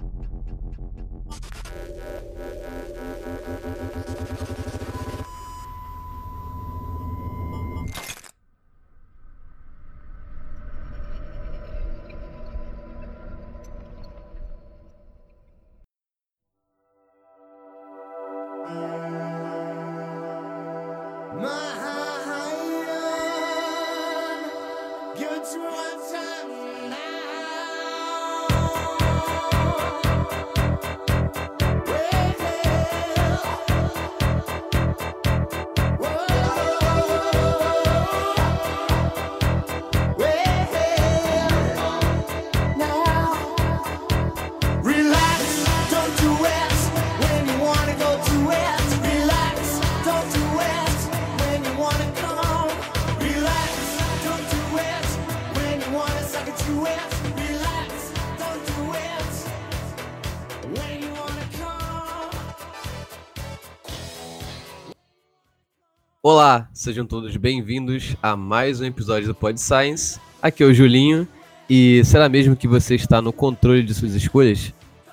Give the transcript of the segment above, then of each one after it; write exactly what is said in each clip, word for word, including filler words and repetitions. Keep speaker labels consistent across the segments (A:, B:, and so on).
A: Olá, sejam todos bem-vindos a mais um episódio do Pod Science. Aqui é o Julinho, e será mesmo que você está no controle de suas escolhas?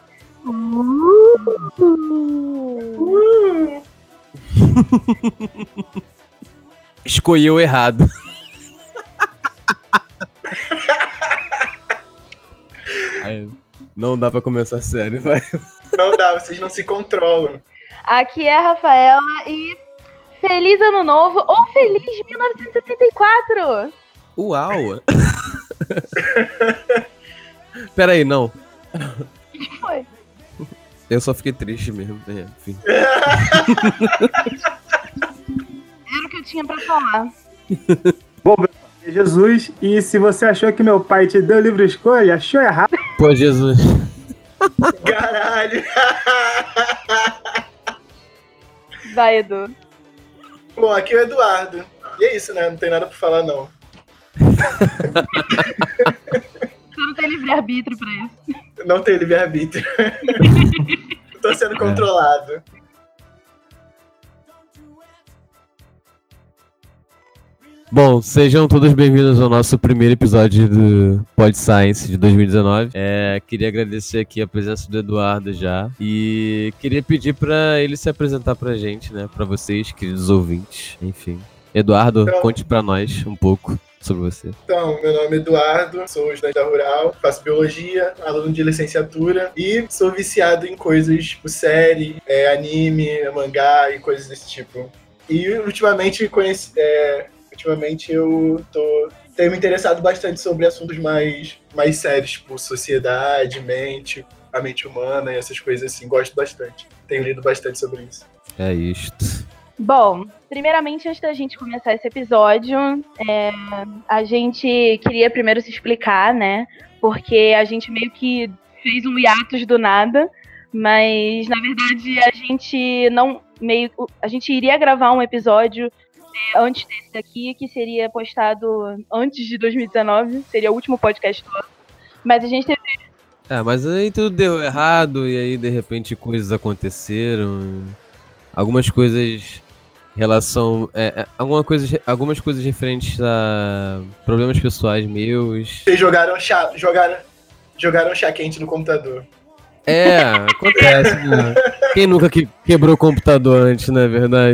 A: Uh! Escolheu errado. Ai, não dá pra começar sério, vai.
B: Não dá, vocês não se controlam.
C: Aqui é a Rafaela e feliz ano novo ou feliz mil novecentos e setenta e quatro!
A: Uau! Peraí, não.
C: O que foi?
A: Eu só fiquei triste mesmo. É, enfim.
C: Era o que eu tinha pra falar.
D: Bom, meu pai é Jesus, e se você achou que meu pai te deu livre escolha, achou errado.
A: Pô, Jesus.
B: Caralho!
C: Vai, Edu.
B: Bom, aqui é o Eduardo. E é isso, né? Não tem nada pra falar, não.
C: Você não tem livre-arbítrio pra isso.
B: Não tem livre-arbítrio. Tô sendo controlado.
A: Bom, sejam todos bem-vindos ao nosso primeiro episódio do Pod Science de dois mil e dezenove. É, queria agradecer aqui a presença do Eduardo já. E queria pedir pra ele se apresentar pra gente, né? Pra vocês, queridos ouvintes. Enfim. Eduardo,
B: então,
A: conte pra nós um pouco sobre você.
B: Então, meu nome é Eduardo, sou estudante da Rural, faço biologia, aluno de licenciatura e sou viciado em coisas tipo série, é, anime, mangá e coisas desse tipo. E ultimamente conheci... É, Ultimamente eu tô, tenho me interessado bastante sobre assuntos mais, mais sérios, tipo sociedade, mente, a mente humana e essas coisas assim. Gosto bastante. Tenho lido bastante sobre isso.
A: É isto.
C: Bom, primeiramente, antes da gente começar esse episódio, é, a gente queria primeiro se explicar, né? Porque a gente meio que fez um hiatus do nada, mas na verdade a gente não meio, a gente iria gravar um episódio antes desse daqui, que seria postado antes de dois mil e dezenove, seria o último podcast do ano, mas a gente teve...
A: É, mas aí tudo deu errado, e aí de repente coisas aconteceram, algumas coisas em relação, é, é, alguma coisa, algumas coisas referentes a problemas pessoais meus.
B: Vocês jogaram chá, jogaram, jogaram chá quente no computador.
A: É, acontece, né? Quem nunca que, quebrou o computador antes, não é verdade?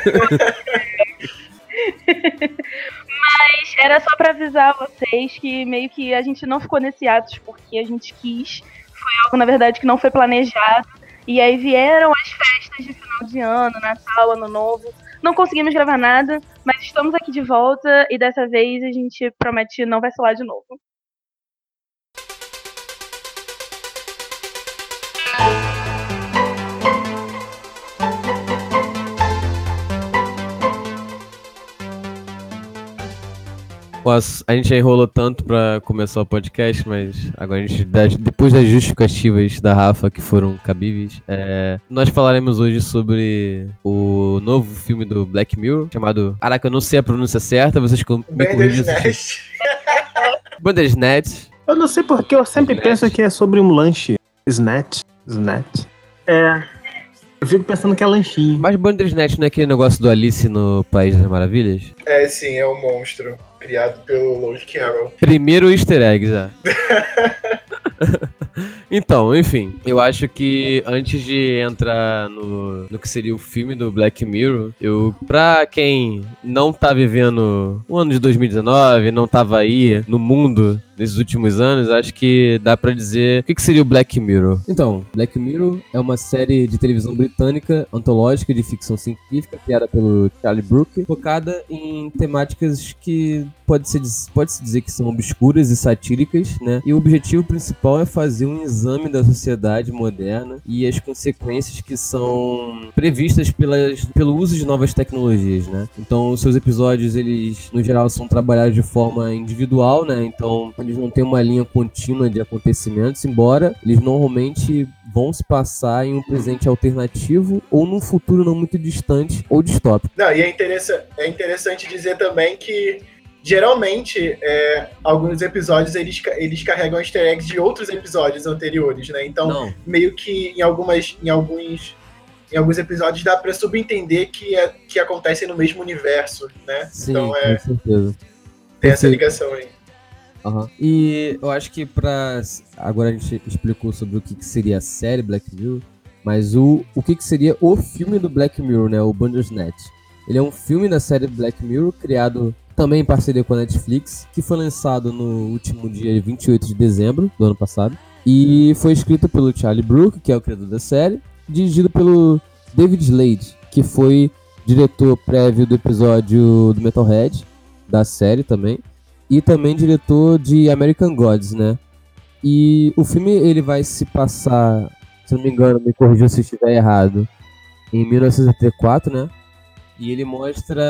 C: Mas era só pra avisar vocês que meio que a gente não ficou nesse atos porque a gente quis. Foi algo, na verdade, que não foi planejado. E aí vieram as festas de final de ano, Natal, Ano Novo. Não conseguimos gravar nada, mas estamos aqui de volta e dessa vez a gente promete não vacilar de novo.
A: A gente já enrolou tanto pra começar o podcast, mas agora a gente, depois das justificativas da Rafa que foram cabíveis, é, nós falaremos hoje sobre o novo filme do Black Mirror, chamado... Caraca, eu não sei a pronúncia certa, vocês me corrigem. Bandersnatch.
D: Eu não sei porque eu sempre penso que é sobre um lanche. Snatch. Snatch. É... Eu fico pensando que é lanchinho.
A: Mas Bandersnatch não é aquele negócio do Alice no País das Maravilhas?
B: É, sim, é um monstro criado pelo Lewis Carroll.
A: Primeiro easter egg já. Então, enfim, eu acho que antes de entrar no, no que seria o filme do Black Mirror, eu, pra quem não tá vivendo o ano de dois mil e dezenove, não tava aí no mundo nesses últimos anos, acho que dá pra dizer o que, que seria o Black Mirror. Então, Black Mirror é uma série de televisão britânica, antológica de ficção científica, criada pelo Charlie Brooker, focada em temáticas que pode-se pode-se dizer que são obscuras e satíricas, né? E o objetivo principal é fazer um exame da sociedade moderna e as consequências que são previstas pelas, pelo uso de novas tecnologias, né? Então, os seus episódios, eles, no geral, são trabalhados de forma individual, né? Então, eles não têm uma linha contínua de acontecimentos, embora eles normalmente vão se passar em um presente alternativo ou num futuro não muito distante ou distópico.
B: Não, e é, interessa- é interessante dizer também que geralmente, é, alguns episódios, eles, eles carregam easter eggs de outros episódios anteriores, né? Então,
A: Não.
B: meio que em, algumas, em, alguns, em alguns episódios dá pra subentender que, é, que acontecem no mesmo universo, né?
A: Sim,
B: então, é,
A: com certeza.
B: tem essa
A: Perfeito.
B: ligação aí.
A: Uhum. E eu acho que pra... Agora a gente explicou sobre o que, que seria a série Black Mirror, mas o, o que, que seria o filme do Black Mirror, né? O Bandersnatch. Ele é um filme da série Black Mirror, criado também em parceria com a Netflix, que foi lançado no último dia vinte e oito de dezembro do ano passado. E foi escrito pelo Charlie Brooker, que é o criador da série, dirigido pelo David Slade, que foi diretor prévio do episódio do Metalhead, da série também, e também diretor de American Gods, né? E o filme, ele vai se passar, se não me engano, me corrija se eu estiver errado, em mil novecentos e setenta e quatro, né? E ele mostra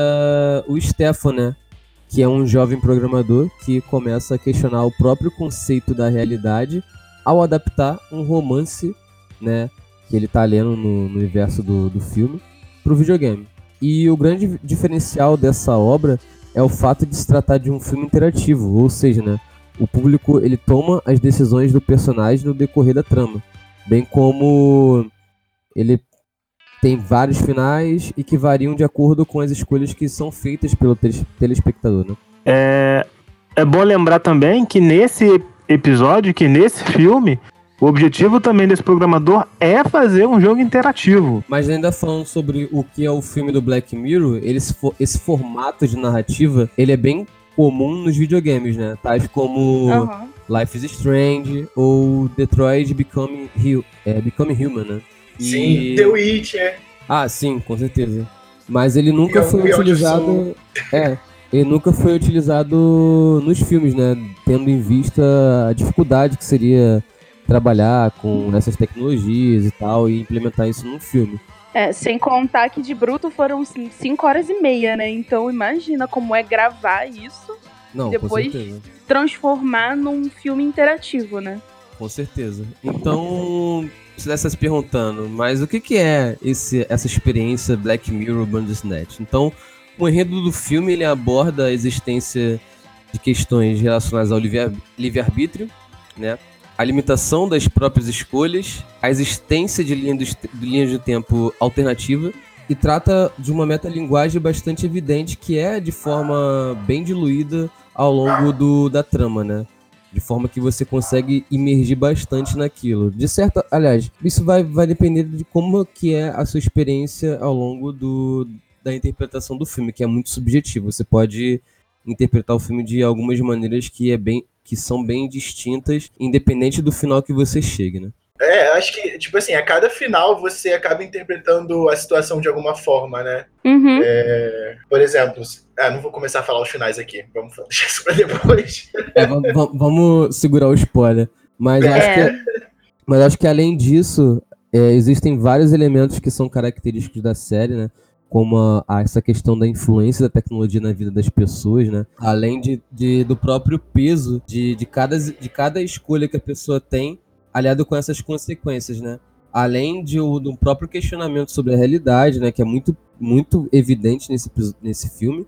A: o Stefan, né? Que é um jovem programador que começa a questionar o próprio conceito da realidade ao adaptar um romance, né, que ele tá lendo no, no universo do, do filme, pro videogame. E o grande diferencial dessa obra é o fato de se tratar de um filme interativo, ou seja, né, o público ele toma as decisões do personagem no decorrer da trama, bem como ele tem vários finais e que variam de acordo com as escolhas que são feitas pelo telespectador, né?
D: É, é bom lembrar também que nesse episódio, que nesse filme, o objetivo também desse programador é fazer um jogo interativo.
A: Mas ainda falando sobre o que é o filme do Black Mirror, esse, esse formato de narrativa, ele é bem comum nos videogames, né? Tais como uhum. Life is Strange ou Detroit Become, é, Become Human, né?
B: Sim, e... The Witcher.
A: Ah, sim, com certeza. Mas ele nunca foi utilizado... É, ele nunca foi utilizado nos filmes, né? Tendo em vista a dificuldade que seria trabalhar com essas tecnologias e tal e implementar isso num filme.
C: É, sem contar que de bruto foram cinco horas e meia, né? Então imagina como é gravar isso
A: Não,
C: e depois
A: com certeza.
C: transformar num filme interativo, né?
A: Com certeza. Então, você deve estar se perguntando, mas o que, que é esse, essa experiência Black Mirror Bandersnatch? Então, o enredo do filme ele aborda a existência de questões relacionadas ao livre-arbítrio, né? A limitação das próprias escolhas, a existência de linhas de linha de tempo alternativa e trata de uma metalinguagem bastante evidente que é de forma bem diluída ao longo do, da trama, né? De forma que você consegue imergir bastante naquilo. De certa, aliás, isso vai, vai depender de como que é a sua experiência ao longo do, da interpretação do filme, que é muito subjetivo. Você pode interpretar o filme de algumas maneiras que, é bem, que são bem distintas, independente do final que você chegue, né?
B: É, acho que, tipo assim, a cada final você acaba interpretando a situação de alguma forma, né?
C: Uhum.
B: É, por exemplo, ah, não vou começar a falar os finais aqui, vamos deixar isso pra depois.
A: É, vamos, vamos segurar o spoiler. Mas eu acho,
C: É.
A: que, mas acho que além disso, é, existem vários elementos que são característicos da série, né? Como a, a essa questão da influência da tecnologia na vida das pessoas, né? Além de, de, do próprio peso de, de, cada, de cada escolha que a pessoa tem, aliado com essas consequências, né? Além de, do próprio questionamento sobre a realidade, né? Que é muito, muito evidente nesse, nesse filme.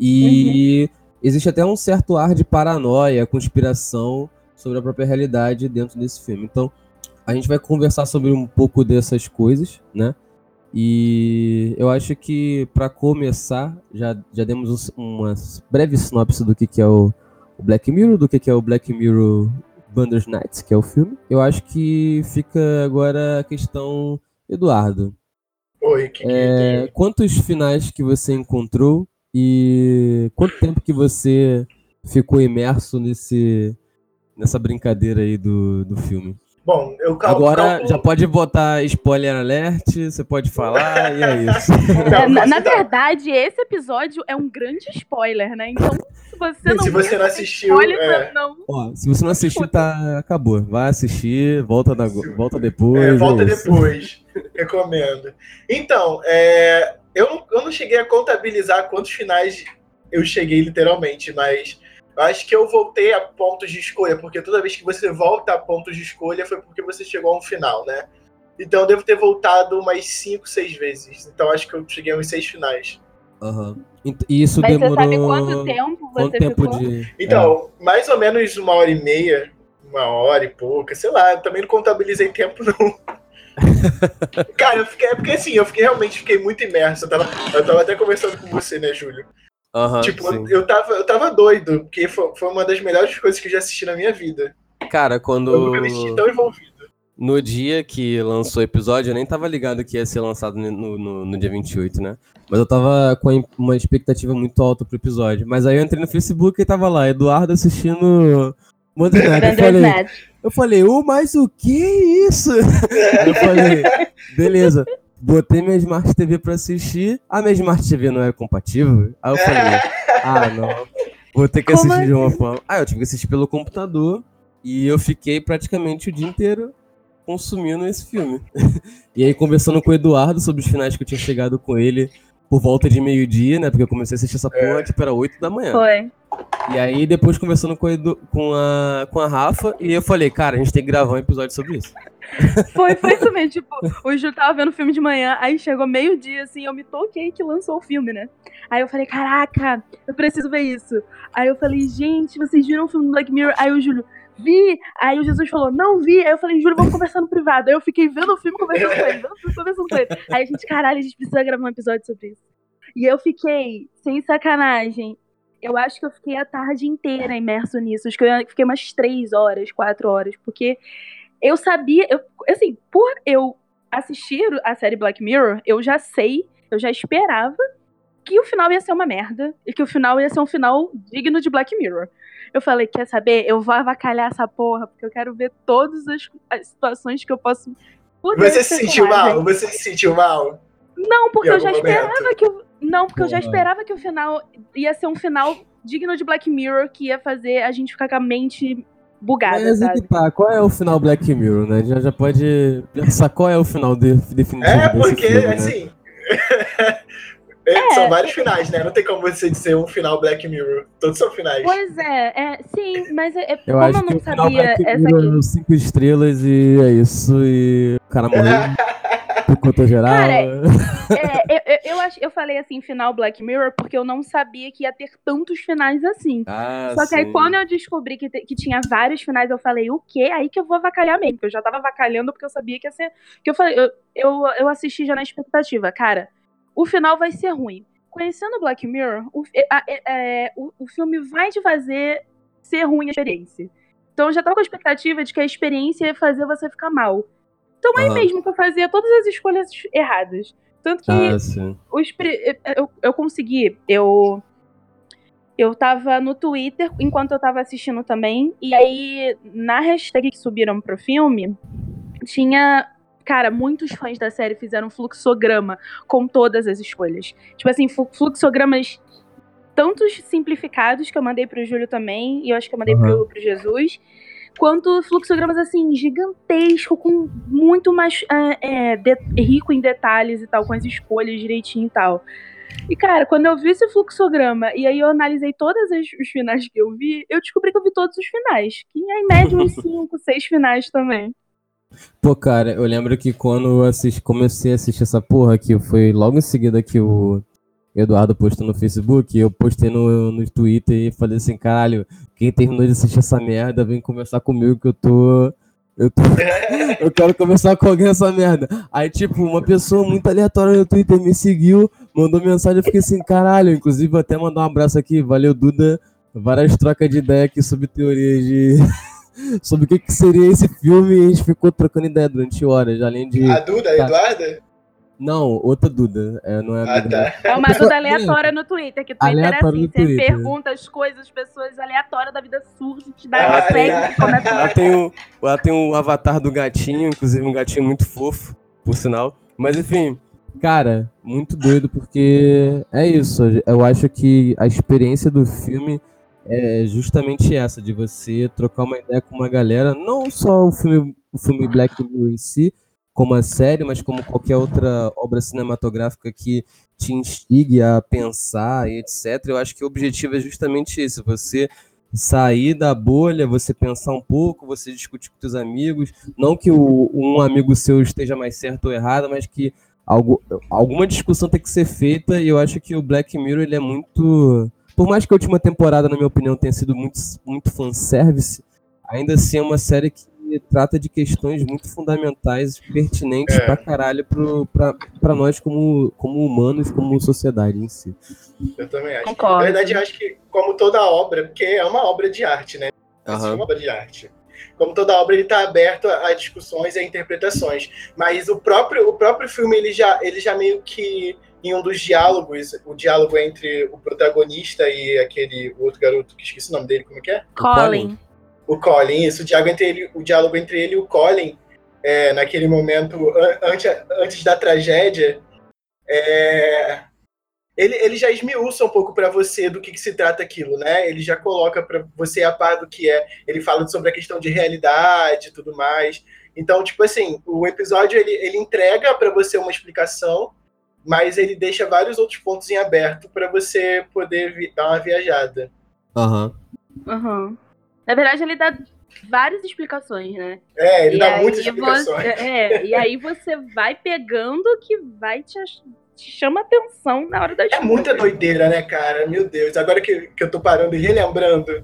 A: E uhum. existe até um certo ar de paranoia, conspiração sobre a própria realidade dentro desse filme. Então, a gente vai conversar sobre um pouco dessas coisas, né? E eu acho que, para começar, já, já demos uma breve sinopse do que, que é o, o Black Mirror, do que, que é o Black Mirror Bandersnatch, que é o filme. Eu acho que fica agora a questão, Eduardo.
B: Oi, que que
A: É,
B: tem?
A: quantos finais que você encontrou e quanto tempo que você ficou imerso nesse, nessa brincadeira aí do, do filme?
B: Bom, eu cal-
A: Agora já
B: calculo.
A: pode botar spoiler alert, você pode falar e é isso.
B: Não,
C: É, na, na
B: então,
C: verdade, esse episódio é um grande spoiler, né? Então, se você não
B: se você
C: viu
B: não
C: esse
B: assistiu,
C: spoiler,
B: é,
C: não.
A: Ó, se você não
C: Não
A: assistiu,
C: escuta.
A: tá, acabou. Vai assistir, volta, na, volta
B: é,
A: depois,
B: volta
A: é isso.
B: depois. Recomendo. Então, é, eu, não, eu não cheguei a contabilizar quantos finais eu cheguei literalmente, mas eu acho que eu voltei a pontos de escolha, porque toda vez que você volta a pontos de escolha foi porque você chegou a um final, né? Então eu devo ter voltado umas cinco, seis vezes. Então acho que eu cheguei a uns seis finais.
A: Aham. Ent- E isso
C: Mas você sabe quanto
A: demorou.
C: tempo
A: Quanto
C: você
A: tempo
C: ficou?
A: de.
B: Então, mais ou menos uma hora e meia, uma hora e pouca, sei lá, eu também não contabilizei tempo, não. Cara, eu fiquei, é porque assim, eu fiquei realmente fiquei muito imerso. Eu tava, eu tava até conversando com você, né, Júlio?
A: É. Aham,
B: Tipo,
A: sim.
B: eu, eu, tava, eu tava doido, porque foi, foi uma das melhores coisas que eu já assisti na minha vida.
A: Cara,
B: Eu nunca me senti
A: quando.
B: tão envolvido.
A: No dia que lançou o episódio, eu nem tava ligado que ia ser lançado no, no, no dia vinte e oito, né? Mas eu tava com a im- uma expectativa muito alta pro episódio. Mas aí eu entrei no Facebook e tava lá, Eduardo assistindo Bandersnatch. Eu falei,
C: Bandersnatch.
A: eu falei, ô, mas o que é isso? Aí eu falei, beleza. Botei minha Smart T V pra assistir. A minha Smart T V não é compatível. Aí eu falei, ah, não. Vou ter que
C: Como
A: assistir de uma
C: assim?
A: forma. Ah, eu tive que assistir pelo computador. E eu fiquei praticamente o dia inteiro consumindo esse filme. E aí, conversando com o Eduardo sobre os finais que eu tinha chegado com ele por volta de meio-dia, né? Porque eu comecei a assistir essa porra, tipo, era oito da manhã.
C: Foi.
A: E aí, depois conversando com a, Edu- com, a, com a Rafa, e eu falei, cara, a gente tem que gravar um episódio sobre isso.
C: Foi, foi isso mesmo. Tipo, o Ju tava vendo o filme de manhã, aí chegou meio-dia, assim, eu me toquei que lançou o filme, né? Aí eu falei, caraca, eu preciso ver isso. Aí eu falei, gente, vocês viram o filme do Black Mirror? Aí o Júlio, vi! Aí o Jesus falou, não vi! Aí eu falei, Júlio, vamos conversar no privado. Aí eu fiquei vendo o filme conversando com ele, vendo o filme conversando com ele. Aí a gente, caralho, a gente precisa gravar um episódio sobre isso. E eu fiquei, sem sacanagem, eu acho que eu fiquei a tarde inteira imerso nisso. Acho que eu fiquei umas três horas, quatro horas, porque eu sabia, eu, assim, por eu assistir a série Black Mirror, eu já sei, eu já esperava que o final ia ser uma merda e que o final ia ser um final digno de Black Mirror. Eu falei, quer saber? Eu vou avacalhar essa porra, porque eu quero ver todas as, as situações que eu posso poder
B: Você se sentiu mal? Você se sentiu mal?
C: Não, porque
B: Em
C: eu já
B: algum
C: esperava
B: momento?
C: que o, não, porque eu já
A: Porra.
C: esperava que o final ia ser um final digno de Black Mirror, que ia fazer a gente ficar com a mente bugada,
A: Mas aí
C: sabe?
A: que tá, qual é o final Black Mirror, né? Já, já pode pensar qual é o final de- definitivo
B: É,
A: desse
B: porque,
A: filme, né?
B: assim. é, são vários finais, né? Não tem como você dizer um final Black Mirror. Todos são finais.
C: Pois é, é sim, mas é, é-
A: Eu
C: como
A: acho
C: eu
A: que
C: não
A: o final
C: sabia
A: Black
C: essa
A: Mirror
C: aqui.
A: é cinco estrelas e é isso. E o cara morreu. Picotou geral.
C: Cara, É, eu, eu, eu, ach- eu falei assim, final Black Mirror, porque eu não sabia que ia ter tantos finais assim.
A: Ah,
C: Só que aí
A: sim.
C: quando eu descobri que, te- que tinha vários finais, eu falei, o quê? Aí que eu vou avacalhar mesmo, porque eu já tava avacalhando porque eu sabia que ia ser. Que eu falei, eu, eu, eu assisti já na expectativa, cara, o final vai ser ruim. Conhecendo Black Mirror, o, fi- a- é- é, o, o filme vai te fazer ser ruim a experiência. Então eu já tava com a expectativa de que a experiência ia fazer você ficar mal. Então aí
A: Aham.
C: mesmo que eu fazia todas as escolhas erradas. Tanto que
A: Ah, sim.
C: os pri- eu, eu consegui, eu eu tava no Twitter enquanto eu tava assistindo também, e aí na hashtag que subiram pro filme, tinha, cara, muitos fãs da série fizeram um fluxograma com todas as escolhas. Tipo assim, flu- fluxogramas tantos simplificados que eu mandei pro Júlio também, e eu acho que eu mandei
A: Aham.
C: pro, pro Jesus, quanto fluxogramas assim, gigantesco, com muito mais é, é, de- rico em detalhes e tal, com as escolhas direitinho e tal. E cara, quando eu vi esse fluxograma e aí eu analisei todos os finais que eu vi, eu descobri que eu vi todos os finais. Que é em média uns cinco, seis finais também.
A: Pô, cara, eu lembro que quando eu assisti, comecei a assistir essa porra, que foi logo em seguida que o Eduardo postou no Facebook, eu postei no, no Twitter e falei assim, caralho, quem terminou de assistir essa merda, vem conversar comigo que eu tô... Eu, tô, eu quero conversar com alguém essa merda. Aí, tipo, uma pessoa muito aleatória no Twitter me seguiu, mandou mensagem, eu fiquei assim, caralho, inclusive vou até mandar um abraço aqui, valeu, Duda, várias trocas de ideia aqui sobre teorias de, sobre o que, que seria esse filme e a gente ficou trocando ideia durante horas, além de...
B: A Duda, a
A: Tá.
B: Eduarda?
A: Não, outra Duda, é, não é
B: Ah,
A: amiga dela.
B: tá.
C: É uma dúvida aleatória no Twitter, que o Twitter
A: Aleatório
C: é
A: no
C: assim, você
A: Twitter.
C: pergunta as coisas, as pessoas aleatórias da vida surgem, te dá
B: Ah,
C: fake
B: tá.
C: e começa
A: Lá tem, o, lá tem o avatar do gatinho, inclusive um gatinho muito fofo, por sinal. Mas enfim, cara, muito doido, porque é isso. Eu acho que a experiência do filme é justamente essa, de você trocar uma ideia com uma galera, não só o filme, o filme Black Mirror em si, como a série, mas como qualquer outra obra cinematográfica que te instigue a pensar e etcétera. Eu acho que o objetivo é justamente esse, você sair da bolha, você pensar um pouco, você discutir com seus amigos, não que o, um amigo seu esteja mais certo ou errado, mas que algo, alguma discussão tem que ser feita, e eu acho que o Black Mirror, ele é muito... Por mais que a última temporada, na minha opinião, tenha sido muito, muito fanservice, ainda assim é uma série que trata de questões muito fundamentais, pertinentes
B: É.
A: pra caralho pro, pra, pra nós como, como humanos, como sociedade em si.
B: Eu também acho.
C: Concordo.
B: Na verdade, eu acho que, como toda obra, porque é uma obra de arte, né? Essa é
A: Aham.
B: uma obra de arte. Como toda obra, ele está aberto a discussões e a interpretações. Mas o próprio, o próprio filme, ele já, ele já meio que, em um dos diálogos, o diálogo entre o protagonista e aquele outro garoto, que esqueci o nome dele, como é que é?
C: Colin.
B: O Colin, isso, o diálogo entre ele, o diálogo entre ele e o Colin, é, naquele momento, an- antes, antes da tragédia, é, ele, ele já esmiuça um pouco para você do que, que se trata aquilo, né? Ele já coloca para você a par do que é. Ele fala sobre a questão de realidade e tudo mais. Então, tipo assim, o episódio, ele, ele entrega para você uma explicação, mas ele deixa vários outros pontos em aberto para você poder vi- dar uma viajada.
A: Aham.
C: Uhum. Na verdade, ele dá várias explicações, né?
B: É, ele
C: E
B: dá
C: aí
B: muitas
C: você-
B: explicações.
C: é, e aí você vai pegando o que vai te, ach- te chama atenção na hora das
B: É muita doideira, né, cara? Meu Deus. Agora que, que eu tô parando e relembrando.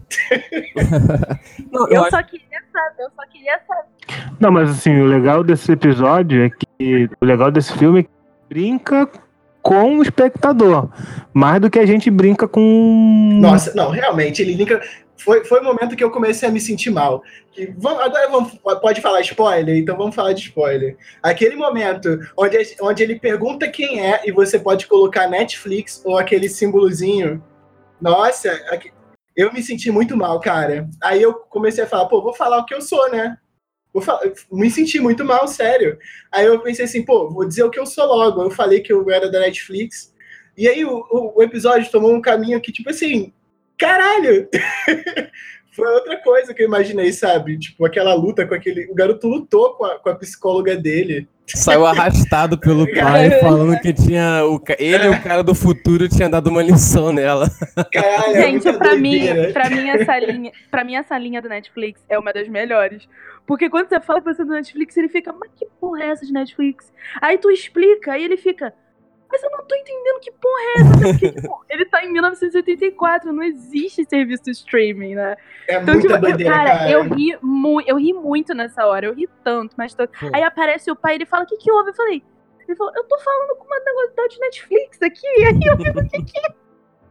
A: Não, eu
C: Eu
A: acho
C: só queria saber, eu só queria saber.
D: Não, mas assim, o legal desse episódio é que. O legal desse filme é que brinca com o espectador. Mais do que a gente brinca com.
B: Nossa, não, realmente, ele linka. Foi, foi o momento que eu comecei a me sentir mal. Que, vamos, agora vamos, pode falar spoiler? Então vamos falar de spoiler. Aquele momento onde, onde ele pergunta quem é e você pode colocar Netflix ou aquele símbolozinho. Nossa, aqui- eu me senti muito mal, cara. Aí eu comecei a falar, pô, vou falar o que eu sou, né? Vou falar, me senti muito mal, sério. Aí eu pensei assim, pô, vou dizer o que eu sou logo. Eu falei que eu era da Netflix. E aí o, o, o episódio tomou um caminho que, tipo assim, caralho! Foi outra coisa que eu imaginei, sabe? Tipo, aquela luta com aquele... O garoto lutou com a, com a psicóloga dele.
A: saiu arrastado pelo pai, falando que tinha o, ca- ele e o cara do futuro tinha dado uma lição nela.
B: Caralho, é
C: Gente,
B: muita
C: pra mim,
B: doideira.
C: pra mim, essa linha, pra mim, essa linha do Netflix é uma das melhores. Porque quando você fala que você é do Netflix, ele fica, mas que porra é essa de Netflix? Aí tu explica, aí ele fica, mas eu não tô entendendo que porra é essa. Porque, tipo, ele tá em mil novecentos e oitenta e quatro, não existe serviço de streaming, né?
B: É
C: Então,
B: muita
C: tipo, eu,
B: doideira,
C: cara,
B: cara.
C: eu ri, mu eu ri muito nessa hora, eu ri tanto, mas tanto.
A: Pô.
C: Aí aparece o pai, ele fala, o que que houve? Eu falei, ele falou, eu tô falando com uma negócio de Netflix aqui, e aí eu fico, o que que é?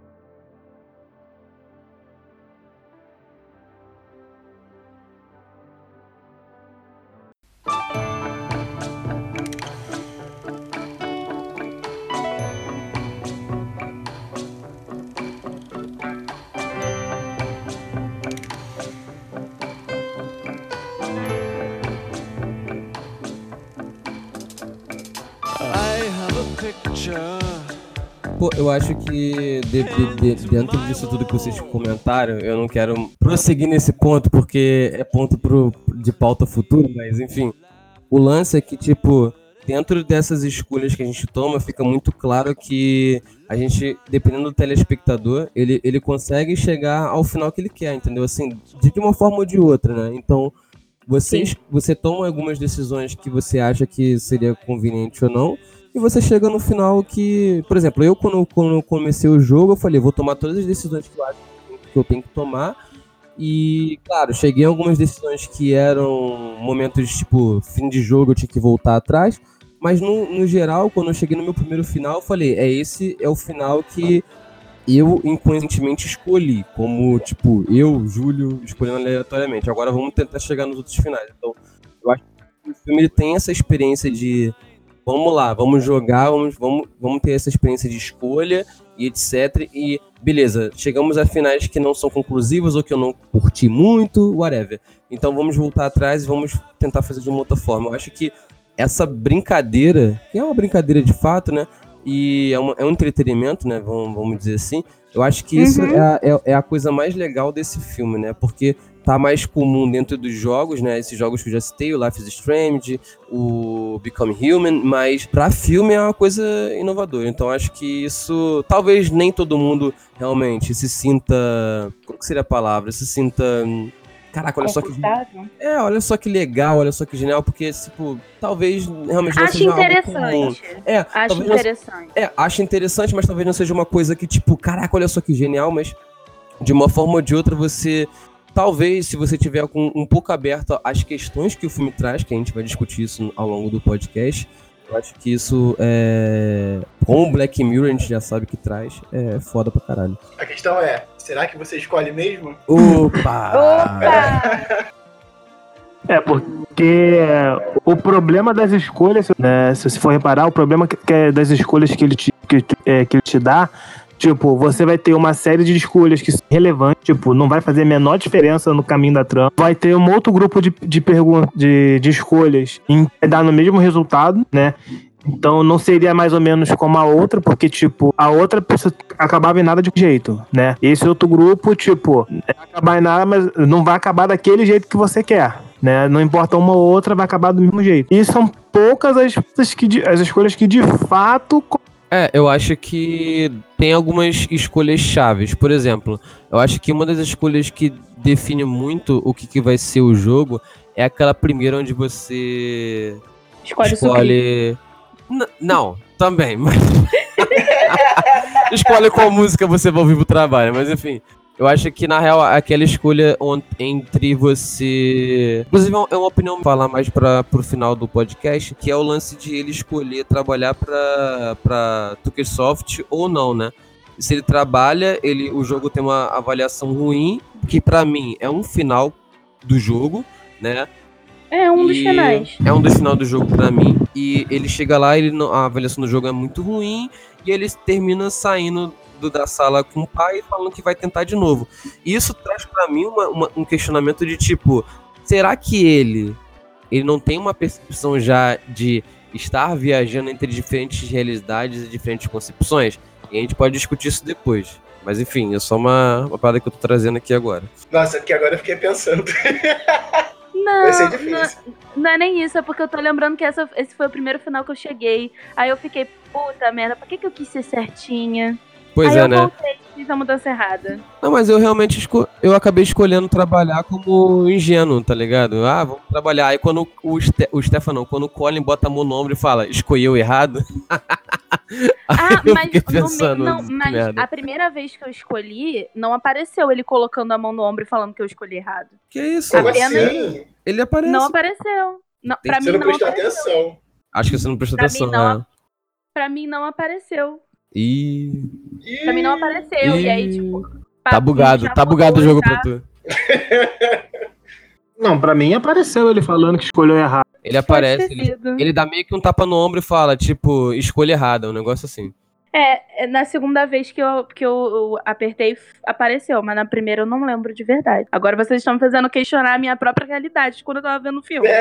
A: Pô, eu acho que de- de- de- dentro disso tudo que vocês comentaram, eu não quero prosseguir nesse ponto, porque é ponto pro, de pauta futura, mas enfim. O lance é que, tipo, dentro dessas escolhas que a gente toma, fica muito claro que a gente, dependendo do telespectador, ele, ele consegue chegar ao final que ele quer, entendeu? Assim, de de uma forma ou de outra, né? Então, você,
C: Sim.
A: você toma algumas decisões que você acha que seria conveniente ou não, e você chega no final que, por exemplo, eu quando, quando eu comecei o jogo, eu falei, vou tomar todas as decisões que eu acho que eu tenho que tomar, e, claro, cheguei em algumas decisões que eram momentos, tipo, fim de jogo, eu tinha que voltar atrás, mas no, no geral, quando eu cheguei no meu primeiro final, eu falei, é esse é o final que
E: eu inconscientemente escolhi, como, tipo, eu, Júlio, escolhendo aleatoriamente. Agora vamos tentar chegar nos outros finais. Então, eu acho que o filme ele tem essa experiência de vamos lá, vamos jogar, vamos, vamos, vamos ter essa experiência de escolha e etcétera. E beleza, chegamos a finais que não são conclusivos ou que eu não curti muito, whatever. Então vamos voltar atrás e vamos tentar fazer de uma outra forma. Eu acho que essa brincadeira, que é uma brincadeira de fato, né? E é, uma, é um entretenimento, né? Vamos, vamos dizer assim. Eu acho que isso
C: Uhum.
E: é, a, é, é a coisa mais legal desse filme, né? Porque tá mais comum dentro dos jogos, né? Esses jogos que eu já citei, o Life is Strange, o Become Human, mas pra filme é uma coisa inovadora. Então acho que isso, talvez nem todo mundo realmente se sinta, qual que seria a palavra? Se sinta, caraca, olha só que
C: Confortável.
E: é, olha só que legal, olha só que genial, porque tipo, talvez realmente não
C: Acho
E: seja algo comum.
C: interessante.
E: É,
C: Acho
E: talvez não-
C: interessante.
E: é, acho interessante, mas talvez não seja uma coisa que tipo, caraca, olha só que genial, mas de uma forma ou de outra você talvez, se você tiver com um pouco aberto às questões que o filme traz, que a gente vai discutir isso ao longo do podcast, eu acho que isso é... com o Black Mirror a gente já sabe que traz, é foda pra caralho.
B: A questão é, será que você escolhe mesmo?
E: Opa!
C: Opa!
D: É, porque o problema das escolhas, né, se você for reparar, o problema que é das escolhas que ele te, que, é, que ele te dá, tipo, você vai ter uma série de escolhas que são relevantes, tipo, não vai fazer a menor diferença no caminho da trama. Vai ter um outro grupo de, de, pergun- de, de escolhas em que vai dar no mesmo resultado, né? Então não seria mais ou menos como a outra, porque, tipo, a outra pessoa acabava em nada de jeito, né? Esse outro grupo, tipo, vai acabar em nada, mas não vai acabar daquele jeito que você quer, né? Não importa uma ou outra, vai acabar do mesmo jeito. E são poucas as, as, que, de- as escolhas que de fato.
A: É, eu acho que tem algumas escolhas chaves. Por exemplo, eu acho que uma das escolhas que define muito o que, que vai ser o jogo é aquela primeira onde você
C: Escolhe o sucrilho.
A: escolhe. N- não, também, mas. Escolhe qual música você vai ouvir pro trabalho, mas enfim. Eu acho que, na real, aquela escolha on- entre você... Inclusive, é uma opinião falar mais para pro final do podcast, que é o lance de ele escolher trabalhar pra, pra Tukersoft ou não, né? Se ele trabalha, ele, o jogo tem uma avaliação ruim, que pra mim é um final do jogo, né?
C: É um dos
A: E
C: finais.
A: É um dos finais do jogo pra mim. E ele chega lá, ele não- a avaliação do jogo é muito ruim, e ele termina saindo do- da sala com o pai falando que vai tentar de novo. E isso traz pra mim uma- uma- um questionamento de tipo, será que ele, ele não tem uma percepção já de estar viajando entre diferentes realidades e diferentes concepções? E a gente pode discutir isso depois. Mas enfim, é só uma, uma parada que eu tô trazendo aqui agora.
B: Nossa, porque agora eu fiquei pensando.
C: Não,
B: Vai ser
C: não,
B: difícil.
C: não é nem isso, é porque eu tô lembrando que essa, esse foi o primeiro final que eu cheguei. Aí eu fiquei, puta merda, por que, que eu quis ser certinha?
A: Pois
C: Aí
A: é,
C: eu
A: né?
C: voltei e fiz a mudança errada.
A: Não, mas eu realmente esco- eu acabei escolhendo trabalhar como ingênuo, tá ligado? Ah, vamos trabalhar. Aí quando o, Ste o Stefan, não, quando o Colin bota a mão no ombro e fala, escolheu errado.
C: Ah,
A: eu
C: mas,
A: fiquei
C: no me-
A: pensando,
C: não,
A: que
C: mas
A: merda.
C: a primeira vez que eu escolhi, não apareceu ele colocando a mão no ombro e falando que eu escolhi errado.
A: Que isso?
B: Como
C: Apenas-
B: assim?
A: Ele aparece.
C: Não apareceu. Não,
A: Tem-
C: pra
B: Você
C: mim
B: não
C: não
B: prestou
C: apareceu.
B: atenção.
A: Acho que você não prestou
C: Pra
A: atenção,
C: mim não.
A: né?
C: Pra mim não apareceu.
A: Ih,
B: Ih,
C: Pra mim não apareceu. E aí,
A: Ih.
C: tipo.
A: tá bugado,
C: já
A: tá bugado o
C: mudou,
A: jogo
C: tá?
A: pra tu.
D: Não, pra mim apareceu ele falando que escolheu errado.
A: Ele
C: Pode
A: aparece,
C: ter
A: ele,
C: sido.
A: ele dá meio que um tapa no ombro e fala, tipo, escolha errada, um negócio assim.
C: É, na segunda vez que eu, que eu apertei, apareceu, mas na primeira eu não lembro de verdade. Agora vocês estão me fazendo questionar a minha própria realidade de quando eu tava vendo o filme.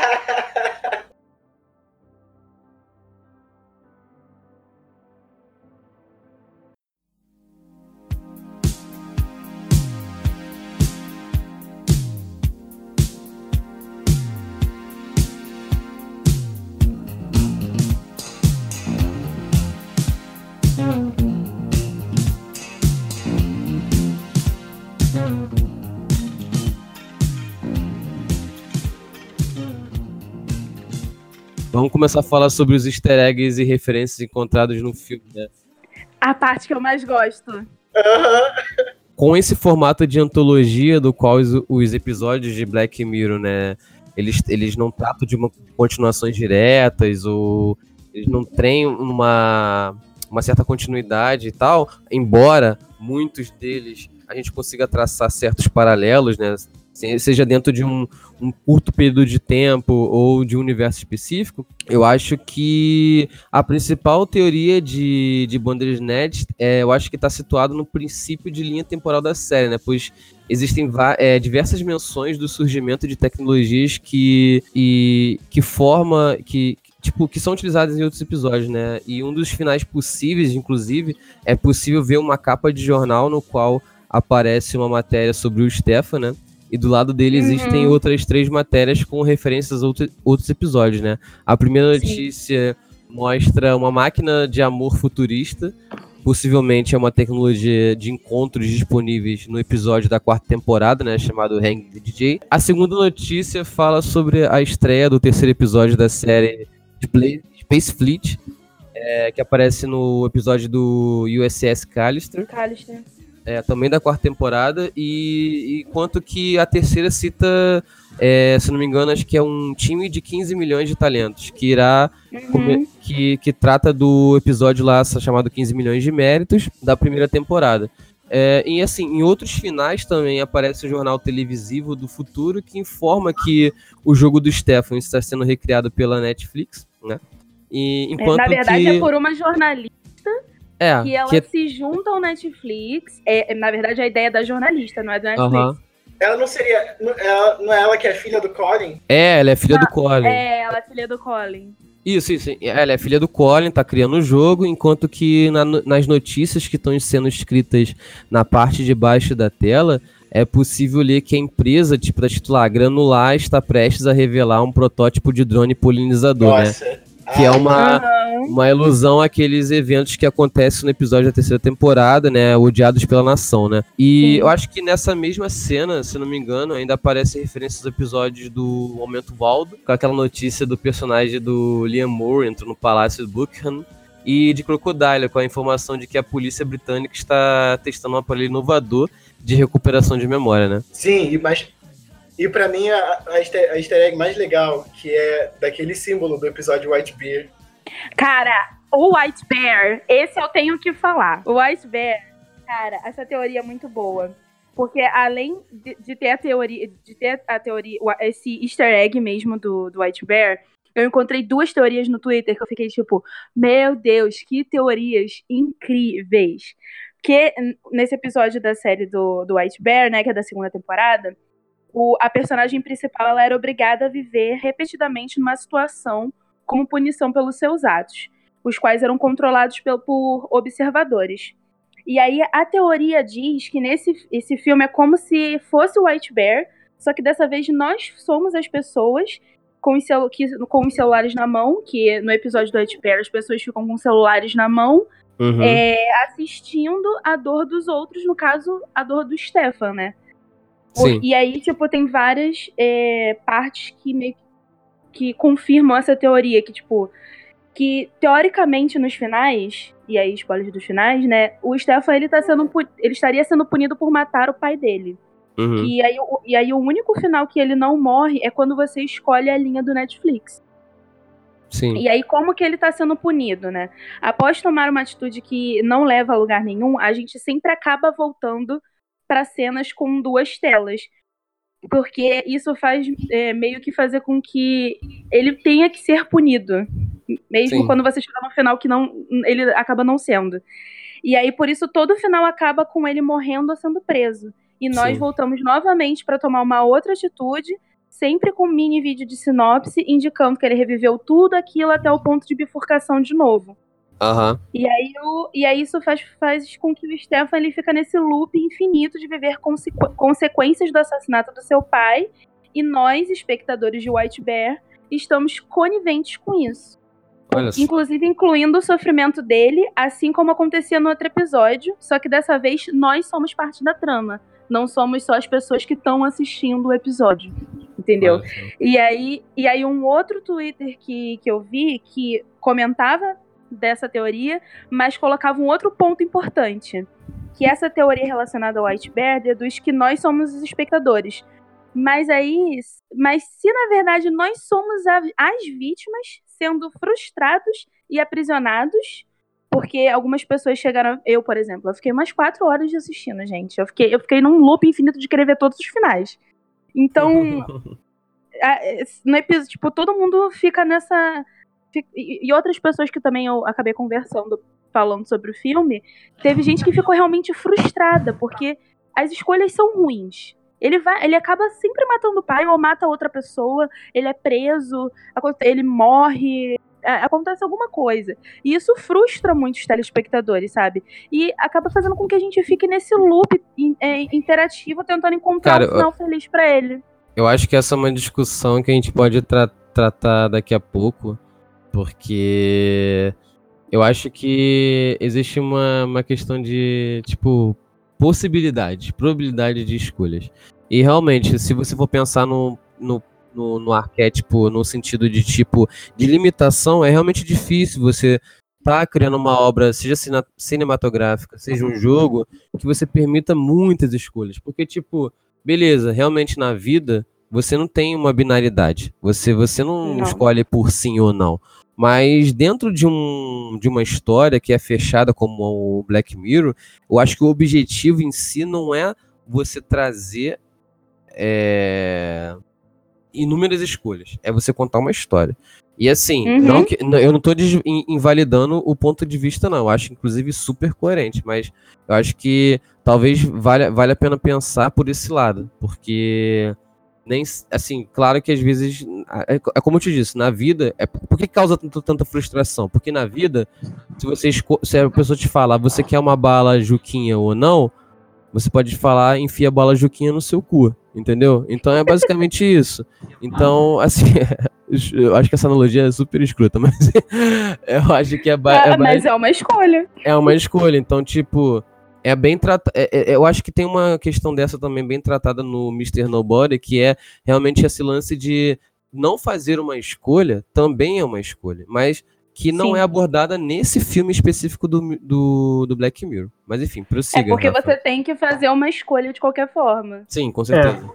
A: Vamos começar a falar sobre os easter eggs e referências encontrados no filme, né?
C: A parte que eu mais gosto.
B: Aham.
A: Com esse formato de antologia do qual os, os episódios de Black Mirror, né, eles, eles não tratam de uma continuações diretas ou eles não têm uma
E: uma certa continuidade e tal, embora muitos deles a gente consiga traçar certos paralelos, né? Seja dentro de um, um curto período de tempo ou de um universo específico, eu acho que a principal teoria de, de Bandersnatch, é, eu acho que está situado no princípio de linha temporal da série, né? Pois existem é, diversas menções do surgimento de tecnologias que, e, que forma, que, tipo, que são utilizadas em outros episódios, né? E um dos finais possíveis, inclusive, é possível ver uma capa de jornal no qual aparece uma matéria sobre o Stefan, né? E do lado dele existem
C: Uhum.
E: outras três matérias com referências a outro, outros episódios, né? A primeira notícia Sim. mostra uma máquina de amor futurista, possivelmente é uma tecnologia de encontros disponíveis no episódio da quarta temporada, né? Chamado Hang the D J. A segunda notícia fala sobre a estreia do terceiro episódio da série Space Fleet, é, que aparece no episódio do U S S Callister.
C: Callister.
E: É, também da quarta temporada, e, e quanto que a terceira cita, é, se não me engano, acho que é um time de quinze milhões de talentos, que irá,
C: Uhum.
E: come, que, que trata do episódio lá chamado quinze milhões de méritos, da primeira temporada. É, e assim, em outros finais também aparece o jornal televisivo do futuro, que informa que o jogo do Stefan está sendo recriado pela Netflix, né? E, enquanto
C: Na verdade
E: que...
C: é por uma jornalista.
E: É,
C: que ela
E: que...
C: se junta ao Netflix. É, na verdade, a ideia é da jornalista, não é do Netflix.
E: Uhum.
B: Ela não seria. Não, ela, não é ela que é filha do Colin?
E: É, ela é filha
C: não,
E: do Colin.
C: É, ela é filha do Colin.
E: Isso, isso. Ela é filha do Colin, tá criando o jogo, enquanto que na, nas notícias que estão sendo escritas na parte de baixo da tela, é possível ler que a empresa, tipo, da titular Granular, está prestes a revelar um protótipo de drone polinizador,
B: Nossa.
E: né? Que é uma,
C: Uhum.
E: uma ilusão àqueles eventos que acontecem no episódio da terceira temporada, né? Odiados pela nação, né? E
C: Sim.
E: eu acho que nessa mesma cena, se não me engano, ainda aparecem referências aos episódios do Momento Waldo, com aquela notícia do personagem do Liam Moore entrando no Palácio de Buckingham, e de Crocodile, com a informação de que a polícia britânica está testando um aparelho inovador de recuperação de memória, né?
B: Sim, mas... E pra mim, a, a, easter, a easter egg mais legal, que é daquele símbolo do episódio White Bear.
C: Cara, o White Bear, esse eu tenho que falar. O White Bear, cara, essa teoria é muito boa. Porque além de, de ter a teoria, de ter a teoria, esse easter egg mesmo do, do White Bear, eu encontrei duas teorias no Twitter que eu fiquei tipo, meu Deus, que teorias incríveis. Porque nesse episódio da série do, do White Bear, né, que é da segunda temporada, O, a personagem principal ela era obrigada a viver repetidamente numa situação como punição pelos seus atos, os quais eram controlados pel, por observadores. E aí a teoria diz que nesse esse filme é como se fosse o White Bear, só que dessa vez nós somos as pessoas com os, celu, que, com os celulares na mão, que no episódio do White Bear as pessoas ficam com celulares na mão, uhum. é, assistindo a dor dos outros, no caso, a dor do Stefan, né?
E: Sim.
C: E aí, tipo, tem várias é, partes que meio que confirmam essa teoria, que, tipo, que teoricamente nos finais, e aí spoilers dos finais, né, o Stefan, ele, tá sendo, ele estaria sendo punido por matar o pai dele.
E: Uhum.
C: E, aí, e aí o único final que ele não morre é quando você escolhe a linha do Netflix.
E: Sim.
C: E aí, como que ele tá sendo punido, né? Após tomar uma atitude que não leva a lugar nenhum, a gente sempre acaba voltando para cenas com duas telas, porque isso faz é, meio que fazer com que ele tenha que ser punido, mesmo Sim. quando você chega no final que não, ele acaba não sendo. E aí por isso todo final acaba com ele morrendo ou sendo preso. E nós Sim. voltamos novamente para tomar uma outra atitude, sempre com um mini vídeo de sinopse indicando que ele reviveu tudo aquilo até o ponto de bifurcação de novo.
E: Uhum.
C: E, aí o, e aí isso faz, faz com que o Stefan ele fica nesse loop infinito de viver consequ- consequências do assassinato do seu pai, e nós, espectadores de White Bear, estamos coniventes com isso.
E: Olha
C: Inclusive incluindo o sofrimento dele, assim como acontecia no outro episódio, só que dessa vez nós somos parte da trama, não somos só as pessoas que estão assistindo o episódio, entendeu? E aí, e aí um outro Twitter que, que eu vi que comentava dessa teoria, mas colocava um outro ponto importante, que essa teoria relacionada ao White Bear deduz que nós somos os espectadores. Mas aí, mas se na verdade nós somos a, as vítimas sendo frustrados e aprisionados porque algumas pessoas chegaram... Eu, por exemplo, eu fiquei umas quatro horas assistindo, gente. Eu fiquei, eu fiquei num loop infinito de querer ver todos os finais. Então, a- no episódio, tipo, todo mundo fica nessa... fi- E e outras pessoas que também eu acabei conversando, falando sobre o filme, teve gente que ficou realmente frustrada, porque as escolhas são ruins. Ele vai, ele acaba sempre matando o pai ou mata outra pessoa, ele é preso, aconte- ele morre, a- acontece alguma coisa. E isso frustra muitos telespectadores, sabe? E acaba fazendo com que a gente fique nesse loop in- é, interativo, tentando encontrar
A: Cara,
C: um final feliz pra ele.
A: Eu acho que essa é uma discussão que a gente pode tra- tratar daqui a pouco, porque eu acho que existe uma, uma questão de, tipo, possibilidade, probabilidade de escolhas. E realmente, se você for pensar no, no, no, no arquétipo, no sentido de, tipo, de limitação, é realmente difícil você tá criando uma obra, seja cina- cinematográfica, seja um jogo, que você permita muitas escolhas. Porque, tipo, beleza, realmente na vida você não tem uma binaridade. Você, você não,
C: Não.
A: escolhe por sim ou não. Mas dentro de, um, de uma história que é fechada como o Black Mirror, eu acho que o objetivo em si não é você trazer é, inúmeras escolhas. É você contar uma história. E assim,
C: Uhum.
A: não que, não- eu não tô des- in- invalidando o ponto de vista, não. Eu acho, inclusive, super coerente. Mas eu acho que talvez valha, valha a pena pensar por esse lado. Porque, nem, s- assim, claro que às vezes, é, é como eu te disse, na vida, é, por que causa tanto- tanta frustração? Porque na vida, se, você esco- se a pessoa te falar, você quer uma bala Juquinha ou não, você pode falar, enfia a bala Juquinha no seu cu, entendeu? Então é basicamente isso. Então, assim, eu acho que essa analogia é super escrota, mas eu acho que é, ba- é,
C: Ah,
A: ba-
C: mas é uma escolha.
A: é uma escolha. Então, tipo, é bem tratada. Eu acho que tem uma questão dessa também bem tratada no mister Nobody, que é realmente esse lance de não fazer uma escolha também é uma escolha, mas que não
C: Sim.
A: é abordada nesse filme específico do, do, do Black Mirror. Mas enfim,
C: É
A: prossiga.
C: porque
A: Rafa.
C: você tem que fazer uma escolha de qualquer forma.
A: Sim, com certeza.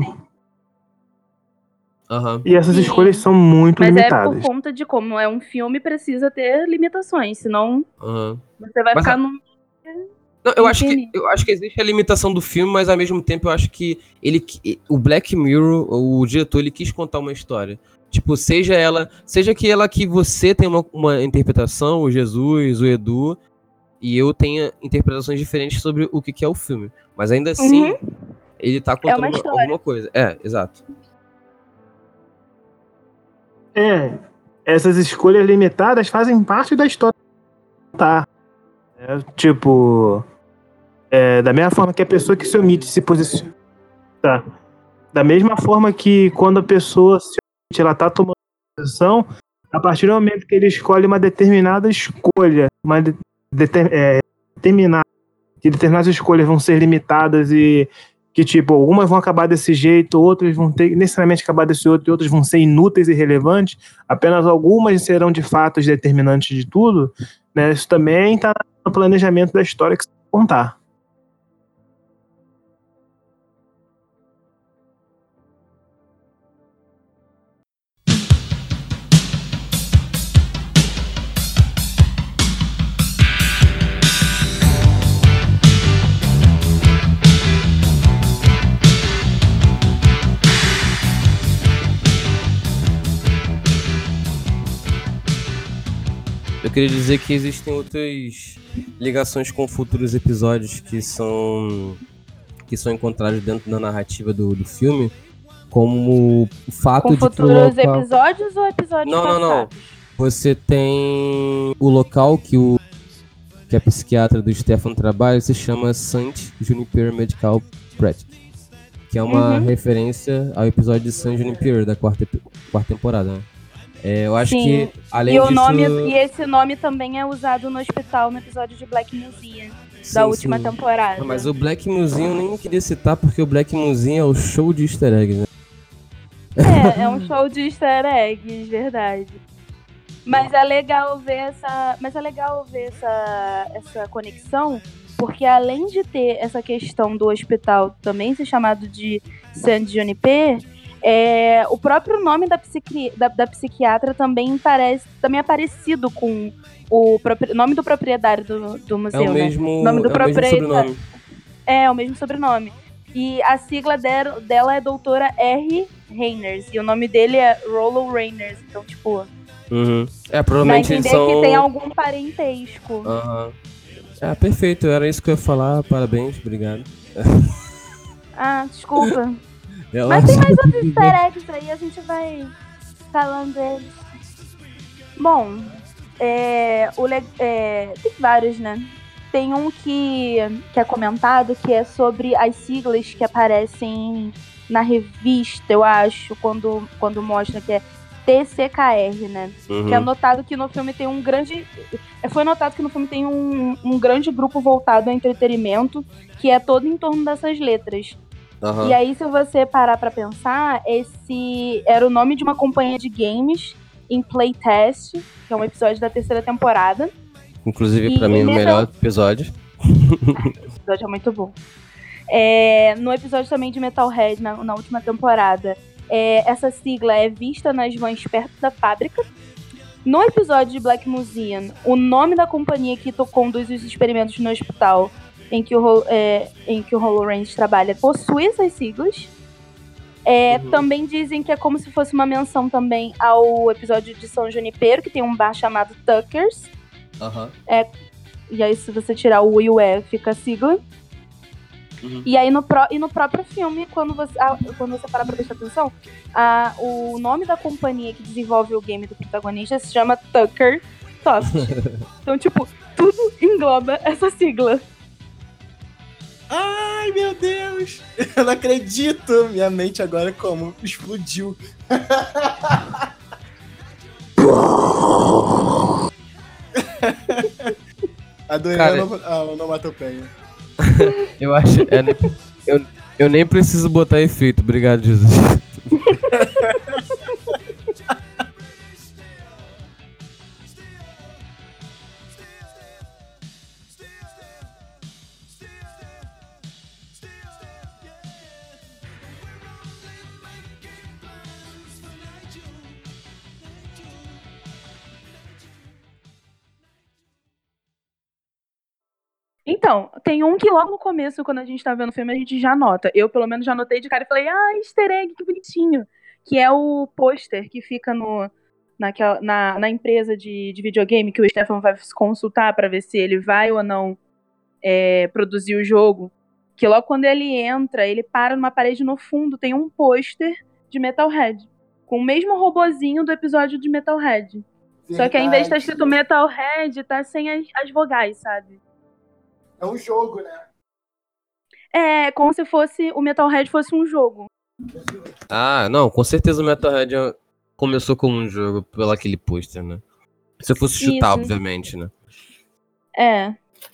A: Aham.
D: E essas
C: Sim.
D: escolhas são muito
C: Mas é
D: limitadas.
C: por conta de como é um filme, precisa ter limitações, senão
A: Aham.
C: você vai
A: Mas
C: ficar
A: a-
C: num...
A: Não, eu acho que
C: Infinito.
A: eu acho que existe a limitação do filme, mas ao mesmo tempo eu acho que ele qui- o Black Mirror, o diretor, ele quis contar uma história. Tipo, seja ela, seja que ela que você tem uma, uma interpretação, o Jesus, o Edu, e eu tenha interpretações diferentes sobre o que, que é o filme. Mas ainda assim,
C: Uhum.
A: ele tá
C: É
A: contando
C: uma
A: uma-
C: história.
A: alguma coisa. É, exato.
D: É, essas escolhas limitadas fazem parte da história. Tá. É, tipo, é, da mesma forma que a pessoa que se omite se posiciona. Tá. Da mesma forma que quando a pessoa se omite, ela tá tomando posição, a partir do momento que ele escolhe uma determinada escolha, uma de, deter, é, determinada, que determinadas escolhas vão ser limitadas e que, tipo, algumas vão acabar desse jeito, outras vão ter necessariamente acabar desse outro, e outras vão ser inúteis e irrelevantes, apenas algumas serão de fato as determinantes de tudo, né? Isso também está no planejamento da história que você vai contar.
A: Eu queria dizer que existem outras ligações com futuros episódios que são que são encontrados dentro da narrativa do, do filme, como o fato
C: Com
A: de que o
C: futuros
A: local...
C: episódios ou episódios
A: Não, não, não.
C: passados?
A: Você tem o local que o que a psiquiatra do Stefan trabalha se chama Saint Juniper Medical Practice, que é uma
C: Uhum.
A: referência ao episódio de Saint Juniper da quarta, epi- quarta temporada, né? É, eu acho
C: Sim.
A: que além
C: E, o
A: disso,
C: nome, e esse nome também é usado no hospital no episódio de Black Museum,
A: sim,
C: da última
A: sim.
C: temporada.
A: Não, mas o Black Museum eu nem queria citar porque o Black Museum é o show de easter eggs, né?
C: É, é um show de easter eggs, verdade. Mas é legal ver essa. Mas é legal ver essa, essa conexão, porque além de ter essa questão do hospital também ser chamado de Saint Juniper, É, o próprio nome da, psiqui, da, da psiquiatra também, parece, também é parecido com o propri, nome do proprietário do, do museu,
E: É o mesmo,
C: né? Nome do
E: é o mesmo sobrenome.
C: É, o mesmo sobrenome. E a sigla de, dela é doutora R. Reiners. E o nome dele é Rollo Reiners. Então, tipo...
E: Uhum. É,
C: Dá a
E: provavelmente eles
C: entender
E: são...
C: que tem algum parentesco.
E: Uhum. É, perfeito. Era isso que eu ia falar. Parabéns, obrigado.
C: Ah, desculpa.
E: Ela
C: Mas tem mais
E: sabe
C: outros
E: dizer.
C: easter eggs aí, a gente vai falando deles. Bom, é, o, le- é, tem vários, né? Tem um que, que é comentado, que é sobre as siglas que aparecem na revista, eu acho, quando, quando mostra que é T C K R, né? Que é
E: Uhum.
C: notado que no filme tem um grande... é, Foi notado que no filme tem um, um grande grupo voltado ao entretenimento, que é todo em torno dessas letras.
E: Uhum.
C: E aí, se você parar pra pensar, esse era o nome de uma companhia de games em Playtest, que é um episódio da terceira temporada.
E: Inclusive,
C: E
E: pra mim, o
C: Metal-
E: melhor episódio.
C: O episódio é muito bom. É, no episódio também de Metalhead, na, na última temporada, é, essa sigla é vista nas vans perto da fábrica. No episódio de Black Museum, o nome da companhia que to- conduz os experimentos no hospital em que o, Hol- é, em que o HoloRange trabalha possui essas siglas. É,
E: Uhum.
C: Também dizem que é como se fosse uma menção também ao episódio de São Junipero, que tem um bar chamado Tuckers.
E: Uhum.
C: E aí, se você tirar o U e o E, fica a sigla.
E: Uhum.
C: E aí, no, pró- e no próprio filme, quando você, ah, quando você parar pra prestar atenção, ah, o nome da companhia que desenvolve o game do protagonista se chama Tucker Soft. Então, tipo, tudo engloba essa sigla.
B: Ai, meu Deus! Eu não acredito! Minha mente agora como? Explodiu. Adorei
A: Cara,
B: a ono- a onomatopeia.
A: Eu acho. é, nem- eu, eu nem preciso botar efeito. Obrigado, Jesus.
C: Então, tem um que logo no começo, quando a gente tá vendo o filme, a gente já nota. Eu, pelo menos, já notei de cara e falei, ah, easter egg, que bonitinho. Que é o pôster que fica no, naquela, na, na empresa de, de videogame que o Stefan vai consultar pra ver se ele vai ou não é, produzir o jogo. Que logo quando ele entra, ele para numa parede no fundo, tem um pôster de Metalhead. Com o mesmo robozinho do episódio de Metalhead. Só que ao invés de estar escrito Metalhead, tá sem as, as vogais, sabe?
B: É um jogo, né?
C: É, como se fosse o Metalhead fosse um jogo.
E: Ah, não, com certeza o Metalhead é- começou como um jogo pelo aquele pôster, né? Se eu fosse chutar,
C: Isso.
E: obviamente, né?
C: É.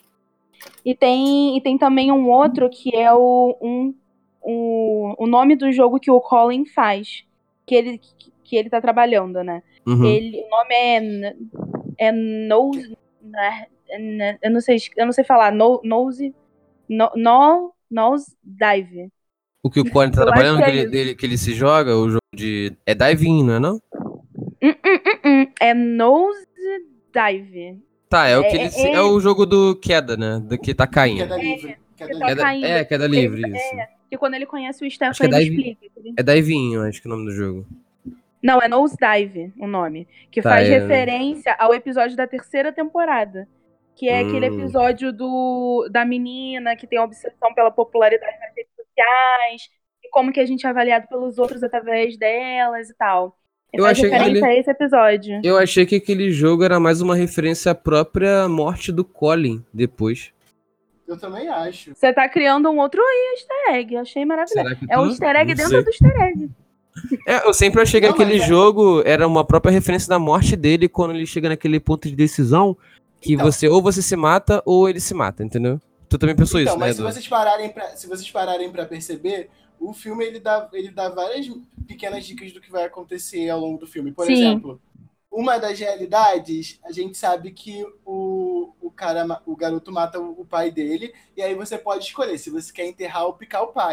C: E tem, e tem também um outro que é o, um, o, o nome do jogo que o Colin faz. Que ele, que, que ele tá trabalhando, né?
E: Uhum.
C: Ele, o nome é. N- É Nose. né, n- Eu não sei, eu não sei falar. No, nose. No, no, nose Dive.
E: O que o Colin tá
C: Eu acho
E: trabalhando,
C: que
E: que,
C: é
E: ele,
C: isso.
E: dele- que ele se joga, o jogo de. É diving, não é não?
C: Hum, hum, hum, hum. É Nose Dive.
E: Tá, é o que
C: É-
E: ele.
C: é-
E: se- É,
C: é-
E: o jogo do queda, né? Do que tá caindo.
B: Queda livre. Queda
C: que tá
B: livre.
E: Queda-
C: caindo.
E: é, queda livre, isso.
C: Que quando ele conhece o
E: Acho
C: Stefan,
E: que é
C: ele
E: dive-
C: explica. entendeu?
E: É diving, eu acho que é o nome do jogo.
C: Não, é Nose Dive o nome. Que
E: Tá,
C: faz
E: é-
C: referência ao episódio da terceira temporada. Que é
E: Hum.
C: aquele episódio do, da menina que tem obsessão pela popularidade nas redes sociais. E como que a gente é avaliado pelos outros através delas e tal. Ele
E: Eu
C: faz
E: achei que
C: referência
E: ele-
C: a esse episódio.
E: Eu achei que aquele jogo era mais uma referência à própria morte do Colin depois.
B: Eu também acho.
C: Você tá criando um outro easter egg. Achei maravilhoso.
E: Será que
C: É um
E: tô?
C: easter egg
E: Não
C: dentro
E: sei.
C: do easter egg.
E: É, eu sempre achei que
B: Não,
E: aquele
B: mas é-
E: jogo era uma própria referência da morte dele quando ele chega naquele ponto de decisão que
B: Então.
E: você ou você se mata ou ele se mata, entendeu? Tu também pensou
B: Então,
E: isso, né,
B: mas se
E: Edu?
B: vocês pararem pra, se vocês pararem pra perceber, o filme ele dá, ele dá várias pequenas dicas do que vai acontecer ao longo do filme. Por
C: Sim.
B: exemplo, uma das realidades, a gente sabe que o, o, cara, o garoto mata o pai dele, e aí você pode escolher se você quer enterrar ou picar o pai.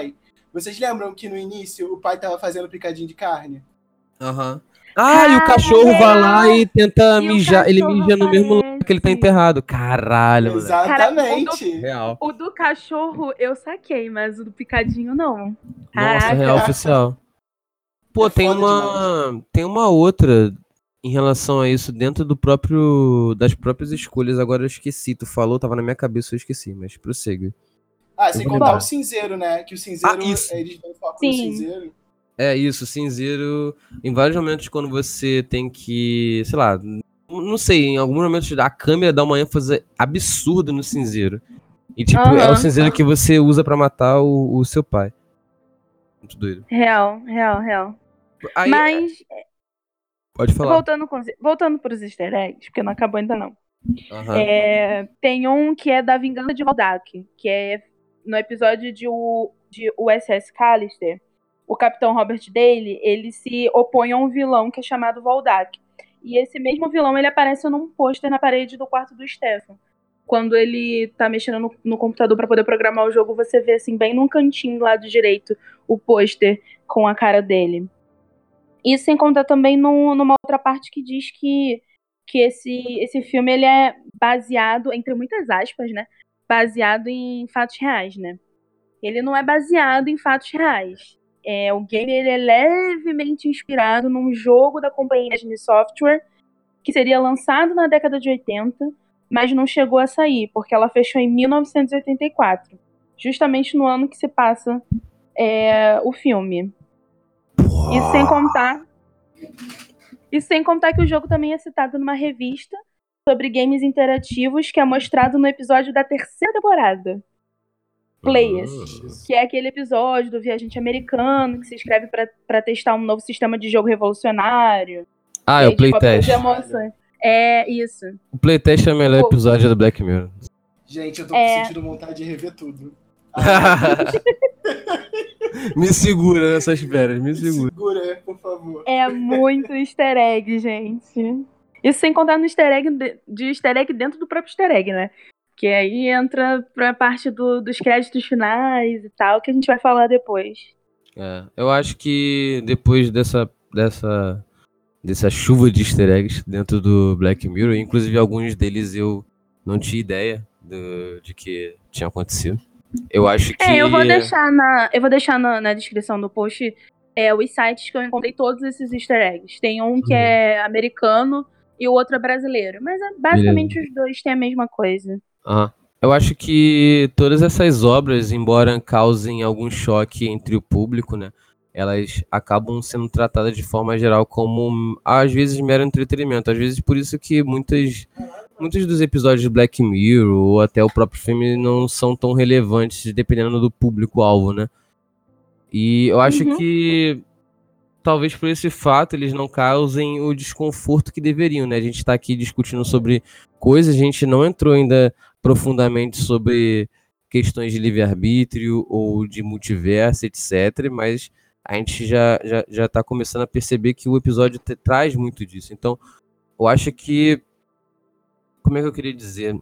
B: Vocês lembram que no início o pai tava fazendo picadinho de carne?
E: Aham. Ah, e o cachorro vai lá e tenta
C: E o
E: mijar. Ele
C: cachorro
E: mija no mesmo lugar
C: aparece.
E: que ele tá enterrado. Caralho, mano.
B: Exatamente.
E: Real.
C: O do cachorro eu saquei, mas o do picadinho não.
E: Nossa,
C: Caraca.
E: real oficial. Pô,
B: É
E: tem
B: foda
E: uma. Tem uma outra em relação a isso dentro do próprio. Das próprias escolhas. Agora eu esqueci. Tu falou, tava na minha cabeça, eu esqueci, mas prossiga.
B: Ah, sem
E: Eu vou
B: contar
E: lembrar.
B: o cinzeiro, né? Que o cinzeiro,
E: Ah, isso.
B: eles dão foco no
C: Sim.
B: cinzeiro.
E: É isso, cinzeiro. Em vários momentos, quando você tem que, sei lá, n- não sei, em alguns momentos a câmera dá uma ênfase absurda no cinzeiro. E tipo, é o
C: Aham.
E: cinzeiro que você usa pra matar o, o seu pai. Muito doido.
C: Real, real, real.
E: Aí,
C: Mas,
E: pode falar.
C: voltando, com, voltando pros easter eggs, porque não acabou ainda não.
E: Aham.
C: É, tem um que é da Vingança de Roldak, que é no episódio de, o, de U S S Callister. O Capitão Robert Daly, ele se opõe a um vilão que é chamado Voldak. E esse mesmo vilão, ele aparece num pôster na parede do quarto do Stefan. Quando ele tá mexendo no, no computador pra poder programar o jogo, você vê assim, bem num cantinho do lado direito, o pôster com a cara dele. E sem contar também no, numa outra parte que diz que, que esse, esse filme ele é baseado, entre muitas aspas, né? Baseado em fatos reais, né? Ele não é baseado em fatos reais. É, o game ele é levemente inspirado num jogo da companhia Disney Software que seria lançado na década de oitenta, mas não chegou a sair, porque ela fechou em mil novecentos e oitenta e quatro, justamente no ano que se passa é, o filme. E sem contar e sem contar que o jogo também é citado numa revista sobre games interativos que é mostrado no episódio da terceira temporada, Players, que é aquele episódio do viajante americano que se inscreve pra, pra testar um novo sistema de jogo revolucionário.
E: Ah,
C: E
E: é
C: aí
E: o playtest.
C: descobre todas as emoções. É isso.
E: O playtest é o melhor
C: Pô.
E: episódio do Black Mirror.
B: Gente, eu tô
C: É.
B: sentindo vontade de rever tudo.
E: Me segura nessas férias, me segura.
B: Segura, por favor.
C: É muito easter egg, gente. Isso sem contar no easter egg de, de easter egg dentro do próprio easter egg, né? Que aí entra pra parte do, dos créditos finais e tal, que a gente vai falar depois.
E: É, eu acho que depois dessa, dessa, dessa chuva de easter eggs dentro do Black Mirror, inclusive alguns deles eu não tinha ideia do, de que tinha acontecido. Eu acho que...
C: É, eu vou deixar na, eu vou deixar na, na descrição do post é, os sites que eu encontrei todos esses easter eggs. Tem um que
E: Uhum.
C: é americano e o outro é brasileiro. Mas é, basicamente os dois têm a mesma coisa.
E: Aham. Eu acho que todas essas obras, embora causem algum choque entre o público, né, elas acabam sendo tratadas de forma geral como, às vezes, mero entretenimento. Às vezes, por isso que muitas, muitos dos episódios de Black Mirror ou até o próprio filme não são tão relevantes, dependendo do público-alvo, né? E eu acho
C: Uhum.
E: que talvez por esse fato eles não causem o desconforto que deveriam, né? A gente tá aqui discutindo sobre coisas, a gente não entrou ainda profundamente sobre questões de livre-arbítrio ou de multiverso, etcétera, mas a gente já, já, já tá começando a perceber que o episódio te- traz muito disso. Então, eu acho que... Como é que eu queria dizer?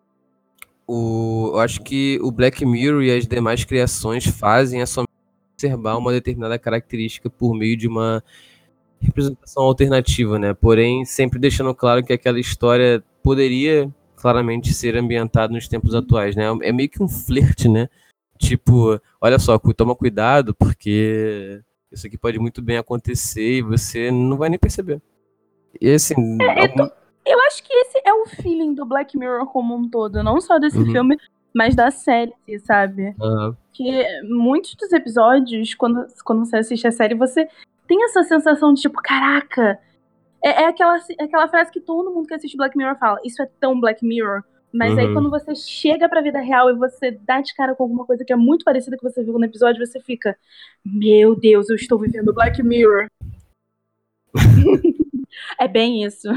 E: O, eu acho que o Black Mirror e as demais criações fazem é somente observar uma determinada característica por meio de uma representação alternativa, né? Porém, sempre deixando claro que aquela história poderia claramente ser ambientada nos tempos atuais, né? É meio que um flerte, né? Tipo, olha só, cu- toma cuidado, porque isso aqui pode muito bem acontecer e você não vai nem perceber. E assim, algum-
C: Eu acho que esse é o feeling do Black Mirror como um todo, não só desse
E: Uhum.
C: filme, mas da série, sabe?
E: ah,
C: Que muitos dos episódios, quando, quando você assiste a série, você tem essa sensação de tipo, caraca, é, é aquela, é aquela frase que todo mundo que assiste Black Mirror fala, isso é tão Black Mirror. Mas aí
E: Uhum.
C: quando você chega pra vida real e você dá de cara com alguma coisa que é muito parecida com o que você viu no episódio, você fica, meu Deus, eu estou vivendo Black Mirror. É bem isso.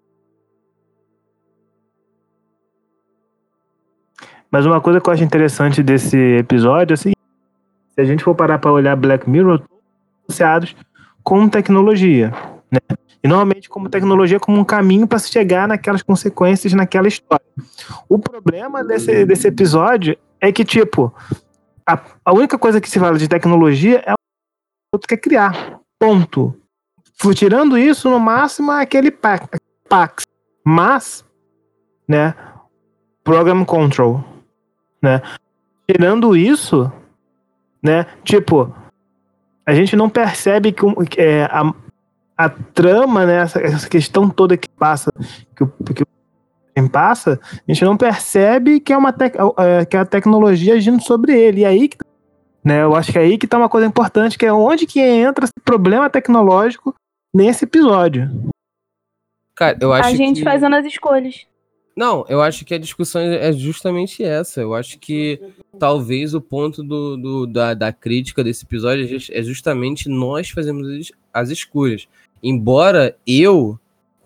D: Mas uma coisa que eu acho interessante desse episódio, assim, se a gente for parar para olhar Black Mirror, todos associados com tecnologia, né? E normalmente como tecnologia como um caminho para se chegar naquelas consequências naquela história. O problema desse, desse episódio é que, tipo, a, a única coisa que se fala de tecnologia é o outro quer criar. Ponto. Tirando isso, no máximo é aquele Pax. Mas, né, Program Control, né? Tirando isso, né, tipo, a gente não percebe que é, a, a trama, né, essa, essa questão toda que passa, que o, que o passa, a gente não percebe que é, uma tec, é, que é a tecnologia agindo sobre ele. E aí, né, eu acho que é aí que tá uma coisa importante, que é onde que entra esse problema tecnológico nesse episódio.
E: Cara, eu acho
C: a gente
E: que...
C: fazendo as escolhas.
E: Não, eu acho que a discussão é justamente essa. Eu acho que talvez o ponto do, do, da, da crítica desse episódio é justamente nós fazemos as, as escolhas. Embora eu,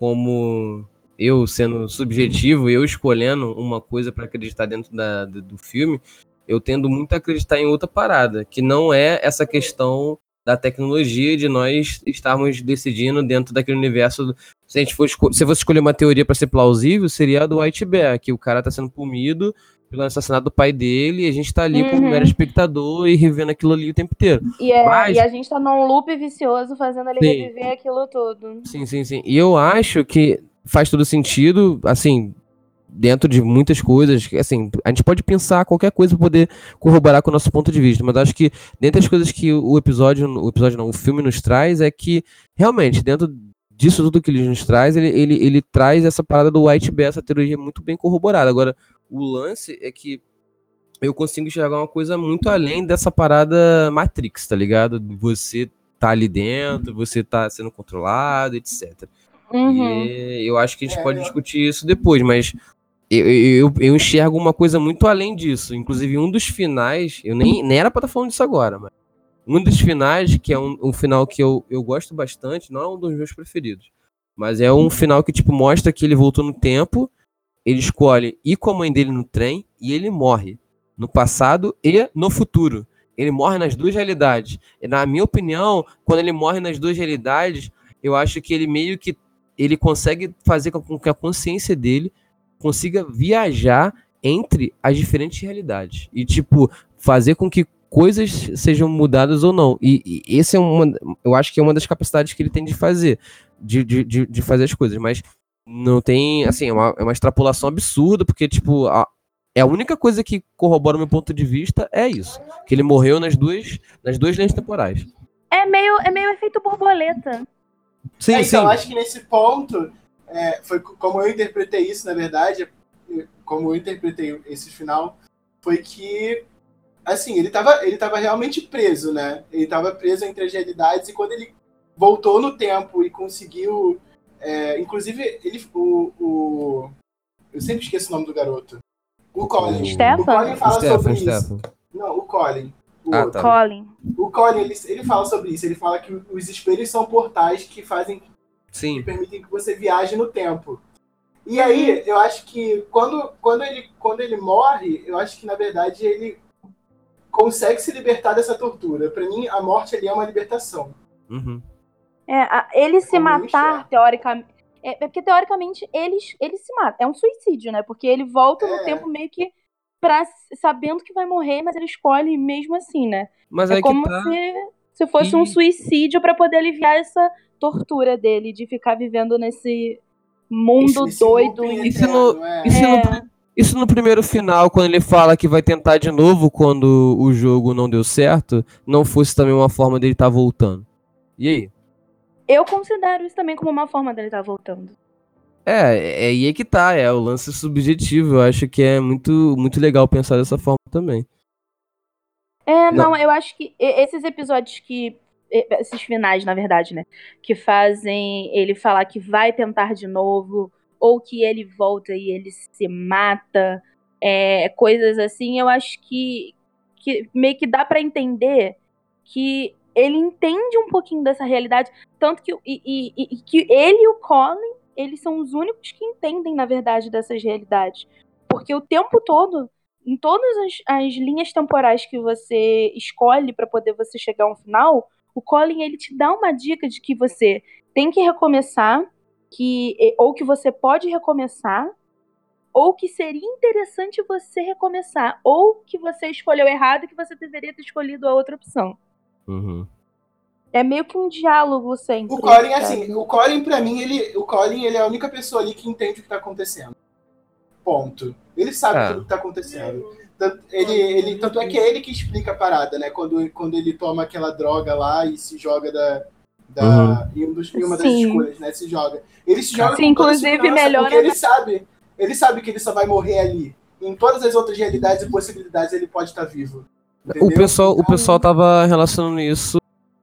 E: como eu sendo subjetivo, eu escolhendo uma coisa para acreditar dentro da, do, do filme, eu tendo muito a acreditar em outra parada, que não é essa questão da tecnologia, de nós estarmos decidindo dentro daquele universo. Do... Se a gente for esco... se fosse escolher uma teoria para ser plausível, seria a do White Bear, que o cara tá sendo punido pelo assassinato do pai dele, e a gente tá ali
C: Uhum.
E: como mero espectador e revendo aquilo ali o tempo inteiro.
C: E, é,
E: Mas...
C: e a gente tá num loop vicioso fazendo ele
E: sim.
C: reviver aquilo tudo.
E: Sim, sim, sim. E eu acho que faz todo sentido, assim, dentro de muitas coisas, assim, a gente pode pensar qualquer coisa para poder corroborar com o nosso ponto de vista, mas acho que dentre as coisas que o episódio, o episódio não, o filme nos traz é que, realmente, dentro disso tudo que ele nos traz, ele, ele, ele traz essa parada do White Bear, essa teoria muito bem corroborada. Agora, o lance é que eu consigo enxergar uma coisa muito além dessa parada Matrix, tá ligado? Você tá ali dentro, você tá sendo controlado, etcétera.
C: Uhum.
E: E eu acho que a gente é, pode discutir isso depois, mas eu, eu, eu enxergo uma coisa muito além disso. Inclusive, um dos finais, eu nem, nem era pra estar falando disso agora, mas um dos finais, que é um, um final que eu, eu gosto bastante, não é um dos meus preferidos, mas é um final que tipo mostra que ele voltou no tempo, ele escolhe ir com a mãe dele no trem e ele morre. No passado e no futuro. Ele morre nas duas realidades. E, na minha opinião, quando ele morre nas duas realidades, eu acho que ele meio que ele consegue fazer com que a consciência dele consiga viajar entre as diferentes realidades. E, tipo, fazer com que coisas sejam mudadas ou não. E, e esse é uma... Eu acho que é uma das capacidades que ele tem de fazer. De, de, de, de fazer as coisas. Mas não tem... Assim, é uma, é uma extrapolação absurda, porque, tipo... A, É a única coisa que corrobora o meu ponto de vista é isso. Que ele morreu nas duas, nas duas linhas temporais.
C: É meio, é meio efeito borboleta.
B: Sim, é, então, sim. Acho que nesse ponto, é, foi como eu interpretei isso, na verdade, como eu interpretei esse final, foi que, assim, ele tava, ele tava realmente preso, né? Ele tava preso entre as realidades, e quando ele voltou no tempo e conseguiu... É, inclusive, ele, o, o... Eu sempre esqueço o nome do garoto. O Colin.
C: Stefan?
B: O Colin fala
E: Stefan,
B: sobre
E: Stefan.
B: isso. Não, o Colin. O
E: ah,
B: outro.
E: tá.
C: Colin.
B: O Colin, ele, ele fala sobre isso. Ele fala que os espelhos são portais que fazem...
E: Sim.
B: Que permitem que você viaje no tempo. E aí, eu acho que quando, quando, ele, quando ele morre, eu acho que, na verdade, ele consegue se libertar dessa tortura. Pra mim, a morte ali é uma libertação.
E: Uhum.
C: É, a, ele se
B: Como
C: matar, teoricamente... É porque, teoricamente, ele, ele se mata. É um suicídio, né? Porque ele volta
B: É.
C: no tempo meio que pra, sabendo que vai morrer, mas ele escolhe mesmo assim, né?
E: Mas
C: é
E: aí
C: como
E: que tá...
C: se, se fosse
E: e...
C: um suicídio pra poder aliviar essa tortura dele, de ficar vivendo nesse mundo
B: Esse,
C: doido.
B: esse
E: Isso, no,
B: é.
E: isso,
C: É.
E: no, isso no primeiro final, quando ele fala que vai tentar de novo quando o jogo não deu certo, não fosse também uma forma dele estar voltando. E aí?
C: Eu considero isso também como uma forma dele estar voltando.
E: É, é aí é que tá, é o lance subjetivo. Eu acho que é muito, muito legal pensar dessa forma também.
C: É, não,
E: Não.
C: eu acho que esses episódios que... Esses finais, na verdade, né? Que fazem ele falar que vai tentar de novo, ou que ele volta e ele se mata, é, coisas assim, eu acho que, que meio que dá pra entender que ele entende um pouquinho dessa realidade, tanto que, e, e, e, que ele e o Colin, eles são os únicos que entendem, na verdade, dessas realidades. Porque o tempo todo, em todas as, as linhas temporais que você escolhe pra poder você chegar a um final, o Colin, ele te dá uma dica de que você tem que recomeçar, que, ou que você pode recomeçar, ou que seria interessante você recomeçar, ou que você escolheu errado e que você deveria ter escolhido a outra opção.
A: Uhum.
C: É meio que um diálogo sempre.
B: O Colin,
C: sabe?
B: assim, o Colin, pra mim, ele, o Colin, ele é a única pessoa ali que entende o que tá acontecendo. Ponto. Ele sabe
A: É.
B: tudo que tá acontecendo. Tanto, ele, ele, tanto é que é ele que explica a parada, né? Quando, quando ele toma aquela droga lá e se joga da, da,
A: Uhum.
B: em, um dos, em uma das
C: Sim.
B: escolhas, né? Se joga. Ele se joga
C: Sim,
B: com toda
C: inclusive,
B: segurança,
C: melhora
B: porque ele
C: na-
B: sabe, ele sabe que ele só vai morrer ali. Em todas as outras realidades e possibilidades ele pode estar vivo. Entendeu?
A: O pessoal, o
B: Então,
A: pessoal tava relacionando isso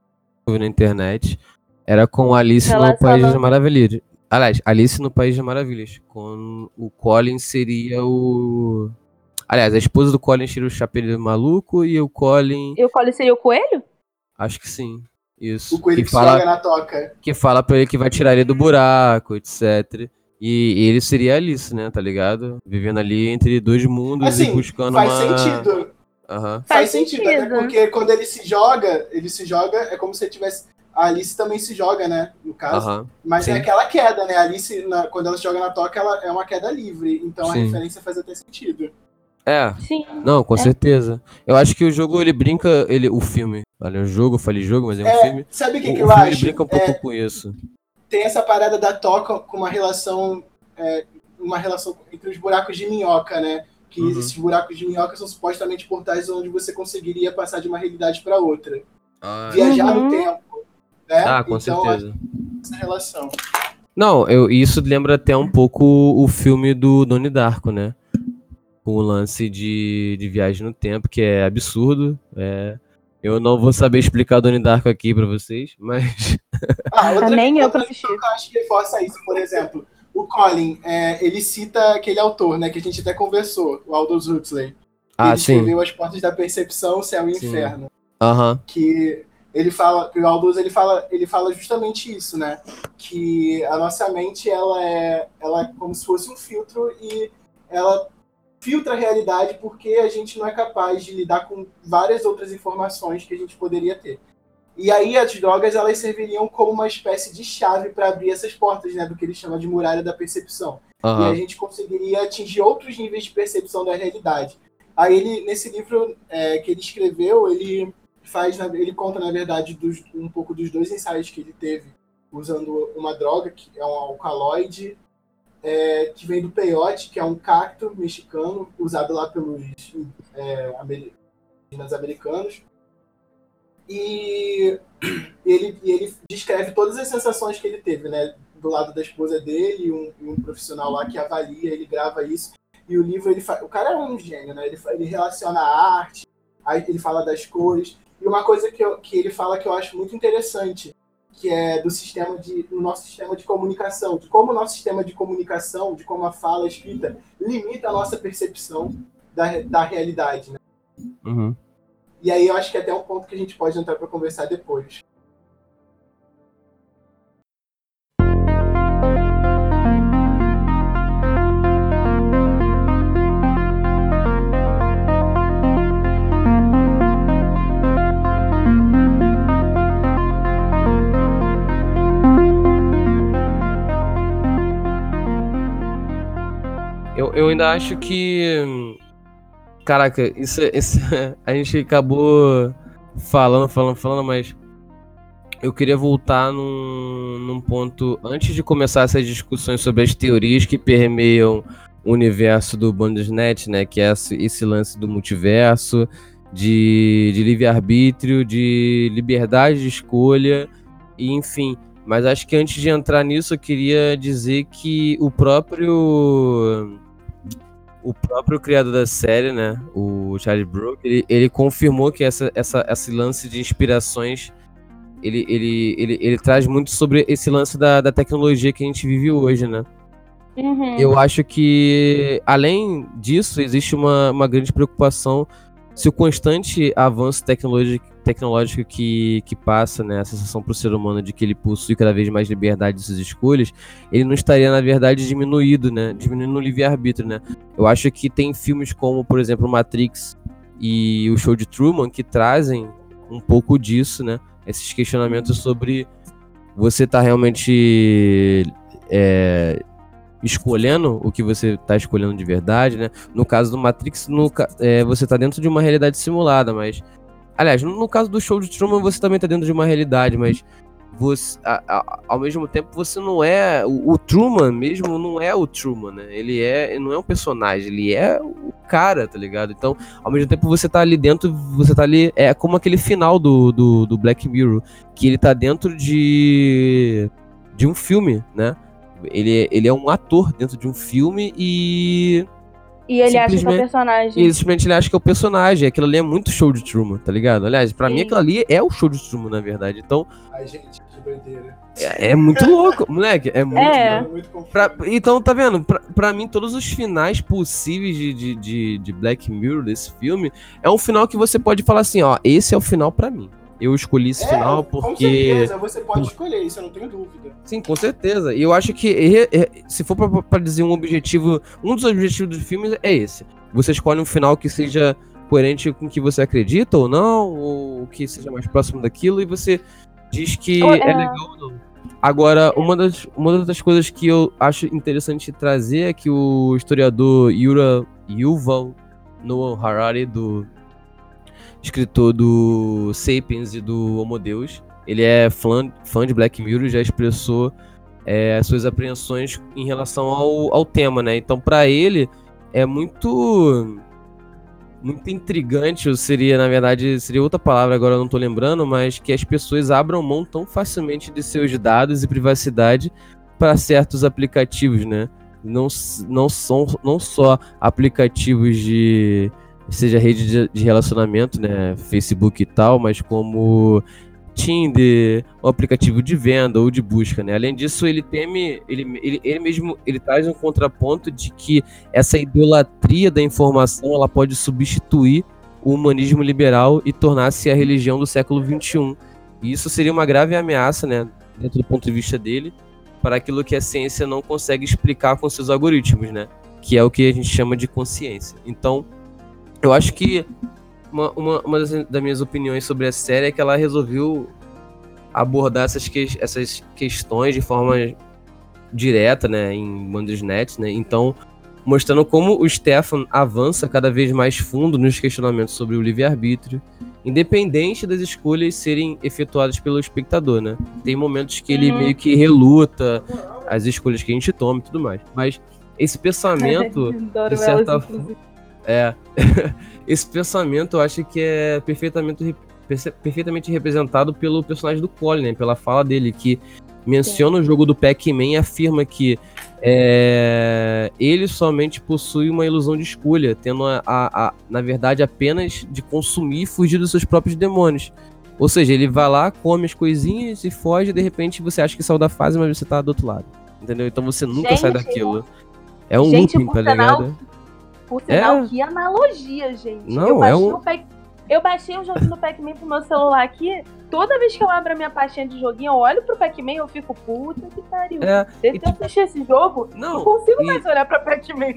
A: na internet. Era com Alice no
C: Relaciona-
A: País das Maravilhas. Aliás, Alice no País das Maravilhas. Com o Colin seria o. Aliás, a esposa do Colin seria o Chapeleiro Maluco e o Colin.
C: E o Colin seria o coelho?
A: Acho que sim. Isso.
B: o coelho
A: que
B: que se joga
A: fala,
B: na toca.
A: que fala pra ele que vai tirar ele do buraco, etcétera. E ele seria Alice, né? Tá ligado? Vivendo ali entre dois mundos e
B: Assim,
A: buscando
B: faz
A: uma.
B: sentido.
A: Aham.
B: Faz,
C: Faz
B: sentido,
C: sentido.
B: até porque quando ele se joga, ele se joga, é como se ele tivesse. A Alice também se joga, né? No caso.
A: Aham.
B: Mas
A: Sim.
B: é aquela queda, né? A Alice, na- quando ela se joga na toca, ela é uma queda livre. Então a
A: Sim.
B: referência faz até sentido.
A: É.
C: Sim.
A: Não, com
C: É.
A: certeza. Eu acho que o jogo, ele brinca, ele, o filme, olha, o jogo, eu falei jogo, mas é um
B: É,
A: filme.
B: sabe o que,
A: O,
B: que
A: o
B: eu
A: filme,
B: acho?
A: ele brinca um pouco
B: É,
A: com isso.
B: tem essa parada da toca com uma relação, é, uma relação entre os buracos de minhoca, né? Que
A: Uhum.
B: esses buracos de minhoca são supostamente portais onde você conseguiria passar de uma realidade para outra.
A: Ah,
B: Viajar
C: Uhum.
B: no tempo, né?
A: ah, com
B: então,
A: certeza.
B: essa relação.
A: Não, eu, isso lembra até um pouco o filme do Donnie Darko, né? Com o lance de, de viagem no tempo, que é absurdo. É, eu não vou saber explicar Donnie Darko aqui pra vocês, mas...
B: Ah, outra,
C: Nem eu
B: outra
C: pra
B: questão
C: assistir.
B: que eu acho que reforça isso, por exemplo, o Colin, é, ele cita aquele autor, né, que a gente até conversou, o Aldous Huxley.
A: Ah,
B: ele
A: sim.
B: escreveu As Portas da Percepção, Céu e
A: Sim.
B: Inferno.
A: Aham.
B: Que ele fala, que o Aldous ele fala, ele fala justamente isso, né? Que a nossa mente ela é, ela é como se fosse um filtro e ela filtra a realidade porque a gente não é capaz de lidar com várias outras informações que a gente poderia ter. E aí as drogas elas serviriam como uma espécie de chave para abrir essas portas, né? Do que ele chama de muralha da percepção. E a
A: Aham.
B: gente conseguiria atingir outros níveis de percepção da realidade. Aí ele, nesse livro é, que ele escreveu, ele faz, ele conta, na verdade, dos, um pouco dos dois ensaios que ele teve usando uma droga, que é um alcaloide, é, que vem do peyote, que é um cacto mexicano, usado lá pelos é, amer- americanos. E ele, ele descreve todas as sensações que ele teve, né? Do lado da esposa dele, um, um profissional lá que avalia, ele grava isso. E o livro, ele fa... o cara é um gênio, né? Ele, ele relaciona a arte, aí ele fala das cores. E uma coisa que, eu, que ele fala que eu acho muito interessante, que é do sistema de, do nosso sistema de comunicação, de como o nosso sistema de comunicação, de como a fala a escrita, limita a nossa percepção da, da realidade, né?
A: Uhum.
B: E aí eu acho que é até um ponto que a gente pode entrar para conversar depois.
A: Eu, eu ainda acho que. Caraca, isso, isso a gente acabou falando, falando, falando, mas eu queria voltar num, num ponto antes de começar essas discussões sobre as teorias que permeiam o universo do Bandersnatch, né? Que é esse, esse lance do multiverso, de, de livre-arbítrio, de liberdade de escolha, e enfim. Mas acho que antes de entrar nisso, eu queria dizer que o próprio. O próprio criador da série, né, o Charlie Brooker, ele, ele confirmou que essa, essa, esse lance de inspirações, ele, ele, ele, ele traz muito sobre esse lance da, da tecnologia que a gente vive hoje, né?
C: Uhum.
A: Eu acho que, além disso, existe uma, uma grande preocupação se o constante avanço tecnológico, tecnológico que, que passa, né, a sensação para o ser humano de que ele possui cada vez mais liberdade de suas escolhas, ele não estaria, na verdade, diminuído, né, diminuindo o livre-arbítrio, né. Eu acho que tem filmes como, por exemplo, Matrix e o Show de Truman que trazem um pouco disso, né, esses questionamentos sobre você estar tá realmente é, escolhendo o que você tá escolhendo de verdade, né? No caso do Matrix, no, é, você tá dentro de uma realidade simulada, mas... Aliás, no, no caso do Show de Truman, você também tá dentro de uma realidade, mas... Você, a, a, ao mesmo tempo, você não é... O, o Truman mesmo não é o Truman, né? Ele é, não é um personagem, ele é o cara, tá ligado? Então, ao mesmo tempo, você tá ali dentro, você tá ali... É como aquele final do, do, do Black Mirror, que ele tá dentro de... de um filme, né? Ele, ele é um ator dentro de um filme e...
C: E ele acha que é o personagem.
A: E simplesmente ele acha que é o personagem. Aquilo ali é muito Show de Truman, tá ligado? Aliás, pra Sim. mim aquilo ali é o Show de Truman, na verdade. Então...
B: Ai, gente, que doideira.
A: É, é muito louco, moleque. É muito,
C: é.
B: muito
A: pra, Então, tá vendo? Pra, pra mim, todos os finais possíveis de, de, de, de Black Mirror, desse filme, é um final que você pode falar assim, ó, esse é o final pra mim. Eu escolhi esse
B: é,
A: final porque...
B: Com certeza, você pode escolher isso, eu não tenho dúvida.
A: Sim, com certeza. E eu acho que, se for pra, pra dizer um objetivo, um dos objetivos dos filmes é esse. Você escolhe um final que seja coerente com o que você acredita ou não, ou que seja mais próximo daquilo, e você diz que é, é legal ou não. Agora, uma das, uma das coisas que eu acho interessante trazer é que o historiador Yura, Yuval Noah Harari, do escritor do Sapiens e do Homo Deus, ele é fã, fã de Black Mirror e já expressou é, suas apreensões em relação ao, ao tema, né? Então, para ele, é muito muito intrigante, ou seria, na verdade, seria outra palavra, agora eu não tô lembrando, mas que as pessoas abram mão tão facilmente de seus dados e privacidade para certos aplicativos, né? Não, não, são, não só aplicativos de... seja rede de, de relacionamento, né, Facebook e tal, mas como Tinder, o aplicativo de venda ou de busca, né? Além disso, ele teme, ele, ele, ele mesmo, ele traz um contraponto de que essa idolatria da informação, ela pode substituir o humanismo liberal e tornar-se a religião do século vinte e um. E isso seria uma grave ameaça, né, dentro do ponto de vista dele, para aquilo que a ciência não consegue explicar com seus algoritmos, né? Que é o que a gente chama de consciência. Então, eu acho que uma, uma, uma das, das minhas opiniões sobre a série é que ela resolveu abordar essas, que, essas questões de forma direta, né, em Bandersnatch, né? Então, mostrando como o Stefan avança cada vez mais fundo nos questionamentos sobre o livre-arbítrio, independente das escolhas serem efetuadas pelo espectador, né? Tem momentos que ele meio que reluta as escolhas que a gente toma e tudo mais. Mas esse pensamento, de certa forma... É, esse pensamento eu acho que é perfeitamente, perfeitamente representado pelo personagem do Colin, né? Pela fala dele, que menciona o jogo do Pac-Man e afirma que é, ele somente possui uma ilusão de escolha, tendo, a, a, a, na verdade, apenas de consumir e fugir dos seus próprios demônios. Ou seja, ele vai lá, come as coisinhas e foge, e de repente você acha que saiu da fase, mas você tá do outro lado. Entendeu? Então você nunca
C: gente,
A: sai daquilo. É um
C: gente,
A: looping, tá ligado?
C: Por sinal,
A: É.
C: que analogia, gente.
A: Não,
C: eu, baixei
A: é um-
C: o Pac... eu baixei o joguinho do Pac-Man pro meu celular aqui. Toda vez que eu abro a minha pastinha de joguinho, eu olho pro Pac-Man e eu fico, puta que pariu.
A: É,
C: Desde
A: e
C: que eu
A: tipo-
C: assisti esse jogo,
A: Não,
C: não consigo
A: e-
C: mais olhar pra Pac-Man.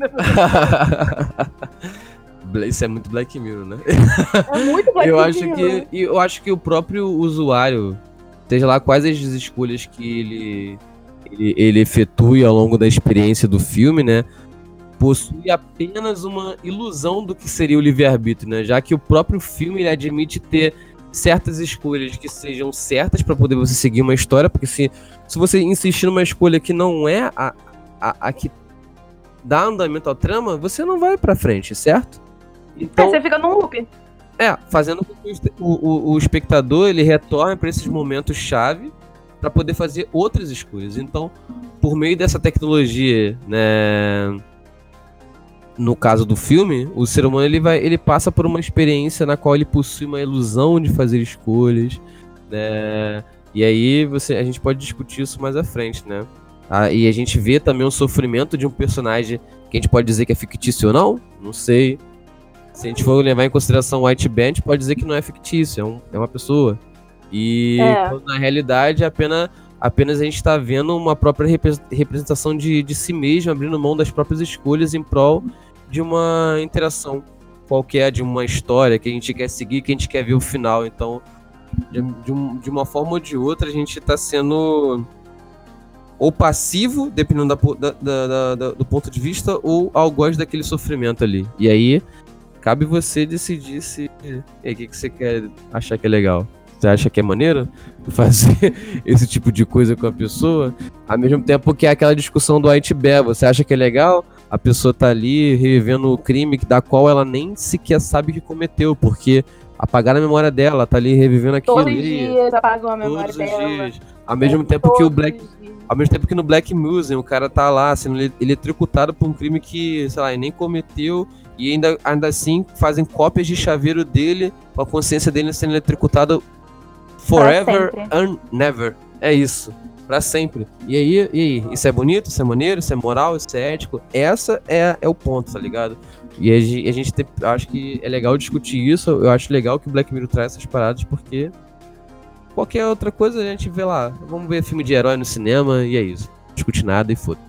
A: Isso é muito Black Mirror, né?
C: É muito Black
A: Eu acho
C: Mirror.
A: que e eu acho que o próprio usuário, seja lá quais as escolhas que ele, ele, ele efetue ao longo da experiência do filme, né? Possui apenas uma ilusão do que seria o livre-arbítrio, né? Já que o próprio filme ele admite ter certas escolhas que sejam certas para poder você seguir uma história, porque se, se você insistir numa escolha que não é a, a, a que dá andamento à trama, você não vai pra frente, certo? Então,
C: É, você fica num loop.
A: é, fazendo com que o, o, o espectador ele retorne para esses momentos-chave para poder fazer outras escolhas. Então, por meio dessa tecnologia, né, no caso do filme, o ser humano ele, vai, ele passa por uma experiência na qual ele possui uma ilusão de fazer escolhas, né, e aí você, a gente pode discutir isso mais à frente, né? Ah, e a gente vê também o sofrimento de um personagem que a gente pode dizer que é fictício ou não, não sei. Se a gente for levar em consideração o White Band, pode dizer que não é fictício, é, um, é uma pessoa. E
C: É.
A: quando, na realidade, apenas, apenas a gente está vendo uma própria repre- representação de, de si mesmo, abrindo mão das próprias escolhas em prol de uma interação qualquer, de uma história que a gente quer seguir, que a gente quer ver o final. Então, de, de, um- de uma forma ou de outra, a gente está sendo
E: ou passivo, dependendo da, da, da, da, do ponto de vista, ou algoz daquele sofrimento ali. E aí, cabe você decidir se... E aí, o que, que você quer achar que é legal? Você acha que é maneiro fazer esse tipo de coisa com a pessoa? Ao mesmo tempo que é aquela discussão do White Bear, você acha que é legal? A pessoa tá ali revivendo o crime da qual ela nem sequer sabe que cometeu, porque apagaram a memória dela, tá ali revivendo aquilo.
C: Todos os dias apagam a memória
E: Todos os
C: dela.
E: dias. Ao mesmo
C: É,
E: tempo que o
C: todos
E: Black...
C: os dias.
E: Ao mesmo tempo que no Black Museum o cara tá lá sendo eletrocutado por um crime que, sei lá, ele nem cometeu, e ainda, ainda assim fazem cópias de chaveiro dele, com a consciência dele sendo eletrocutado forever and never. É isso. Pra sempre. E aí, e aí? Isso é bonito? Isso é maneiro? Isso é moral? Isso é ético? Essa é, é o ponto, tá ligado? E a gente, a gente tem, acho que é legal discutir isso. Eu acho legal que o Black Mirror traz essas paradas, porque qualquer outra coisa a gente vê lá. Vamos ver filme de herói no cinema e é isso. Não discute nada e foda.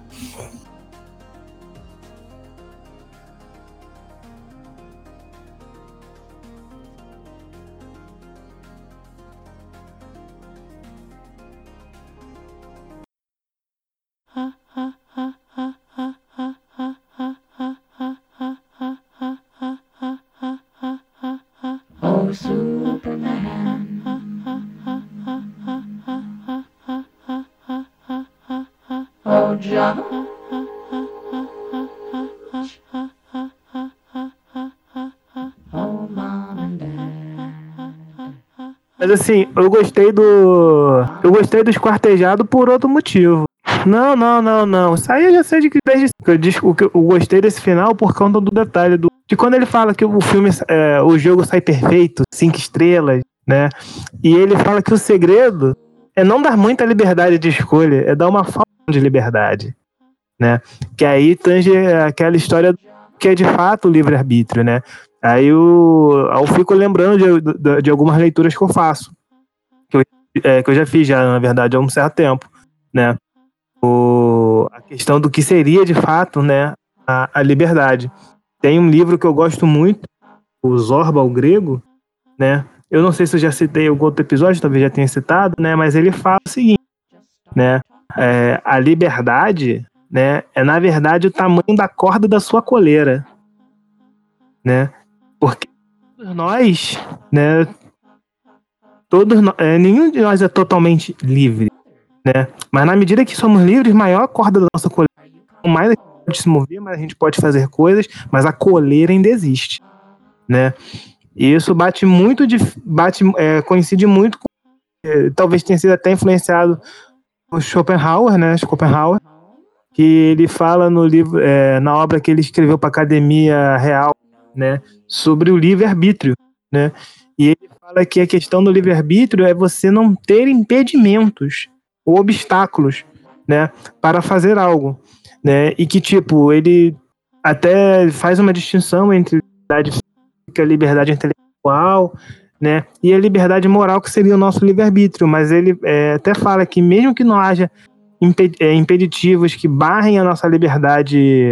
F: Oh, Superman. Oh, John. Oh, Mom and Dad.
D: Mas assim, eu gostei do. Eu gostei do Esquartejado por outro motivo. Não, não, não, não. Isso aí eu já sei de que desde. Eu, disse, o que eu gostei desse final por conta do detalhe do. De quando ele fala que o filme, é, o jogo sai perfeito, cinco estrelas, né? E ele fala que o segredo é não dar muita liberdade de escolha, é dar uma falta de liberdade, né? Que aí tange aquela história que é de fato o livre-arbítrio, né? Aí eu, eu fico lembrando de, de, de algumas leituras que eu faço, que eu, é, que eu já fiz já, na verdade, há um certo tempo, né? O, a questão do que seria de fato, né, a, a liberdade. Tem um livro que eu gosto muito, o Zorba, o Grego, né? Eu não sei se eu já citei em algum outro episódio, talvez já tenha citado, né? Mas ele fala o seguinte, né? É, a liberdade, né, é na verdade o tamanho da corda da sua coleira, né? Porque nós, né? Todos nós, é, nenhum de nós é totalmente livre, né? Mas na medida que somos livres, maior a corda da nossa coleira, mais a gente pode se mover, mais a gente pode fazer coisas, mas a coleira ainda existe, né? E isso bate muito de, bate, é, coincide muito com, é, talvez tenha sido até influenciado por Schopenhauer, né? Schopenhauer, que ele fala no livro, é, na obra que ele escreveu para a Academia Real, né? Sobre o livre-arbítrio, né? E ele fala que a questão do livre-arbítrio é você não ter impedimentos ou obstáculos, né, para fazer algo, né? E que, tipo, ele até faz uma distinção entre liberdade física, liberdade intelectual, né, e a liberdade moral, que seria o nosso livre-arbítrio. Mas ele é, até fala que mesmo que não haja imped- é, impeditivos que barrem a nossa liberdade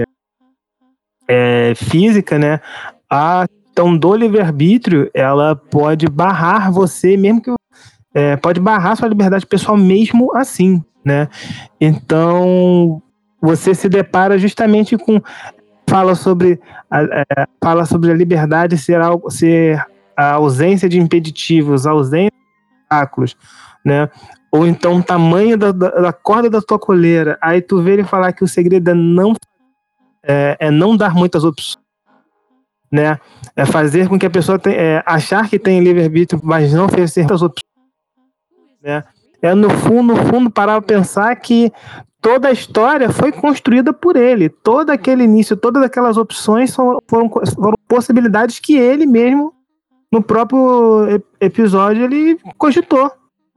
D: é, física, né, a questão do livre-arbítrio, ela pode barrar você, mesmo que É, pode barrar sua liberdade pessoal mesmo assim, né? Então, você se depara justamente com... Fala sobre a, é, fala sobre a liberdade ser, algo, ser a ausência de impeditivos, a ausência de obstáculos, né? Ou então o tamanho da, da, da corda da tua coleira. Aí tu vê ele falar que o segredo é não, é, é não dar muitas opções, né? É fazer com que a pessoa tenha, é, achar que tem livre-arbítrio, mas não oferecer muitas opções. Né? É no fundo, no fundo parar para pensar que toda a história foi construída por ele, todo aquele início, todas aquelas opções foram, foram, foram possibilidades que ele mesmo, no próprio episódio, ele cogitou.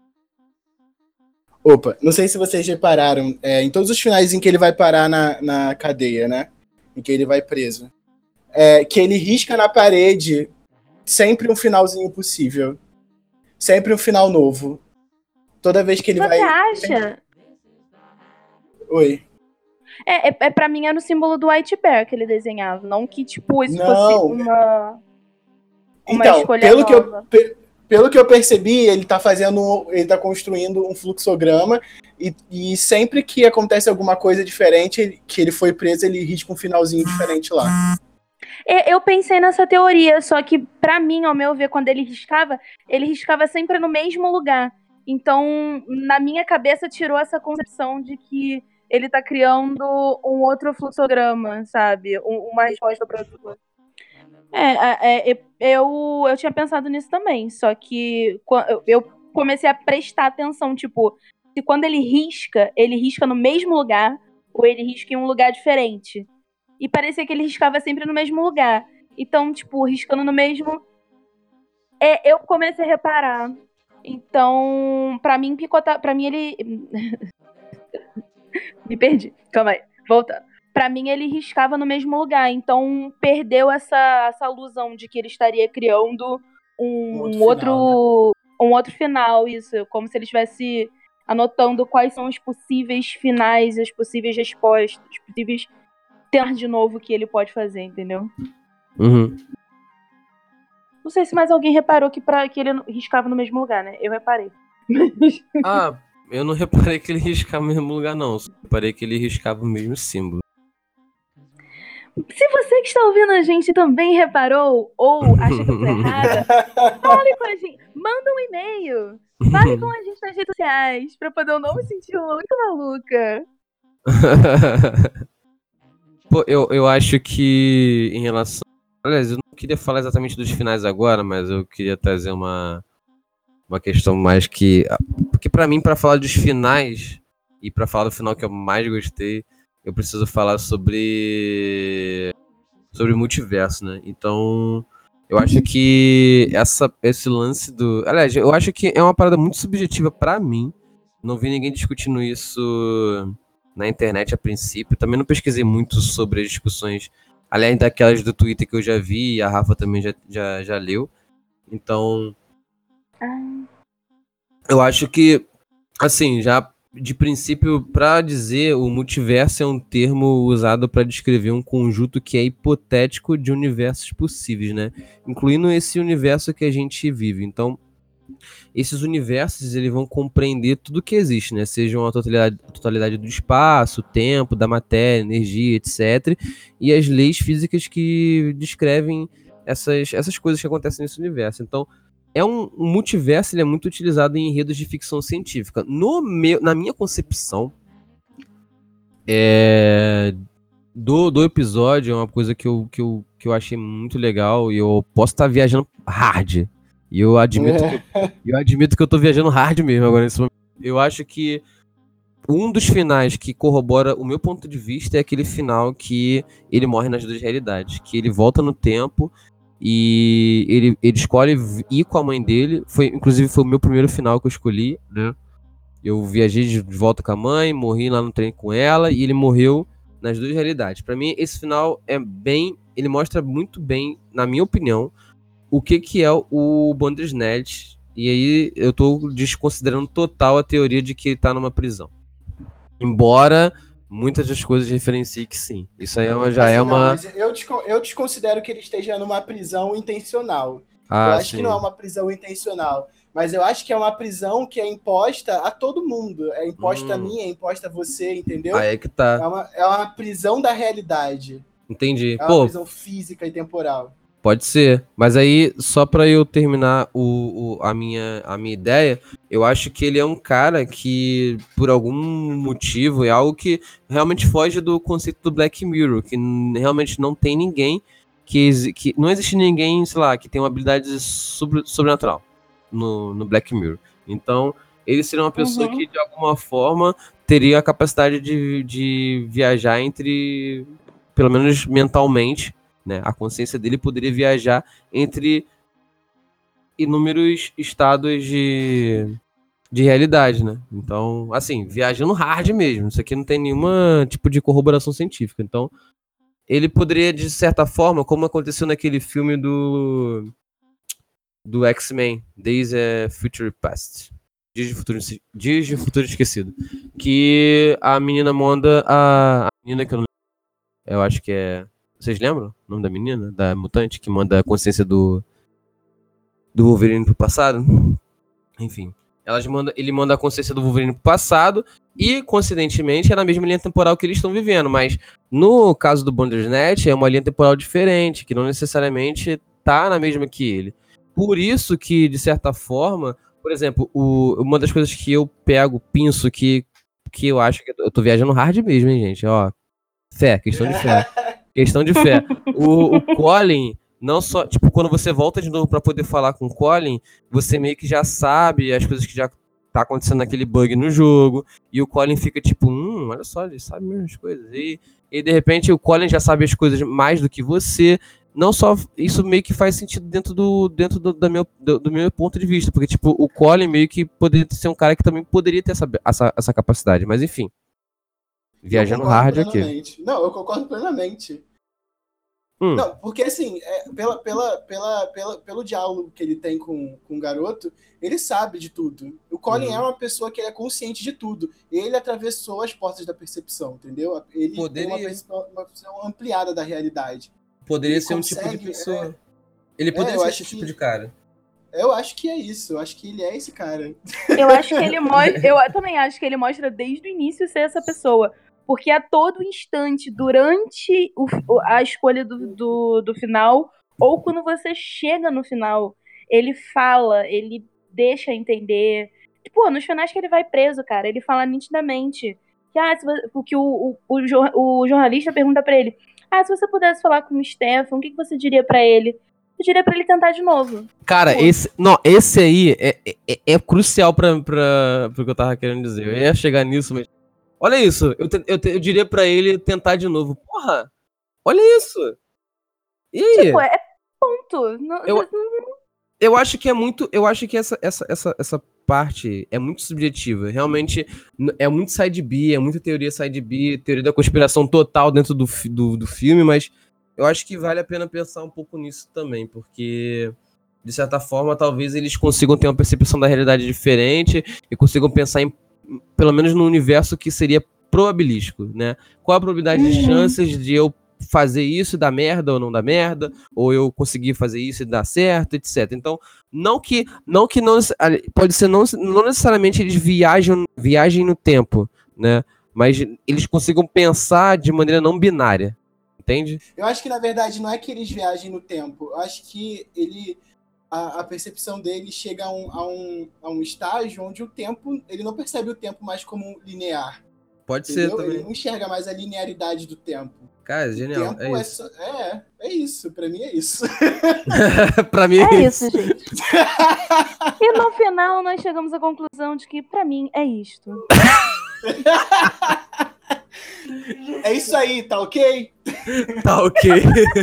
B: Opa, não sei se vocês repararam, é, em todos os finais em que ele vai parar na, na cadeia, né? Em que ele vai preso, é, que ele risca na parede sempre um finalzinho possível, sempre um final novo. Toda vez que ele
C: Você
B: vai...
C: acha?
B: Oi.
C: É, é, é, pra mim era o símbolo do White Bear que ele desenhava. Não que, tipo, isso
B: Não.
C: fosse uma, uma
B: então,
C: escolha
B: pelo que, eu,
C: nova.
B: pe- pelo que eu percebi, ele tá fazendo, ele tá construindo um fluxograma E, e sempre que acontece alguma coisa diferente, ele- que ele foi preso, ele risca um finalzinho diferente lá.
C: É, Eu pensei nessa teoria, só que pra mim, ao meu ver, quando ele riscava, ele riscava sempre no mesmo lugar. Então, na minha cabeça, tirou essa concepção de que ele tá criando um outro fluxograma, sabe? Um- uma resposta para outra coisa. É, é, é, eu, eu tinha pensado nisso também, só que qua- eu eu comecei a prestar atenção, tipo, se quando ele risca, ele risca no mesmo lugar, ou ele risca em um lugar diferente. E parecia que ele riscava sempre no mesmo lugar. Então, tipo, riscando no mesmo. É, eu comecei a reparar. Então, pra mim, picotar. Pra mim, ele. Me perdi. Calma aí. Voltando. Pra mim, ele riscava no mesmo lugar. Então, perdeu essa, essa alusão de que ele estaria criando um,
B: Um outro
C: outro.
B: final, né?
C: Um outro final, isso. Como se ele estivesse anotando quais são os possíveis finais, as possíveis respostas, os possíveis tentar de novo que ele pode fazer, entendeu?
A: Uhum.
C: Não sei se mais alguém reparou que, pra, que ele riscava no mesmo lugar, né? Eu reparei.
A: Ah, eu não reparei que ele riscava no mesmo lugar, não. Só reparei que ele riscava o mesmo símbolo.
C: Se você que está ouvindo a gente também reparou, ou acha que eu tô errada, fale com a gente. Manda um e-mail. Fale com a gente nas redes sociais, pra poder eu não me sentir muito maluca.
A: Pô, eu, eu acho que em relação. Aliás, eu não queria falar exatamente dos finais agora, mas eu queria trazer uma, uma questão mais que. Porque pra mim, pra falar dos finais, e pra falar do final que eu mais gostei, eu preciso falar sobre. Sobre o multiverso, né? Então. Eu acho que essa, esse lance do. Aliás, eu acho que é uma parada muito subjetiva pra mim. Não vi ninguém discutindo isso na internet a princípio. Também não pesquisei muito sobre as discussões, além daquelas do Twitter que eu já vi, e a Rafa também já, já, já leu. Então, eu acho que, assim, já de princípio, para dizer, o multiverso é um termo usado para descrever um conjunto que é hipotético de universos possíveis, né? Incluindo esse universo que a gente vive. Então, esses universos eles vão compreender tudo que existe, né? Sejam a totalidade, a totalidade do espaço, tempo, da matéria, energia, etcétera. E as leis físicas que descrevem essas, essas coisas que acontecem nesse universo. Então, é um, um multiverso, ele é muito utilizado em enredos de ficção científica. No meu, na minha concepção, é, do, do episódio, é uma coisa que eu, que, eu, que eu achei muito legal, e eu posso estar viajando hard. E eu admito, que, eu admito que eu tô viajando hard mesmo agora nesse momento. Eu acho que um dos finais que corrobora o meu ponto de vista é aquele final que ele morre nas duas realidades. Que ele volta no tempo e ele, ele escolhe ir com a mãe dele. Foi, inclusive foi o meu primeiro final que eu escolhi, né? Eu viajei de volta com a mãe, morri lá no trem com ela e ele morreu nas duas realidades. Pra mim, esse final é bem... Ele mostra muito bem, na minha opinião, o que que é o Bandersnatch. E aí eu tô desconsiderando total a teoria de que ele tá numa prisão. Embora muitas das coisas referenciem que sim. Isso aí é uma- já
B: Assim,
A: é
B: não,
A: uma...
B: mas eu, descon- eu desconsidero que ele esteja numa prisão intencional.
A: Ah,
B: eu acho
A: sim.
B: que não é uma prisão intencional. Mas eu acho que é uma prisão que é imposta a todo mundo. É imposta a
A: Hum.
B: mim, é imposta a você, entendeu?
A: Aí é que
B: É
A: tá.
B: uma, é uma prisão da realidade.
A: Entendi.
B: É uma
A: Pô,
B: prisão física e temporal.
A: pode ser. Mas aí, só pra eu terminar o, o- a, minha, a minha ideia, eu acho que ele é um cara que, por algum motivo, é algo que realmente foge do conceito do Black Mirror, que n- realmente não tem ninguém que, exi- que não existe ninguém, sei lá, que tem uma habilidade sobre- sobrenatural no, no Black Mirror. Então, ele seria uma pessoa
C: Uhum.
A: que, de alguma forma, teria a capacidade de, de viajar entre, pelo menos mentalmente, né? A consciência dele poderia viajar entre inúmeros estados de, de realidade, né? Então, assim, viajando hard mesmo. Isso aqui não tem nenhuma tipo de corroboração científica. Então, ele poderia, de certa forma, como aconteceu naquele filme do do X-Men, Days of Future Past. Dias de Futuro, Dias de Futuro Esquecido. Que a menina manda a, a menina que eu não eu acho que é. Vocês lembram o nome da menina? Da mutante que manda a consciência do. Do Wolverine pro passado? Enfim. Elas manda, ele manda a consciência do Wolverine pro passado
E: E, coincidentemente, é na mesma linha temporal que eles estão vivendo, mas no caso do Bandersnatch é uma linha temporal diferente, que não necessariamente tá na mesma que ele. Por isso que, de certa forma, por exemplo, o, uma das coisas que eu pego, pinço, que, que eu acho que eu tô viajando hard mesmo, hein, gente, ó, fé, questão de fé, questão de fé. O, o Colin, não só, tipo, quando você volta de novo pra poder falar com o Colin, você meio que já sabe as coisas que já tá acontecendo naquele bug no jogo, e o Colin fica tipo, hum, olha só, ele sabe mesmo as coisas. E, e de repente o Colin já sabe as coisas mais do que você. Não só isso meio que faz sentido dentro do, dentro do, da meu, do, do meu ponto de vista, porque tipo, o Colin meio que poderia ser um cara que também poderia ter essa, essa, essa capacidade, mas enfim. Viajando
B: Eu concordo
E: hard aqui.
B: plenamente. Não, eu concordo plenamente.
E: Hum.
B: Não, porque assim, é, pela, pela, pela, pela, pelo diálogo que ele tem com, com o garoto, ele sabe de tudo. O Colin
E: Hum.
B: é uma pessoa que ele é consciente de tudo. Ele atravessou as portas da percepção, entendeu? Ele
E: Poderia.
B: tem uma percepção, uma percepção ampliada da realidade.
E: Poderia
B: Ele
E: ser um tipo de
B: consegue,
E: pessoa. Ele poderia
B: É, eu
E: ser
B: acho
E: esse tipo
B: que-
E: de cara.
B: Eu acho que é isso. Eu acho que ele é esse cara.
C: Eu acho que ele mostra. Eu também acho que ele mostra desde o início ser essa pessoa. Porque a todo instante, durante o- o- a escolha do, do, do final, ou quando você chega no final, ele fala, ele deixa entender. Pô, nos finais que ele vai preso, cara, ele fala nitidamente. Que, ah, se você- porque o, o, o, jor- o jornalista pergunta pra ele: ah, se você pudesse falar com o Stefan, o que, que você diria pra ele? Eu diria pra ele tentar de novo.
E: Cara,
B: Pô.
E: esse, não, esse aí é, é, é crucial pra, pra, pro que eu tava querendo dizer. Eu ia chegar nisso, mas. Olha isso, eu, te- eu, te- eu diria pra ele tentar de novo. Porra! Olha isso! E aí?
C: Tipo, é ponto. Não-
E: Eu- Eu acho que é muito. Eu acho que essa, essa, essa, essa parte é muito subjetiva. Realmente n- é muito side B, é muita teoria side B, teoria da conspiração total dentro do, fi- do, do filme, mas eu acho que vale a pena pensar um pouco nisso também, porque, de certa forma, talvez eles consigam ter uma percepção da realidade diferente e consigam pensar em, pelo menos no universo que seria probabilístico, né? Qual a probabilidade de
C: Uhum.
E: chances de eu fazer isso e dar merda ou não dar merda, ou eu conseguir fazer isso e dar certo, etcétera. Então, não que não que não pode ser não, não necessariamente eles viajam viajem no tempo, né? Mas eles consigam pensar de maneira não binária, entende?
B: Eu acho que, na verdade, não é que eles viajem no tempo. Eu acho que ele. A, a percepção dele chega a um, a, um, a um estágio onde o tempo. Ele não percebe o tempo mais como linear.
E: Pode
B: Entendeu?
E: ser
B: Ele
E: também.
B: não enxerga mais a linearidade do tempo.
E: Cara,
B: O
E: genial.
B: tempo
E: É
B: é,
E: isso.
B: só- é, é isso. Pra mim é isso.
E: Pra mim é,
C: É
E: isso.
C: isso, gente. E no final nós chegamos à conclusão de que, pra mim, é isto.
B: É isso aí, tá ok?
E: Tá ok.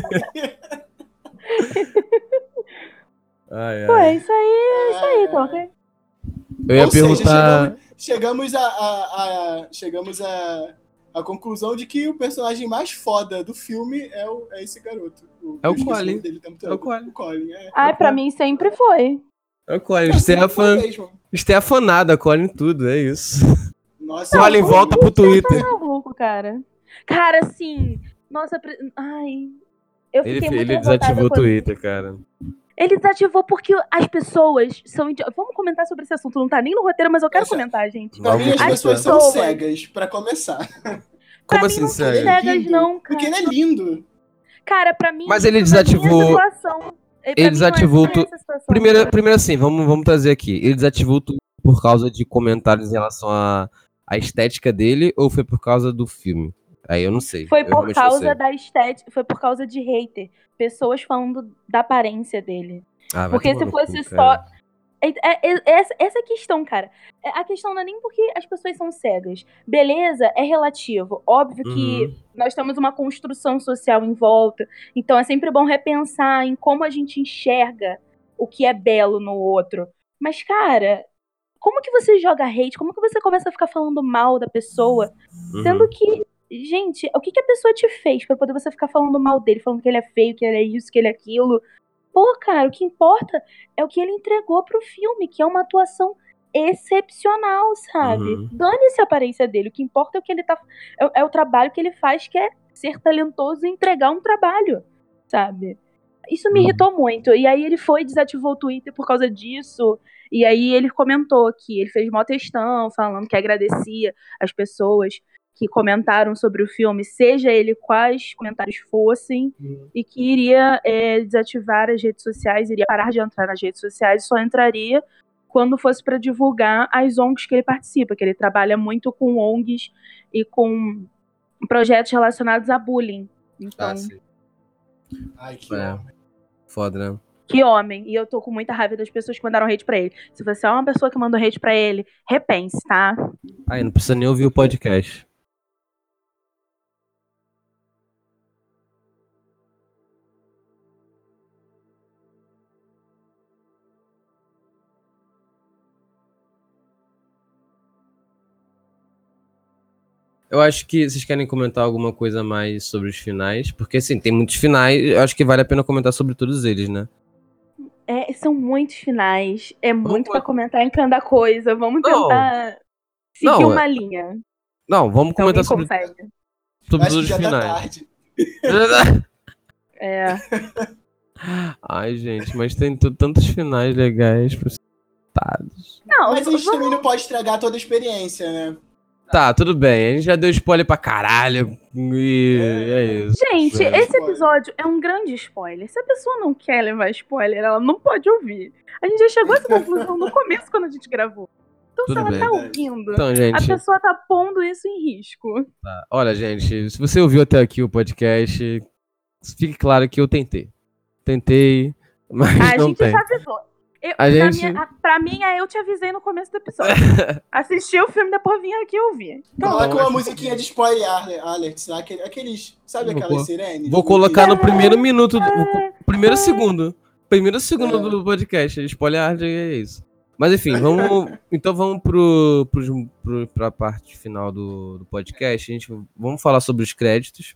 E: ai,
C: Pô,
E: ai.
C: é isso aí, é isso aí, tá ok?
E: Eu ia
B: Ou seja,
E: perguntar.
B: chegamos, chegamos a, a- a- chegamos a, a conclusão de que o personagem mais foda do filme é, o, é esse garoto. O,
E: É o
B: eu esqueci
E: Colin.
B: nome dele o tempo todo.
E: É o Colin.
B: O Colin, é.
C: Ai, pra mim sempre foi.
E: É o Colin.
B: Assim, foi
E: Stefan.
B: mesmo.
E: Stefanada, Colin tudo, é isso.
B: Nossa,
E: Colin,
B: foi-
E: volta pro Twitter.
C: Maluco, cara. Cara, assim. Nossa, pre- ai. Eu
E: Ele,
C: fiquei muito
E: ele
C: revoltada
E: desativou o
C: quando-
E: Twitter, cara.
C: Ele desativou porque as pessoas são idiotas. Vamos comentar sobre esse assunto. Não tá nem no roteiro, mas eu quero
B: Nossa.
C: comentar, gente.
B: Pra mim, as
E: Vamos
B: pessoas
E: comentar.
B: são
C: Pessoas.
B: cegas, pra começar.
C: Pra
E: Como
C: mim
E: assim,
C: não são
E: sério?
B: Ele é
C: cegas,
B: lindo,
C: não, cara.
B: Porque ele é lindo.
C: Cara, pra mim.
E: Mas ele
C: isso não é nem a
E: desativou-
C: situação. Pra
E: ele
C: mim não é
E: desativou
C: nem
E: tu-
C: essa situação.
E: Primeiro, primeiro assim, vamos, vamos trazer aqui. Ele desativou o Twitter por causa de comentários em relação à à estética dele ou foi por causa do filme? Aí eu não sei.
C: Foi
E: Eu
C: por
E: realmente não
C: causa
E: sei.
C: da estética. Foi por causa de hater. Pessoas falando da aparência dele.
E: Ah, vai
C: Porque
E: tomar
C: se
E: no
C: fosse
E: cu,
C: só.
E: cara.
C: É, é- é- essa, essa é a questão, cara. É, a questão não é nem porque as pessoas são cegas. Beleza é relativo. Óbvio que
E: Uhum.
C: nós temos uma construção social em volta. Então é sempre bom repensar em como a gente enxerga o que é belo no outro. Mas, cara, como que você joga hate? Como que você começa a ficar falando mal da pessoa?
E: Uhum.
C: Sendo que, gente, o que, que a pessoa te fez pra poder você ficar falando mal dele, falando que ele é feio, que ele é isso, que ele é aquilo? Pô, cara, o que importa é o que ele entregou pro filme, que é uma atuação excepcional, sabe?
E: Uhum.
C: Dane-se a aparência dele, o que importa é o que ele tá. É, é o trabalho que ele faz, que é ser talentoso e entregar um trabalho, sabe? Isso me
E: Uhum.
C: irritou muito. E aí ele foi, desativou o Twitter por causa disso. E aí ele comentou que ele fez mó textão, falando que agradecia as pessoas que comentaram sobre o filme, seja ele quais comentários fossem,
B: Uhum.
C: e que iria é, desativar as redes sociais, iria parar de entrar nas redes sociais, só entraria quando fosse para divulgar as O N Gs que ele participa, que ele trabalha muito com O N Gs e com projetos relacionados a bullying. Então,
A: Ah, sim.
B: Ai, que
A: É.
B: homem.
A: Foda, né?
C: que homem. E eu tô com muita raiva das pessoas que mandaram hate pra ele. Se você é uma pessoa que mandou hate pra ele, repense, tá?
A: Aí, não precisa nem ouvir o podcast. Eu acho que vocês querem comentar alguma coisa mais sobre os finais, porque assim, tem muitos finais, eu acho que vale a pena comentar sobre todos eles, né?
C: É, são muitos finais. É muito
A: Vamos-
C: pra comentar em cada coisa. Vamos
A: Não.
C: tentar seguir
A: Não,
C: uma linha.
A: Não, vamos
C: Se alguém
A: comentar sobre,
C: consegue.
A: sobre
B: Acho que
A: todos os
B: já tá
A: finais.
B: tarde.
C: É.
A: Ai, gente, mas tem t- tantos finais legais pros citados.
C: Não,
B: Mas a gente
C: vamos-
B: também não pode estragar toda a experiência, né?
A: Tá, tudo bem, a gente já deu spoiler pra caralho e é isso.
C: gente,
A: É.
C: esse episódio é um grande spoiler. Se a pessoa não quer levar spoiler, ela não pode ouvir. A gente já chegou a essa conclusão no começo quando a gente gravou. Então,
A: Tudo
C: se ela
A: bem.
C: tá ouvindo,
A: Então,
C: a
A: gente,
C: pessoa tá pondo isso em risco.
A: tá. Olha, gente, se você ouviu até aqui o podcast, fique claro que eu tentei. Tentei, mas
C: A
A: não
C: gente
A: tem.
C: já avisou. Eu,
A: A
C: pra,
A: gente-
C: minha, a- pra mim, é eu te avisei no começo do episódio. Assisti o filme, depois vim aqui ouvir. Então,
B: Coloca
A: eu
B: uma
A: acho-
B: musiquinha de spoiler alert, alerts, aquele- aqueles, sabe
A: Vou
B: aquelas
A: colo-
B: sirenes?
A: Vou
B: de
A: colocar no
B: notícia?
A: primeiro minuto, do, o primeiro segundo. Primeiro segundo
B: É.
A: do podcast. Spoiler hard é isso. Mas enfim, vamos. Então vamos pro, pro, pro, pra parte final do, do podcast. A gente, vamos falar sobre os créditos.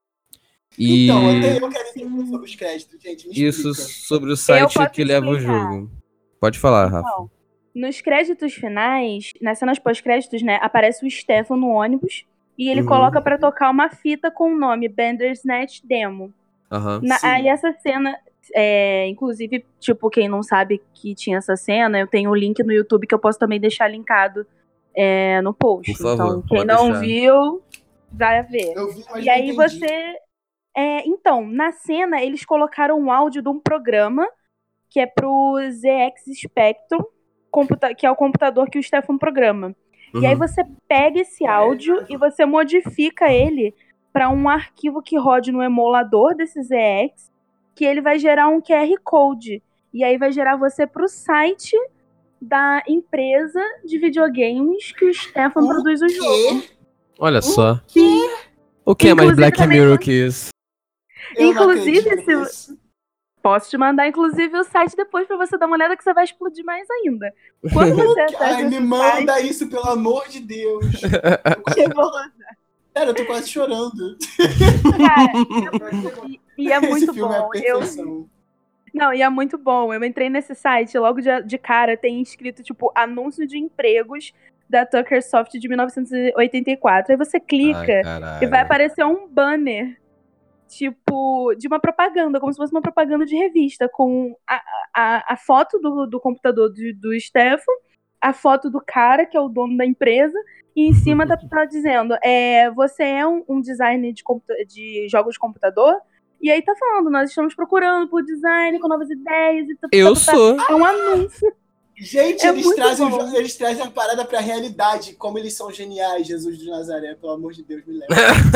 A: E
B: Então, até eu quero entender sobre os créditos, gente. Me
A: isso
B: explica.
A: sobre o site
C: posso
A: que leva o
C: explicar.
A: jogo. Pode falar, Rafa.
C: Então, nos créditos finais, nas cenas pós-créditos, né, aparece o Stefan no ônibus e ele
A: Uhum.
C: coloca pra tocar uma fita com o nome Bandersnatch Demo.
A: Aham.
C: Na-
B: Sim.
C: aí essa cena, é, inclusive, tipo, quem não sabe que tinha essa cena, eu tenho o link no YouTube que eu posso também deixar linkado é, no post.
A: Por favor,
C: então, quem
A: pode
C: não
A: deixar.
C: viu, vai ver.
B: Eu vi, mas
C: E
B: não
C: aí
B: entendi.
C: você. é, então, na cena, eles colocaram um áudio de um programa que é pro Z X Spectrum, computa- que é o computador que o Stefan programa. E aí
A: Uhum.
C: você pega esse áudio e você modifica ele para um arquivo que rode no emulador desse Z X, que ele vai gerar um Q R Code. E aí vai gerar você pro site da empresa de videogames que o Stefan
B: O
C: produz o jogo.
B: quê?
A: Olha só.
C: Sim.
A: O que é mais
C: Inclusive,
A: Black
C: também-
A: Mirror que isso?
B: Eu não
C: Inclusive,
B: acredito
C: se-
B: nisso.
C: Posso te mandar, inclusive, o site depois pra você dar uma olhada que você vai explodir mais ainda. Quando você acessa
B: Ai, me
C: esse
B: manda isso, pelo amor de Deus.
C: site, eu vou-
B: Cara, eu tô quase chorando.
C: Cara, e, e é
B: Esse
C: muito
B: filme é a
C: bom. Eu,
B: perfeição.
C: não, e é muito bom. Eu entrei nesse site, logo de, de cara tem escrito, tipo, anúncio de empregos da Tucker Soft de mil novecentos e oitenta e quatro. Aí você clica
A: Ai,
C: e
A: caralho.
C: vai aparecer um banner, tipo, de uma propaganda, como se fosse uma propaganda de revista, com a, a, a foto do, do computador do, do Stefan, a foto do cara, que é o dono da empresa, e em cima tá, tá dizendo, é, você é um, um designer de, computa- de jogos de computador? E aí tá falando, nós estamos procurando por design com novas ideias e tá,
A: Eu
C: tá, tá,
A: sou.
C: É um anúncio.
B: Gente,
C: É
B: eles,
C: muito
B: trazem,
C: bom.
B: eles trazem a parada pra realidade. Como eles são geniais, Jesus de Nazaré. Pelo amor de Deus, me leva.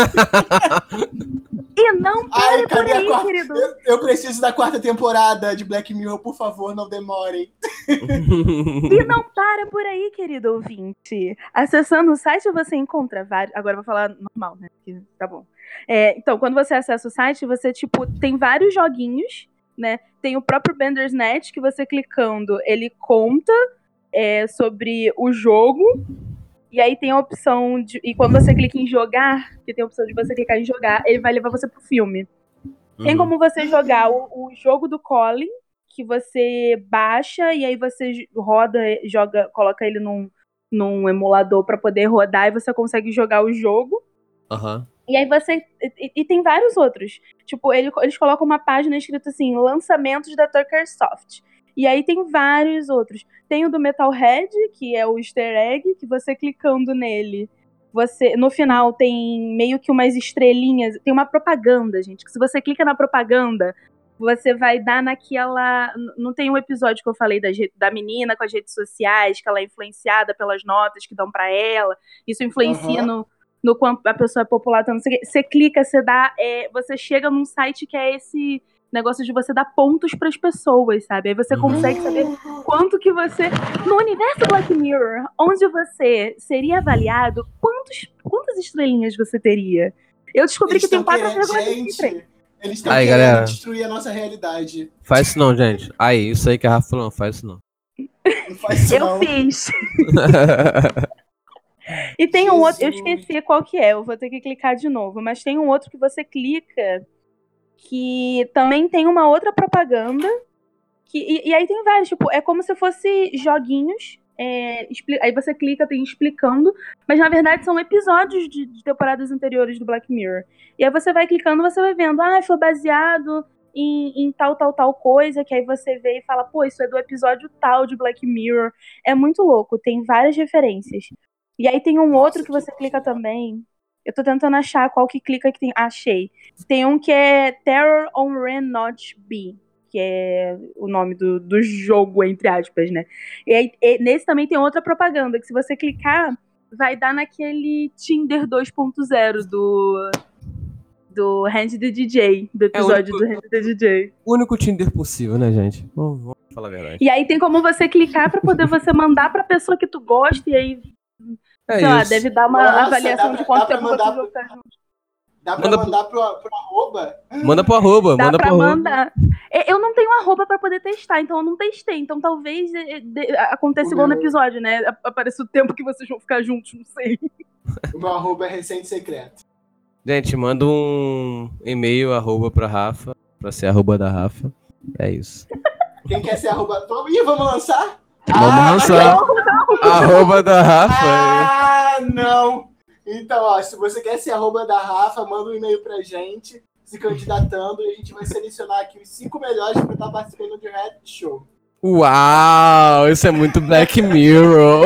C: E não
B: Ai,
C: pare por
B: cadê a
C: aí,
B: quarta?
C: querido.
B: Eu, eu preciso da quarta temporada de Black Mirror. Por favor, não demorem.
C: E não para por aí, querido ouvinte. Acessando o site você encontra vários. Agora eu vou falar normal, né? Que tá bom. É, então, quando você acessa o site, você, tipo, tem vários joguinhos, né? Tem o próprio Bandersnatch, que você clicando, ele conta é, sobre o jogo. E aí tem a opção de. E quando você clica em jogar, que tem a opção de você clicar em jogar, ele vai levar você pro filme. Tem como você jogar o, o jogo do Colin, que você baixa e aí você j- roda, joga, coloca ele num, num emulador pra poder rodar e você consegue jogar o jogo.
A: Aham.
C: E aí você. E, e tem vários outros. Tipo, ele- eles colocam uma página escrita assim: lançamentos da Tucker Soft. E aí tem vários outros. Tem o do Metalhead, que é o easter egg, que você clicando nele, você no final tem meio que umas estrelinhas, tem uma propaganda, gente, que se você clica na propaganda, você vai dar naquela... Não tem um episódio que eu falei da, da menina com as redes sociais, que ela é influenciada pelas notas que dão pra ela, isso influencia
B: Aham.
C: no, no quanto a pessoa é popular, então, não sei o quê. Você clica, você dá, é, você chega num site que é esse negócio de você dar pontos pras pessoas, sabe? Aí você
A: Uhum.
C: consegue saber quanto que você... No universo Black Mirror, onde você seria avaliado, quantos, quantas estrelinhas você teria? Eu descobri
B: Eles
C: que tem
B: estão
C: quatro
B: querendo,
C: vírgula vinte e três.
B: gente, eles estão
A: Aí,
B: querendo
A: galera.
B: destruir a nossa realidade.
A: Faz isso não, gente. Aí, isso aí que a Rafa falou, não faz isso não.
B: Não faz isso
C: Eu
B: não.
C: fiz. E tem um outro, eu
B: Jesus.
C: esqueci qual que é, eu vou ter que clicar de novo, mas tem um outro que você clica que também tem uma outra propaganda que, e, e aí tem vários, tipo, é como se fosse joguinhos, é, expli- aí você clica, tem explicando, mas na verdade são episódios de, de temporadas anteriores do Black Mirror. E aí você vai clicando, você vai vendo, ah, foi baseado em, em tal, tal, tal coisa, que aí você vê e fala, pô, isso é do episódio tal de Black Mirror. É muito louco, tem várias referências. E aí tem um
B: Nossa,
C: outro que
B: que
C: você clica
B: legal.
C: também. Eu tô tentando achar qual que clica que tem. Achei. Tem um que é Terror on Ren Not B, que é o nome do, do jogo, entre aspas, né? E aí, e nesse também tem outra propaganda, que se você clicar, vai dar naquele Tinder dois ponto zero do, do Hand the D J, do episódio
A: único-
C: do Hand the D J.
A: O único Tinder possível, né, gente? Vamos, vamos falar a verdade.
C: E aí tem como você clicar pra poder você mandar pra pessoa que tu gosta, e aí,
A: É
C: sei lá,
A: isso.
C: deve dar uma
B: Nossa,
C: avaliação
B: dá
C: de
B: pra-
C: quanto
B: dá pra
C: tempo
B: mandar
C: você
B: pro-
C: jogar junto.
B: Dá pra
A: Manda pro-
B: mandar pro, pro arroba?
A: Manda pro arroba,
C: Dá
A: manda
C: pra
A: pro arroba.
C: mandar. E- Eu não tenho arroba pra poder testar, então eu não testei. Então talvez eh, de- aconteça
B: O
C: igual no
B: meu-
C: episódio, né? A- Aparece o tempo que vocês vão ficar juntos, não sei.
B: O meu arroba é recente secreto.
A: Gente, manda um e-mail, arroba pra Rafa, pra ser arroba da Rafa. É isso.
B: Quem quer ser arroba... Ih, vamos lançar?
A: Vamos
B: Ah,
A: lançar. Arroba da Rafa.
B: Ah, não! Então, ó, se você quer ser arroba da Rafa, manda um e-mail pra gente, se candidatando, e a gente vai selecionar aqui os cinco melhores pra estar participando de reality show.
A: Uau, isso é muito Black Mirror.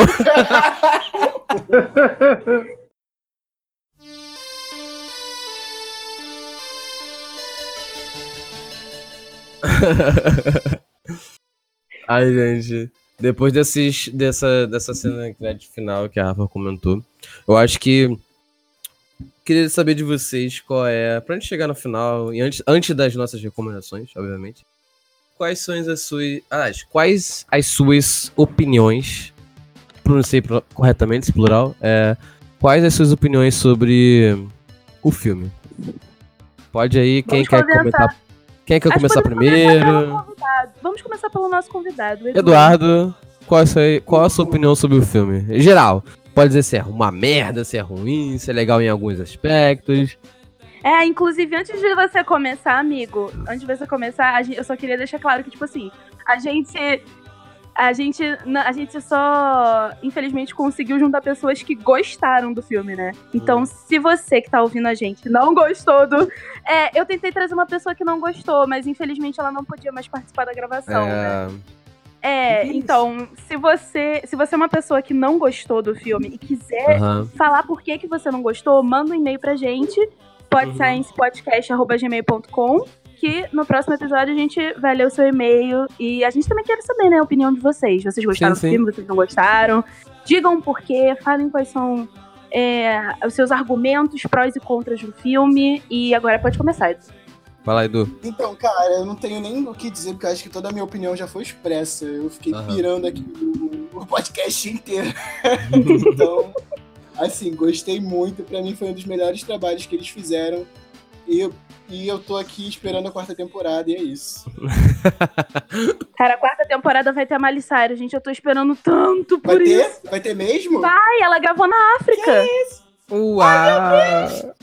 A: Ai, gente. Depois desses, dessa, dessa cena de final que a Rafa comentou, eu acho que queria saber de vocês qual é, pra gente chegar no final, e antes, antes das nossas recomendações, obviamente, quais são as suas. Ah, quais as suas opiniões? Pronunciei pro- corretamente esse plural. É, quais as suas opiniões sobre o filme? Pode aí, quem
C: Vamos
A: quer
C: conversar.
A: comentar? Quem quer
C: Acho que
A: começar
C: podemos começar pelo
A: primeiro?
C: convidado. Vamos começar pelo nosso convidado, Edu.
A: Eduardo, qual, é a sua, qual a sua opinião sobre o filme? Em geral, pode dizer se é uma merda, se é ruim, se é legal em alguns aspectos.
C: É, inclusive, antes de você começar, amigo, antes de você começar, a gente- eu só queria deixar claro que, tipo assim, a gente. A gente, na- a gente só, infelizmente, conseguiu juntar pessoas que gostaram do filme, né? Então, se você que tá ouvindo a gente não gostou do... É, eu tentei trazer uma pessoa que não gostou, mas infelizmente ela não podia mais participar da gravação, né?
A: É,
C: É,
A: Que isso?
C: então, se você, se você é uma pessoa que não gostou do filme e quiser
A: aham.
C: falar por que, que você não gostou, manda um e-mail pra gente, podsciencepodcast arroba gmail ponto com, que no próximo episódio a gente vai ler o seu e-mail e a gente também quer saber, né, a opinião de vocês. Vocês gostaram
A: Sim,
C: do
A: sim.
C: filme, vocês não gostaram? Digam por quê, falem quais são é, os seus argumentos, prós e contras do filme. E agora pode começar, Edu.
A: Fala, Edu.
B: Então, cara, eu não tenho nem o que dizer, porque eu acho que toda a minha opinião já foi expressa. Eu fiquei
A: Aham.
B: pirando aqui o, o podcast inteiro. Então, assim, gostei muito. Pra mim foi um dos melhores trabalhos que eles fizeram. E eu, e eu tô aqui esperando a quarta temporada, e é isso.
C: Cara, a quarta temporada vai ter a Miley Cyrus, gente. Eu tô esperando tanto por
B: Vai ter?
C: isso.
B: Vai ter mesmo?
C: Ai, ela gravou na África.
A: Uau!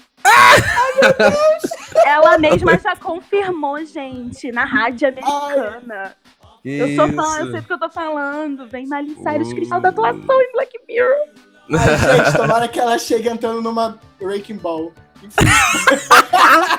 C: Ela mesma já confirmou, gente, na rádio americana. Eu sou fã, eu sei do que eu tô falando. Vem Miley Cyrus,
A: Uh.
C: cristal da atuação em Black Mirror.
B: Ai, gente, tomara que ela chegue entrando numa Wrecking Ball. Enfim,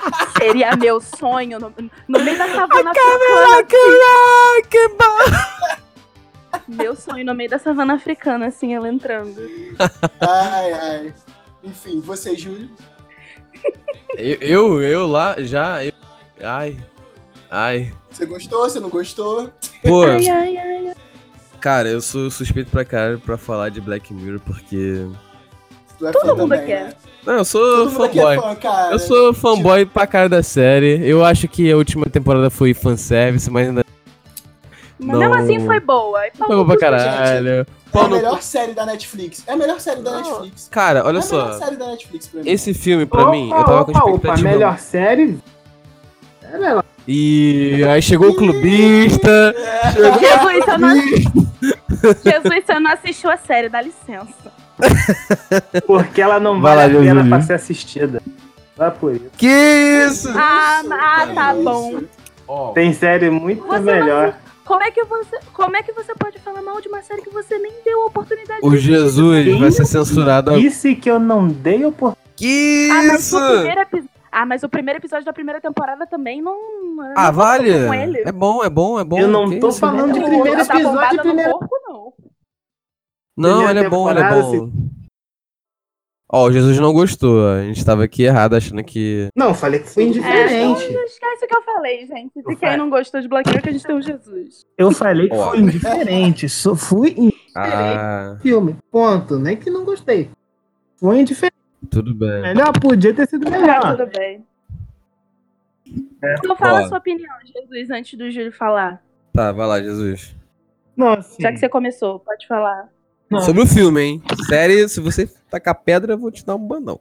C: Seria meu sonho no, no meio da savana
A: Camila,
C: africana.
A: que ba...
C: Meu sonho no meio da savana africana, assim, ela entrando.
B: Ai, ai. Enfim, você, Júlio?
A: Eu, eu, eu lá, já, eu... Ai, ai.
B: Você gostou? Você não gostou?
A: Pô,
C: Ai, ai, ai.
A: cara, eu sou suspeito pra cara pra falar de Black Mirror, porque...
B: Tu é
C: Todo
B: fã
C: mundo
B: também,
C: aqui é.
B: né?
A: Não, eu sou
B: Todo mundo aqui
A: fanboy.
B: é fã, cara.
A: Eu sou fanboy pra cara da série. Eu acho que a última temporada foi fanservice, mas ainda
C: Mas
A: Não.
C: mesmo assim foi boa. E
A: foi bom pra caralho.
B: É
A: Pau
B: a
A: no
B: melhor
A: cu.
B: série da Netflix. É a melhor série da
C: Não.
B: Netflix.
A: Cara,
B: É
A: olha
B: a melhor
A: só.
B: série da Netflix pra mim.
A: Esse filme, pra mim, eu tava com
D: opa, opa,
A: expectativa.
D: melhor série. É melhor.
A: E aí chegou o clubista.
C: Jesus, você não... Jesus, você não assistiu a série, dá licença.
D: Porque ela não
A: Vai
D: vale
A: lá,
D: a pena
A: Jesus.
D: pra ser assistida. Vai por isso.
A: Que isso?
C: Ah,
B: Isso,
C: ah, tá
B: isso.
C: bom.
A: Ó,
D: Tem série muito
C: Você
D: melhor.
C: Como é, que você, como é que você pode falar mal de uma série que você nem deu a oportunidade
A: o
C: de assistir?
A: Jesus vai ser censurado.
D: Disse que eu não dei oportunidade.
A: Que
C: Ah, mas
A: isso?
C: o primeiro epi- Ah, mas o primeiro episódio da primeira temporada também não.
A: Ah,
C: não
A: vale.
C: conta com ele.
A: É bom, é bom, é bom.
D: Eu não
A: Que
D: tô
A: isso?
D: falando de
C: O-
D: primeiro
C: tá
D: episódio
C: bombada
D: e primeiro.
C: no corpo, não.
A: Não,
D: Primeira
A: ele é bom, ele é
D: temporada,
A: bom. Ó, o Jesus não gostou. A gente tava aqui errado achando que.
D: Não, falei que foi
C: É,
D: indiferente.
C: não esquece o que eu falei, gente. Se
D: Eu
C: quem
D: falei.
C: não gostou de Black Mirror, que a gente tem o Jesus.
D: Eu falei que
A: Ó.
D: foi indiferente. Só fui indiferente
A: Ah,
D: no filme. Ponto. Nem que não gostei. Foi indiferente.
A: tudo bem.
D: Melhor podia ter sido
C: Ah,
D: melhor.
C: tudo bem. Então fala
A: Ó.
C: a sua opinião, Jesus, antes do Júlio falar.
A: Tá, vai lá, Jesus.
D: Nossa.
C: Já que você começou, pode falar.
D: Não.
A: Sobre o filme, hein? Série, se você tacar pedra, eu vou te dar um bandão.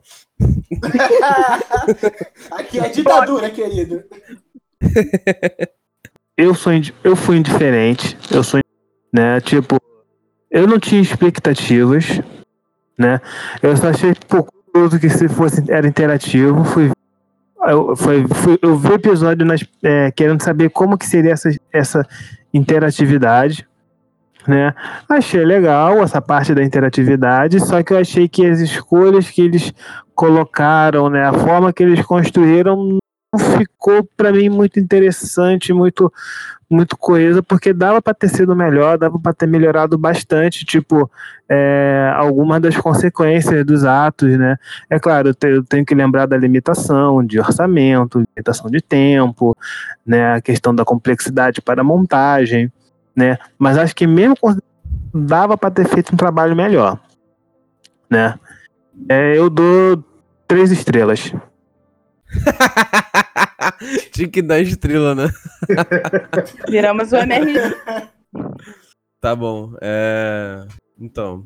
B: Aqui é ditadura, querido.
D: Eu, sou indi- eu fui indiferente. Eu sou. Né? Tipo, eu não tinha expectativas. Né? Eu só achei pouco curioso que se fosse era interativo. Fui, eu, foi, fui, eu vi o episódio nas, é, querendo saber como que seria essa, essa interatividade. Né? Achei legal essa parte da interatividade, só que eu achei que as escolhas que eles colocaram, né, a forma que eles construíram não ficou para mim muito interessante, muito muito coesa, porque dava para ter sido melhor, dava para ter melhorado bastante, tipo, é, algumas das consequências dos atos, né? É claro, eu, te, eu tenho que lembrar da limitação de orçamento, limitação de tempo, né, a questão da complexidade para a montagem, né? Mas acho que mesmo com- dava para ter feito um trabalho melhor, né? É, eu dou três estrelas.
A: Tinha que dar estrela, né?
C: Viramos o M R.
A: Tá bom. É... Então.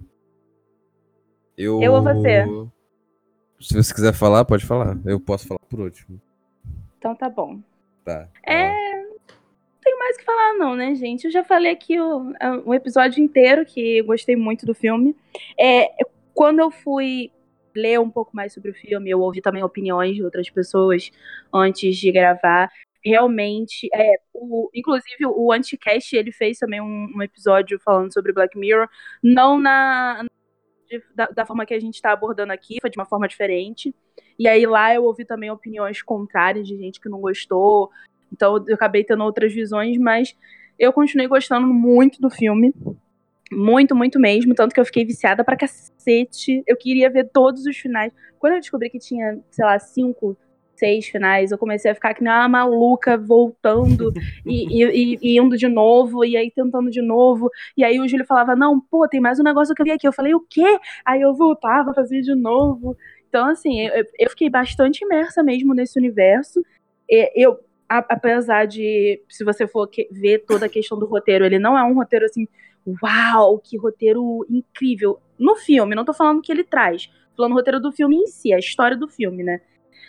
A: Eu.
C: Eu ou você?
A: Se você quiser falar, pode falar. Eu posso falar por último.
C: Então tá bom.
A: Tá.
C: É. Não tenho mais o que falar, não, né, gente? Eu já falei aqui o, o episódio inteiro que eu gostei muito do filme. É, quando eu fui ler um pouco mais sobre o filme, eu ouvi também opiniões de outras pessoas antes de gravar. Realmente, é, o, inclusive o Anticast, ele fez também um, um episódio falando sobre Black Mirror, não na de- da, da forma que a gente está abordando aqui, foi de uma forma diferente. E aí lá eu ouvi também opiniões contrárias de gente que não gostou. Então eu acabei tendo outras visões, mas eu continuei gostando muito do filme. Muito, muito mesmo. Tanto que eu fiquei viciada pra cacete. Eu queria ver todos os finais. Quando eu descobri que tinha, sei lá, cinco, seis finais, eu comecei a ficar que nem uma maluca, voltando e, e- e- e indo de novo, e aí tentando de novo. E aí o Júlio falava, não, pô, tem mais um negócio que eu vi aqui. Eu falei, o quê? Aí eu voltava, fazia de novo. Então, assim, eu, eu fiquei bastante imersa mesmo nesse universo. E eu, a- apesar de, se você for que- ver toda a questão do roteiro, ele não é um roteiro assim, uau, que roteiro incrível. No filme, não tô falando que ele traz. Tô falando do roteiro do filme em si, a história do filme, né?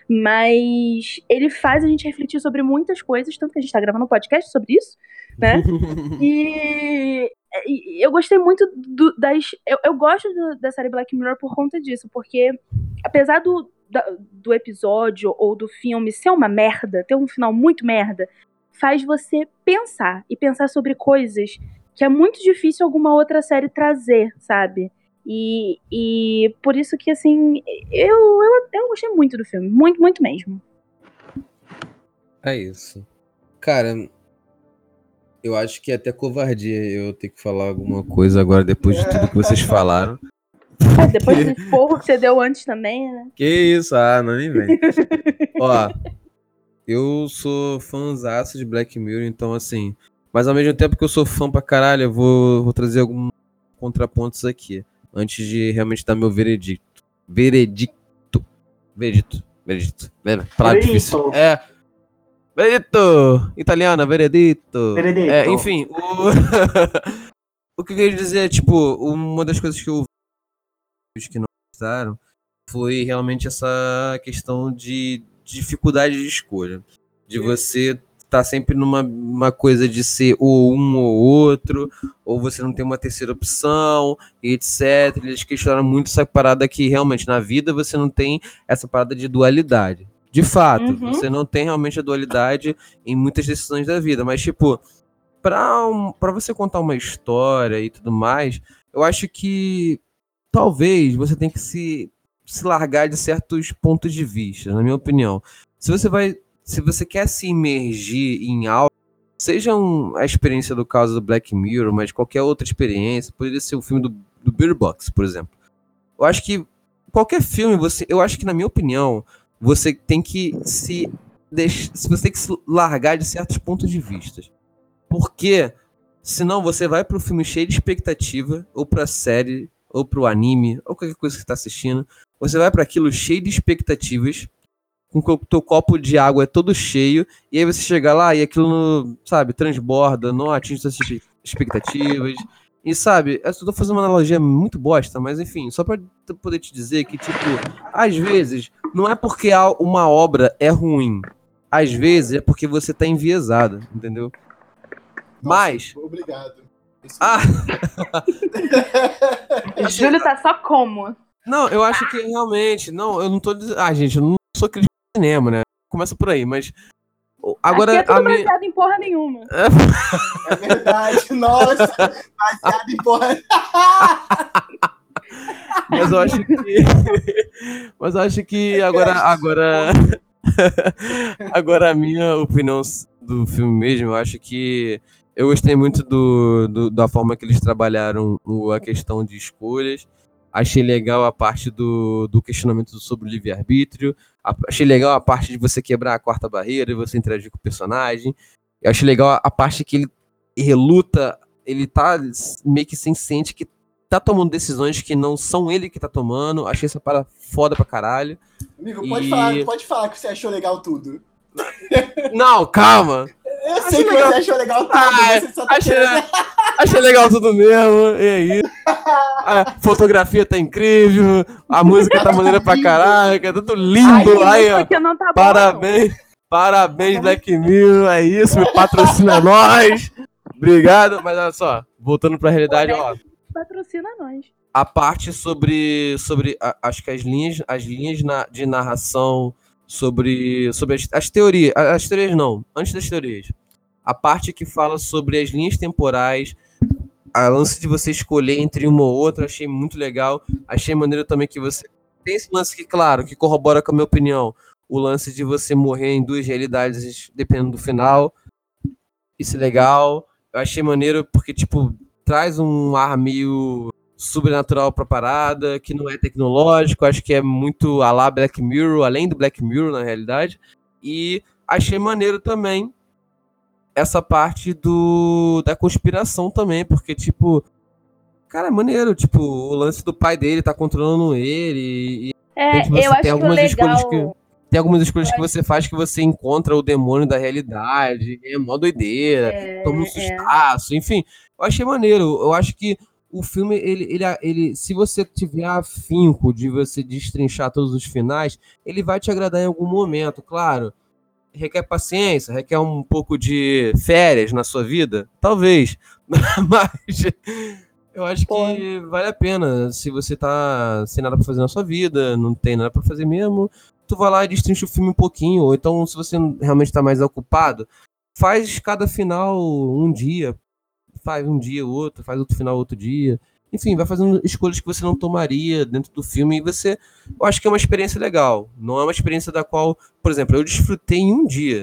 C: Mas ele faz a gente refletir sobre muitas coisas, tanto que a gente tá gravando um podcast sobre isso, né? E, e eu gostei muito do- das. Eu, eu gosto do- da série Black Mirror por conta disso, porque apesar do, da- do episódio ou do filme ser uma merda, ter um final muito merda, faz você pensar e pensar sobre coisas que é muito difícil alguma outra série trazer, sabe? E, e por isso que, assim, eu, eu, eu gostei muito do filme. Muito, muito mesmo.
E: É isso. Cara, eu acho que é até covardia eu ter que falar alguma coisa agora depois de tudo que vocês falaram.
C: É, depois do esporro que você deu antes também, né?
E: Que isso? Ah, não nem vem. Ó, eu sou fãzaço de Black Mirror, então assim... Mas ao mesmo tempo que eu sou fã pra caralho, eu vou, vou trazer alguns contrapontos aqui. Antes de realmente dar meu veredicto. Veredicto. Veredito. Veredito. Palavra difícil. É... Veredito! Italiana, veredito.
D: Veredito.
E: É, enfim, o... o que eu queria dizer é, tipo, uma das coisas que eu vi que não gostaram foi realmente essa questão de dificuldade de escolha. De você estar sempre numa uma coisa de ser ou um ou outro, ou você não tem uma terceira opção, e etcétera. Eles questionaram muito essa parada que realmente na vida você não tem essa parada de dualidade. De fato,
C: Uhum.
E: você não tem realmente a dualidade em muitas decisões da vida, mas tipo, pra, um, pra você contar uma história e tudo mais, eu acho que talvez você tenha que se, se largar de certos pontos de vista, na minha opinião. Se você vai, se você quer se imergir em algo, seja um, a experiência do caso do Black Mirror, mas qualquer outra experiência, poderia ser o filme do, do Bird Box, por exemplo. Eu acho que qualquer filme, você, eu acho que na minha opinião, você tem que se deixar, você tem que se largar de certos pontos de vista. Porque senão você vai pro filme cheio de expectativa, ou pra série, ou pro anime, ou qualquer coisa que você tá assistindo. Você vai para aquilo cheio de expectativas, com que o teu copo de água é todo cheio, e aí você chega lá e aquilo, sabe, transborda, não atinge suas expectativas. E sabe, eu tô fazendo uma analogia muito bosta, mas enfim, só pra poder te dizer que, tipo, às vezes, não é porque uma obra é ruim, às vezes é porque você tá enviesado, entendeu? Mas...
B: Obrigado. Isso
E: Ah!
C: Júlio tá só como?
E: Não, eu acho que realmente, não, eu não tô dizendo... Ah, gente, eu não sou crítico de cinema, né? Começa por aí, mas... Agora,
C: Aqui é
E: a
C: tudo
E: minha...
C: baseado em porra nenhuma.
B: é verdade. Nossa, baseado em porra.
E: Mas eu acho que... Mas eu acho que agora... Agora, agora a minha opinião do filme mesmo, eu acho que... Eu gostei muito do, do, da forma que eles trabalharam o, a questão de escolhas. Achei legal a parte do, do questionamento sobre o livre-arbítrio. A, achei legal a parte de você quebrar a quarta barreira e você interagir com o personagem. Eu achei legal a, a parte que ele reluta, ele tá meio que sem sente que tá tomando decisões que não são ele que tá tomando. Achei essa parada foda pra caralho.
B: Amigo,
E: E-
B: pode, falar, pode falar que você achou legal tudo.
E: Não, calma!
B: Eu sei que
E: legal.
B: você achou legal tudo.
E: Ah,
B: você só tá
E: achei,
B: querendo...
E: achei legal tudo mesmo, e aí? A fotografia tá incrível, a música tá maneira pra caraca, tá tudo lindo,
C: Ai,
E: aí, ó.
C: porque não tá bom.
E: Parabéns, parabéns, Black Mirror, é isso, me patrocina nós. Obrigado, mas olha só, voltando pra realidade, ó.
C: não. Patrocina nós.
E: A parte sobre, sobre a- acho que as linhas, as linhas na- de narração, sobre, sobre as, as teorias, a- as teorias não, antes das teorias. A parte que fala sobre as linhas temporais, a lance de você escolher entre uma ou outra, achei muito legal. Achei maneiro também que você tem esse lance que, claro, que corrobora com a minha opinião, o lance de você morrer em duas realidades dependendo do final. Isso é legal. Eu achei maneiro porque, tipo, traz um ar meio sobrenatural pra parada, que não é tecnológico, acho que é muito a lá Black Mirror, além do Black Mirror, na realidade. E achei maneiro também essa parte do da conspiração também, porque, tipo, cara, é maneiro, tipo, o lance do pai dele tá controlando ele, e
C: É,
E: Gente, você
C: eu acho
E: tem
C: que o
E: algumas escolhas
C: legal...
E: que- tem algumas escolhas que você faz que você encontra o demônio da realidade, é mó doideira,
C: É,
E: toma um
C: é.
E: sustaço, enfim, eu achei maneiro, eu acho que o filme, ele, ele, ele, se você tiver afinco de você destrinchar todos os finais, ele vai te agradar em algum momento, claro. Requer paciência, requer um pouco de férias na sua vida? Talvez. Mas eu acho que vale a pena. Se você tá sem nada pra fazer na sua vida, não tem nada pra fazer mesmo, tu vai lá e destrincha o filme um pouquinho. Ou então, se você realmente tá mais ocupado, faz cada final um dia. Faz um dia outro, faz outro final outro dia. Enfim, vai fazendo escolhas que você não tomaria dentro do filme e você... Eu acho que é uma experiência legal. Não é uma experiência da qual... Por exemplo, eu desfrutei em um dia.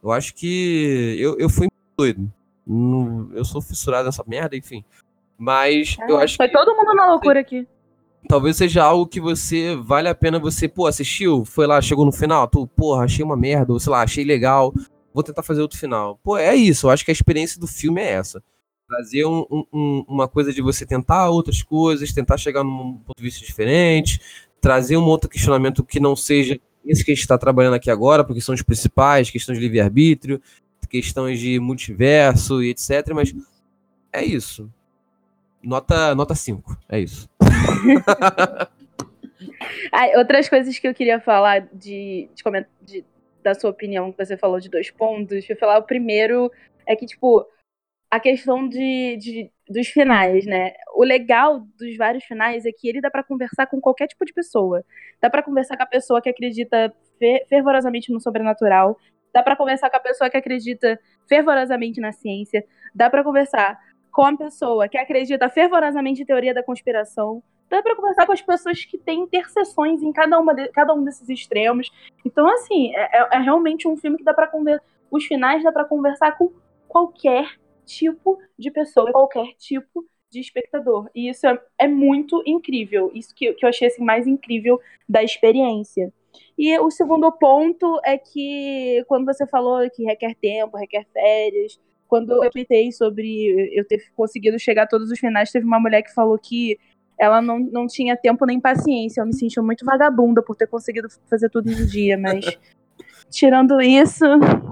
E: Eu acho que eu, eu fui doido. Não- Eu sou fissurado nessa merda, enfim. Mas eu acho
C: Foi
E: que
C: todo mundo na loucura aqui.
E: talvez seja algo que você vale a pena você, pô, assistiu, foi lá, chegou no final, tu, porra, achei uma merda, ou sei lá, achei legal, vou tentar fazer outro final. Pô, é isso, eu acho que a experiência do filme é essa. Trazer um- um- um- uma coisa de você tentar outras coisas, tentar chegar num ponto de vista diferente, trazer um outro questionamento que não seja esse que a gente está trabalhando aqui agora, porque são os principais, questões de livre-arbítrio, questões de multiverso e etcétera. Mas é isso. Nota, nota cinco, é isso.
C: Ah, outras coisas que eu queria falar de, de, coment- de- da sua opinião, que você falou de dois pontos. Eu falar o primeiro é que, tipo, a questão de, de- dos finais, né? O legal dos vários finais é que ele dá pra conversar com qualquer tipo de pessoa. Dá pra conversar com a pessoa que acredita fe- fervorosamente no sobrenatural. Dá pra conversar com a pessoa que acredita fervorosamente na ciência. Dá pra conversar com a pessoa que acredita fervorosamente em teoria da conspiração. Dá pra conversar com as pessoas que têm interseções em cada, uma de- cada um desses extremos. Então, assim, é, é- é realmente um filme que dá pra conversar. Os finais dá pra conversar com qualquer tipo de pessoa, qualquer tipo de espectador. E isso é, é muito incrível. Isso que, que eu achei assim, mais incrível da experiência. E o segundo ponto é que quando você falou que requer tempo, requer férias, quando eu tuitei sobre eu ter conseguido chegar a todos os finais, teve uma mulher que falou que ela não, não tinha tempo nem paciência. Eu me senti muito vagabunda por ter conseguido fazer tudo em um dia, mas tirando isso,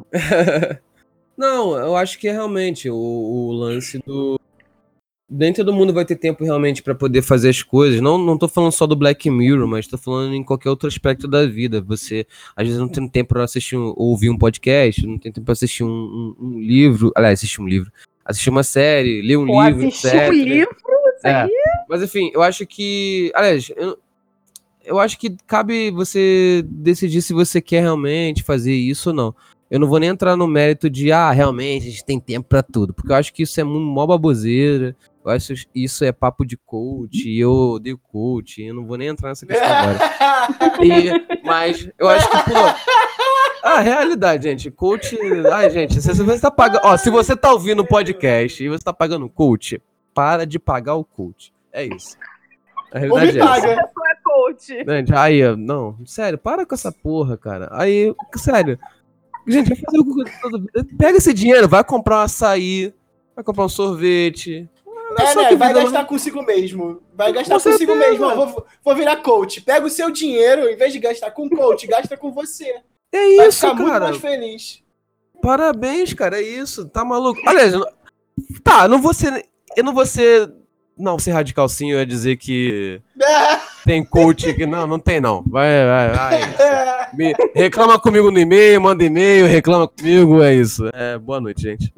E: Não, eu acho que é realmente o, o lance do. Nem todo mundo vai ter tempo realmente pra poder fazer as coisas. Não, não tô falando só do Black Mirror, mas tô falando em qualquer outro aspecto da vida. Você, às vezes, não tem tempo pra assistir um, ouvir um podcast, não tem tempo pra assistir um, um- um livro. Aliás, assistir um livro. Assistir uma série, ler um
C: pô,
E: livro,
C: assistir um
E: etcétera.
C: livro, isso
E: É.
C: aí.
E: Mas enfim, eu acho que. Aliás, eu, eu acho que cabe você decidir se você quer realmente fazer isso ou não. Eu não vou nem entrar no mérito de, ah, realmente, a gente tem tempo pra tudo, porque eu acho que isso é mu- mó baboseira, eu acho que isso é papo de coach, e eu odeio coach, eu não vou nem entrar nessa questão agora. E- mas eu acho que, pô, a realidade, gente, coach, ai, gente, se você tá pagando, ó, se você tá ouvindo o podcast e você tá pagando coach, para de pagar o coach, é isso. A
B: Ou me
E: realidade é essa.
B: paga.
C: É coach.
E: Gente, aí, eu- não, sério, para com essa porra, cara. Aí, sério, gente, vai fazer o Google todo. Pega esse dinheiro, vai comprar um açaí, vai comprar um sorvete. Olha
B: É,
E: só
B: né?
E: que
B: Vai
E: vida-
B: gastar consigo mesmo. Vai gastar
E: Com
B: consigo
E: certeza.
B: mesmo. Ó, vou, vou virar coach. Pega o seu dinheiro, em vez de gastar com coach, gasta com você.
E: É
B: Vai
E: isso,
B: ficar muito
E: cara.
B: mais feliz.
E: Parabéns, cara, é isso. Tá maluco? Aliás, eu não- tá, eu não vou ser. Eu não vou ser. Não, vou ser radical sim, eu ia dizer que tem coach que. Não, não tem não. Vai, vai, vai. Me- reclama comigo no e-mail, manda e-mail, reclama comigo, é isso. É, boa noite, gente.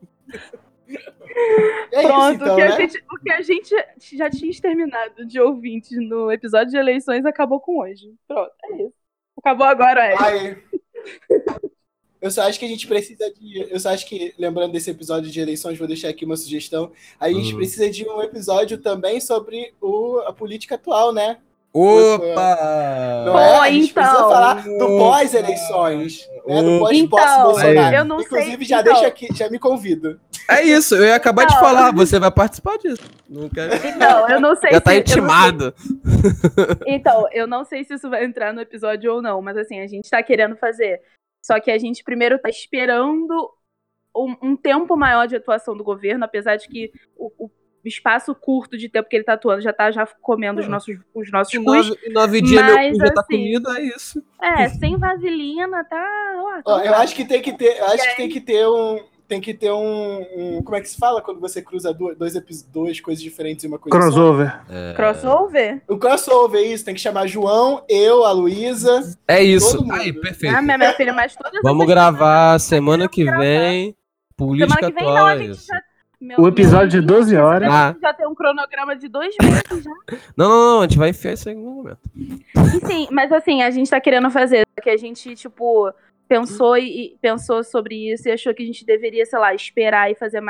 B: É
C: Pronto,
B: isso, então,
C: o, que a
B: né?
C: gente, o que a gente já tinha exterminado de ouvintes no episódio de eleições acabou com hoje. Pronto, é isso. Acabou agora, é.
B: Ai, eu só acho que a gente precisa de. Eu só acho que, lembrando desse episódio de eleições, vou deixar aqui uma sugestão. A gente
E: Uhum.
B: precisa de um episódio também sobre o, a política atual, né?
E: Opa!
B: Não é? A gente
C: então.
B: precisa falar do pós-eleições, né? Do pós-posse
C: Então,
B: Bolsonaro.
C: eu não sei-
B: Inclusive, já
C: então.
B: deixa aqui, já me convido.
E: É isso, eu ia acabar de
C: Não.
E: falar, você vai participar disso. Não quero...
C: Então, eu não sei
E: Já tá
C: se. eu não sei-
E: intimado.
C: Então, eu não sei se isso vai entrar no episódio ou não, mas assim, a gente tá querendo fazer. Só que a gente primeiro tá esperando um, um tempo maior de atuação do governo, apesar de que o, o espaço curto de tempo que ele tá atuando já tá já comendo os nossos, os nossos
E: Em
C: custos.
E: nove, em nove dias
C: mas,
E: meu cu já tá
C: assim,
E: comido, é isso.
C: É, sem vaselina, tá. Ó,
B: Ó,
C: tá
B: eu acho que tem que ter, eu acho
C: E
B: que tem que ter um, tem que ter um, um- como é que se fala quando você cruza duas, dois, epi- duas coisas diferentes em uma coisa só?
D: Crossover.
C: crossover?
B: O crossover, isso, tem que chamar João, eu, a Luísa.
E: É isso.
B: Todo mundo.
E: Aí, perfeito.
C: Ah, minha, minha filha, mas todas
E: Vamos
C: essas
E: gravar semana que
C: gravar.
E: vem. Política
C: Semana que vem,
E: atual,
C: não, a
E: é
C: gente
E: isso.
C: já. Meu,
D: O episódio de doze horas.
E: Ah.
C: Já tem um cronograma de dois meses já.
E: Não, não, não, a gente vai enfiar isso aí em algum momento.
C: E sim, mas assim, a gente tá querendo fazer. Que a gente, tipo, pensou e, e pensou sobre isso e achou que a gente deveria, sei lá, esperar e fazer mais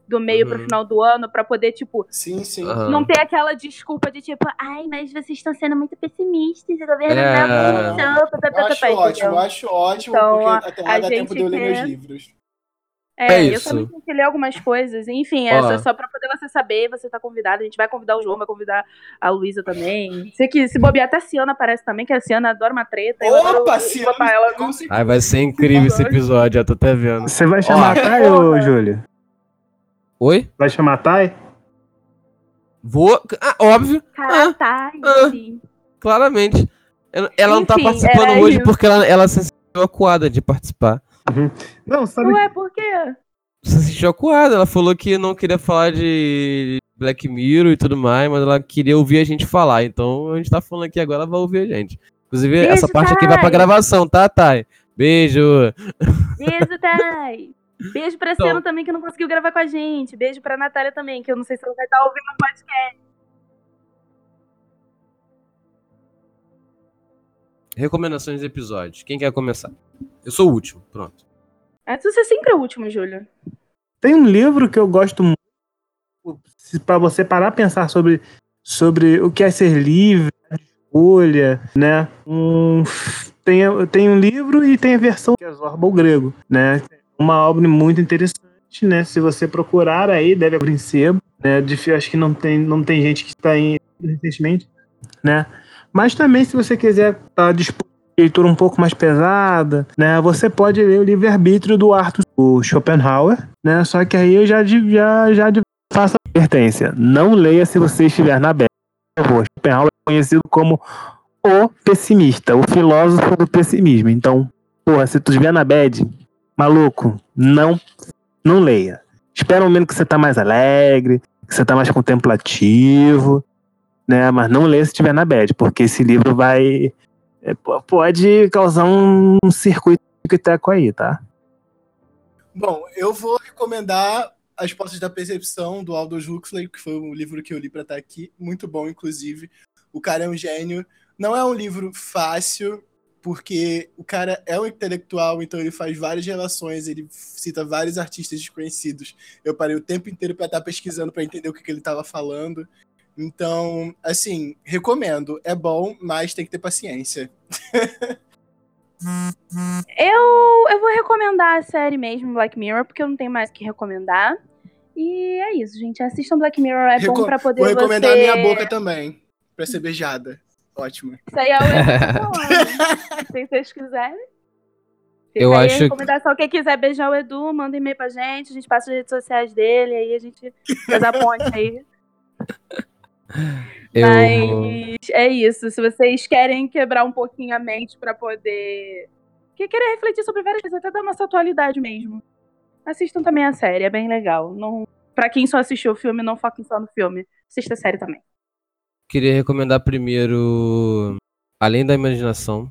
C: do meio pro
A: Uhum.
C: final do ano pra poder, tipo,
B: Sim, sim.
A: Aham.
C: não ter aquela desculpa de tipo, ai, mas vocês estão sendo muito pessimistas, o governo
A: É.
C: não avançou, pá, pá,
B: Eu
C: pá,
B: acho
C: pá,
B: ótimo,
C: entendeu?
B: eu acho ótimo,
C: Então,
B: porque
C: a-
B: até lá
C: a
B: dá tempo de eu
C: gente
B: ler meus
C: quer-
B: livros.
C: É,
A: É
C: eu
A: isso.
C: também tenho que ler algumas coisas. Enfim, é
A: Ó.
C: só, só pra poder você saber, você tá convidado. A gente vai convidar o João, vai convidar a Luísa também. Sei que se bobear, até a Ciana aparece também, que a Ciana adora uma treta. Eu adoro
B: Opa, se
C: botar ela
B: com
C: no...
B: certeza.
A: Ai, vai ser incrível esse episódio, eu tô até vendo.
D: Você vai chamar a Thay, ô
C: Porra.
D: Júlio?
A: Oi?
D: Vai chamar a Thay?
A: Vou. Ah, óbvio.
C: Cara,
A: Ah,
C: tá,
A: ah.
C: sim.
A: Claramente. Ela ela não tá
C: Enfim,
A: participando
C: era
A: hoje
C: isso.
A: porque ela, ela se sentiu acuada de participar.
D: Não, sabe?
C: Ué, por quê?
A: Se sentiu acuada. Ela falou que não queria falar de Black Mirror e tudo mais, mas ela queria ouvir a gente falar. Então a gente tá falando aqui agora, ela vai ouvir a gente. Inclusive,
C: Beijo,
A: essa parte aqui vai pra
C: Thay.
A: gravação, tá, Thay? Beijo.
C: Beijo, Thay. Beijo pra
A: Então.
C: Ciano também, que não conseguiu gravar com a gente. Beijo pra Natália também, que eu não sei se ela vai estar ouvindo o podcast.
A: Recomendações de episódios. Quem quer começar? Eu sou o último, pronto.
C: É, você é sempre o último, Júlio.
D: Tem um livro que eu gosto muito para você parar a pensar sobre, sobre o que é ser livre, a escolha, né? Um, tem, tem um livro e tem a versão que é Zorba o Grego, né? Uma obra muito interessante, né? Se você procurar aí, deve abrir em sebo, né? De, acho que não tem, não tem gente que está em recentemente, né? Mas também, se você quiser estar disposto a leitura um pouco mais pesada, né? Você pode ler o Livre-Arbítrio do Arthur o Schopenhauer, né? Só que aí eu já, já, já faço a advertência. Não leia se você estiver na bad. Por favor, Schopenhauer é conhecido como o pessimista, o filósofo do pessimismo. Então, porra, se tu estiver na bad, maluco, não, não leia. Espera um momento que você tá mais alegre, que você tá mais contemplativo, né? Mas não leia se estiver na bad, porque esse livro vai... É, pode causar um, um circuito aí, tá?
B: Bom, eu vou recomendar As Portas da Percepção, do Aldous Huxley, que foi um livro que eu li pra estar aqui. Muito bom, inclusive. O cara é um gênio. Não é um livro fácil, porque o cara é um intelectual, então ele faz várias relações, ele cita vários artistas desconhecidos. Eu parei o tempo inteiro pra estar pesquisando pra entender o que, que ele estava falando. Então, assim, recomendo. É bom, mas tem que ter paciência.
C: Eu, eu vou recomendar a série mesmo, Black Mirror, porque eu não tenho mais o que recomendar. E é isso, gente. Assistam Black Mirror, é
B: Reco-
C: bom pra poder
B: Vou recomendar
C: você...
B: a minha boca também, pra ser beijada. Ótimo.
C: Isso aí é o Edu falando. Se vocês quiserem. Fica
A: Eu
C: aí
A: acho
C: a recomendação. Quem quiser beijar o Edu, manda e-mail pra gente. A gente passa as redes sociais dele, aí a gente faz a ponte aí.
A: Eu...
C: Mas é isso. Se vocês querem quebrar um pouquinho a mente pra poder... Que querer refletir sobre várias coisas, até da nossa atualidade mesmo. Assistam também a série, é bem legal. Não... Pra quem só assistiu o filme, não foquem só no filme. Assista a série também.
A: Queria recomendar primeiro Além da Imaginação.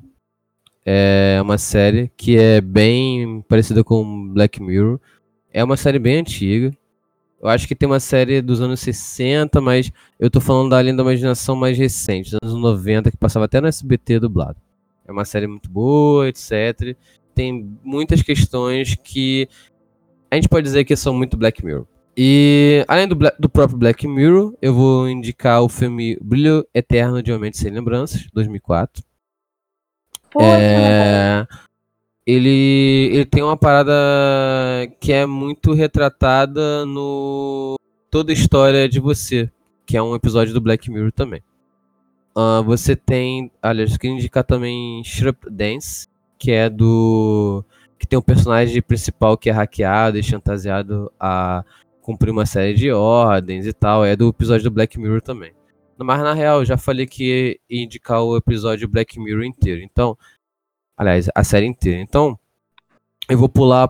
A: É uma série que é bem parecida com Black Mirror. É uma série bem antiga. Eu acho que tem uma série dos anos sessenta, mas eu tô falando da Além da Imaginação mais recente, dos anos noventa, que passava até no S B T dublado. É uma série muito boa, etcétera. Tem muitas questões que a gente pode dizer que são muito Black Mirror. E além do, Bla- do próprio Black Mirror, eu vou indicar o filme Brilho Eterno de Uma Mente Sem Lembranças, dois mil e quatro.
C: Pô,
A: É, ele, ele tem uma parada que é muito retratada no Toda a História de Você, que é um episódio do Black Mirror também. Ah, você tem, aliás, eu queria indicar também Shrup Dance, que é do... que tem um personagem principal que é hackeado e chantageado a cumprir uma série de ordens e tal. É do episódio do Black Mirror também. Mas na real, eu já falei que ia indicar o episódio Black Mirror inteiro. Então, aliás, a série inteira. Então, eu vou pular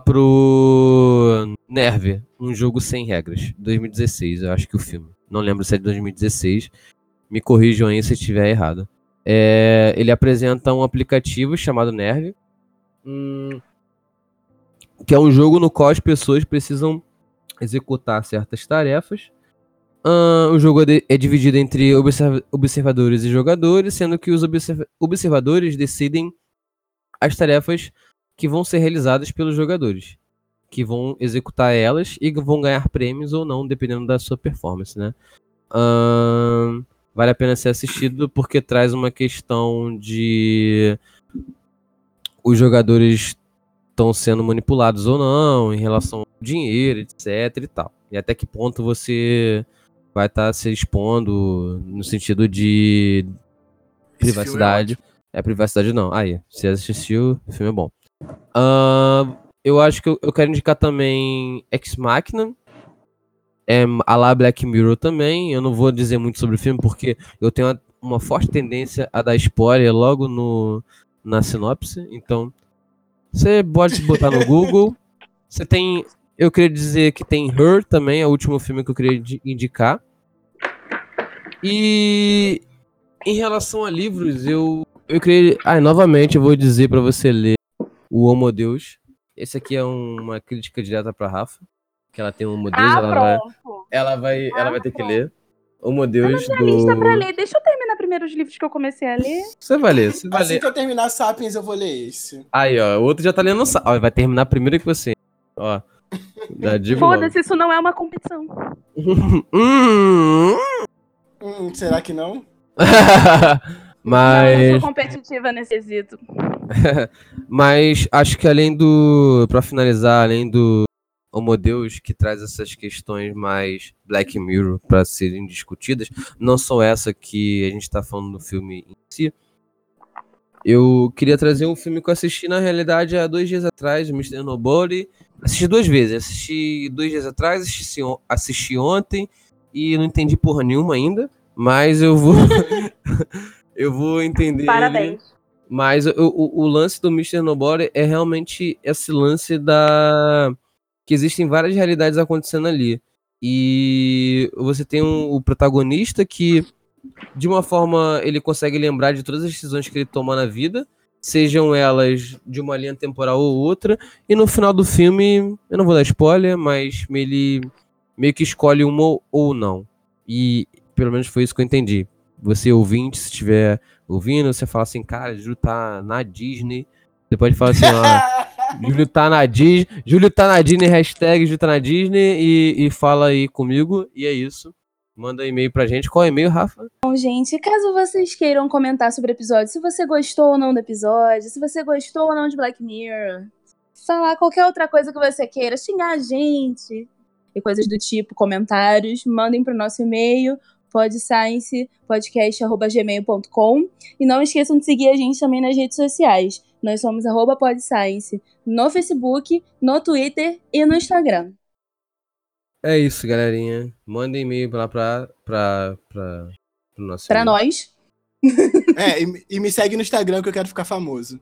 A: pro Nerve, um jogo sem regras, dois mil e dezesseis, eu acho que o filme. Não lembro se é de dois mil e dezesseis. Me corrijam aí se estiver errado. É, ele apresenta um aplicativo chamado Nerve, hum, que é um jogo no qual as pessoas precisam executar certas tarefas. Uh, o jogo é, de, é dividido entre observa- observadores e jogadores, sendo que os observa- observadores decidem as tarefas que vão ser realizadas pelos jogadores, que vão executar elas e vão ganhar prêmios ou não, dependendo da sua performance, né? Ahn, vale a pena ser assistido porque traz uma questão de os jogadores estão sendo manipulados ou não em relação ao dinheiro, etc e tal. E até que ponto você vai estar se expondo no sentido de
B: Esse
A: privacidade. É, privacidade não. Aí, você assistiu, o filme é bom. Ahn, eu acho que eu, eu quero indicar também Ex Machina. É, a lá Black Mirror também. Eu não vou dizer muito sobre o filme porque eu tenho uma, uma forte tendência a dar spoiler logo no, na sinopse. Então, você pode botar no Google. Você tem. Eu queria dizer que tem Her também, é o último filme que eu queria indi- indicar. E em relação a livros, eu, eu queria. Ah, novamente eu vou dizer pra você ler o Homo Deus. Esse aqui é um- uma crítica direta pra Rafa. Que ela tem o Homo Deus,
C: Ah,
A: ela vai,
C: pronto.
A: ela vai, ela
C: Ah,
A: vai ter que
C: pronto.
A: ler. Homo
C: Tá
A: Deus
C: na minha lista pra
A: do.
C: ler. Deixa eu terminar primeiro os livros que eu comecei a ler.
A: Você vai ler, você vai
B: Assim
A: ler.
B: que eu terminar Sapiens, eu vou ler esse.
A: Aí, ó, o outro já tá lendo. sa- Ó, vai terminar primeiro que você. Ó, já digo logo.
C: Foda-se, isso não é uma competição.
A: Hum.
B: Hum, será que não?
C: Não, eu não sou
A: Mas,
C: competitiva nesse quesito.
A: mas acho que além do, pra finalizar, além do Homo Deus que traz essas questões mais Black Mirror pra serem discutidas, não só essa que a gente tá falando no filme em si. Eu queria trazer um filme que eu assisti na realidade há dois dias atrás, o mister Nobody. Assisti duas vezes, assisti dois dias atrás, assisti, on- assisti ontem e não entendi porra nenhuma ainda, mas eu vou eu vou entender ele.
C: Parabéns.
A: Mas o, o, o lance do mister Nobody é realmente esse lance da que existem várias realidades acontecendo ali. E você tem um- o protagonista que de uma forma ele consegue lembrar de todas as decisões que ele toma na vida, sejam elas de uma linha temporal ou outra, e no final do filme, eu não vou dar spoiler, mas ele meio que escolhe uma ou não. E pelo menos foi isso que eu entendi. Você ouvinte, se estiver ouvindo, você fala assim, cara, Júlio tá na Disney. Você pode falar assim, ó, Júlio tá na Disney, Júlio tá na Disney, hashtag Júlio tá na Disney e, e fala aí comigo, e é isso. Manda e-mail pra gente. Qual é o e-mail, Rafa?
C: Bom, gente, caso vocês queiram comentar sobre o episódio, se você gostou ou não do episódio, se você gostou ou não de Black Mirror, falar qualquer outra coisa que você queira, xingar a gente e coisas do tipo, comentários, mandem pro nosso e-mail, podscience podcast arroba gmail ponto com, e não esqueçam de seguir a gente também nas redes sociais. Nós somos arroba podscience no Facebook, no Twitter e no Instagram.
A: É isso, galerinha. Manda e-mail lá pra, pra, pra, pro nosso
C: Pra
A: e-mail.
C: nós.
B: É, e, e me segue no Instagram que eu quero ficar famoso.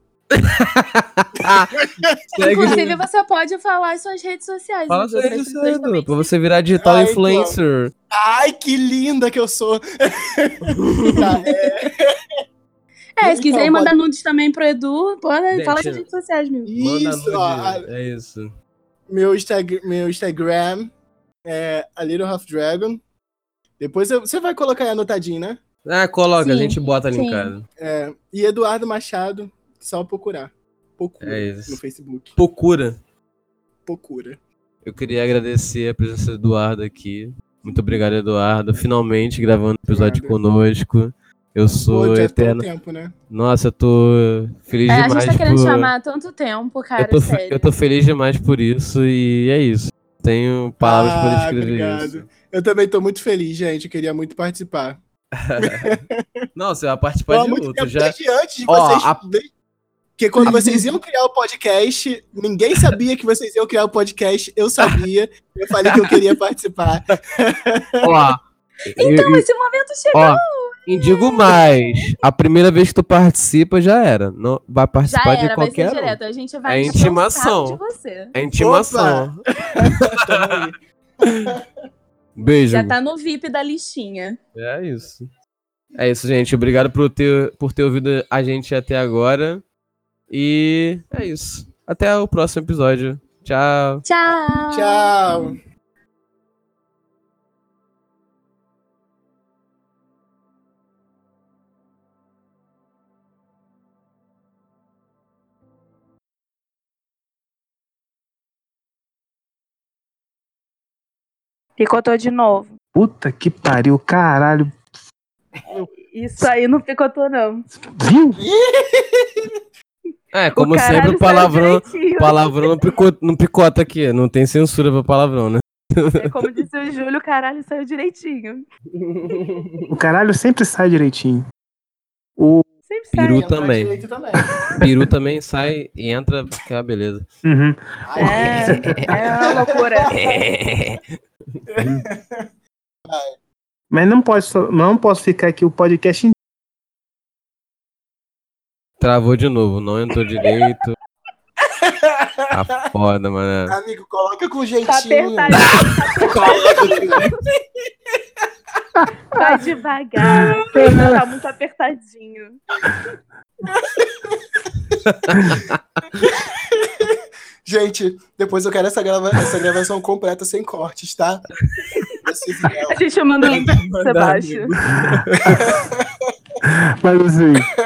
A: Segue-
C: Inclusive, você pode falar as suas redes sociais.
A: Fala
C: as
A: sua
C: outras
A: rede
C: pessoas
A: social,
C: também
A: Edu, pra você virar digital
B: Ah, então.
A: influencer.
B: Ai, que linda que eu sou! Tá, é,
C: É, se
B: Então,
C: quiserem
B: pode-
C: mandar nudes também pro Edu, pode,
A: Gente,
C: fala nas redes sociais mesmo.
A: Manda
B: Isso,
A: nude.
B: ó, a-
A: É isso.
B: meu, Instag meu Instagram é a Little Half Dragon. Depois eu- você vai colocar aí anotadinho, né?
A: Ah, coloca, a
C: Sim,
A: gente bota ali em
C: sim.
A: casa.
B: É, e Eduardo Machado, só procurar. Procura
A: É isso.
B: no Facebook.
A: Procura.
B: Procura.
A: Eu queria agradecer a presença do Eduardo aqui. Muito obrigado, Eduardo. Finalmente gravando o episódio
B: Nada.
A: conosco. Eu
B: Pô,
A: sou
B: já tô um
A: eterno.
B: tempo, né?
A: Nossa, eu tô feliz
C: É, a
A: demais
C: gente tá querendo
A: por...
C: chamar há tanto tempo, cara,
A: eu, tô, fe-
C: sério.
A: eu tô feliz demais por isso e é isso. Tenho palavras para
B: Ah,
A: descrever
B: obrigado.
A: isso.
B: Eu também tô muito feliz, gente. Eu queria muito participar.
A: Não, você vai participar
B: Tô há
A: de
B: muito
A: outro.
B: tempo,
A: Já...
B: desde antes de
A: Ó,
B: vocês...
A: a-
B: desde- Porque quando vocês iam criar o podcast, ninguém sabia que vocês iam criar o podcast. Eu sabia. Eu falei que eu queria participar.
A: Ó,
C: Então,
A: eu-
C: esse momento chegou.
A: ó, e digo mais. A primeira vez que tu participa já era. Não vai
C: Já
A: participar de
C: era, vai ser
A: qualquer um.
C: direto. A gente vai
A: É
C: encher o
A: intimação.
C: saco de você.
A: É intimação.
B: Tamo aí.
A: Beijo.
C: Já tá no V I P da listinha.
A: É isso. É isso, gente. Obrigado por ter, por ter ouvido a gente até agora. E é isso. Até o próximo episódio. Tchau.
C: Tchau.
B: Tchau.
C: Picotou de novo.
D: Puta que pariu, caralho.
C: Isso aí não picotou, não.
D: Viu?
A: É, como
C: O caralho
A: sempre, o palavrão,
C: saiu direitinho.
A: palavrão não picota, não picota aqui. Não tem censura pra palavrão, né?
C: É como disse o Júlio, o caralho saiu direitinho.
D: O caralho sempre sai direitinho. O.
C: Sempre sai.
A: Peru
B: Entra
A: também.
B: direito também.
A: Peru também sai e entra, que é uma beleza.
D: Uhum.
C: É, é uma loucura.
D: Mas não, pode, só- não posso ficar aqui o podcast inteiro.
A: Travou de novo, não entrou direito. Tá foda, mano.
B: Amigo, coloca com
C: Tá
B: jeitinho.
C: apertadinho. Vai devagar. Tá muito apertadinho.
B: Gente, depois eu quero essa, grava essa gravação completa sem cortes, tá? Preciso dela.
C: A gente manda o link pra baixo.
D: Mas assim,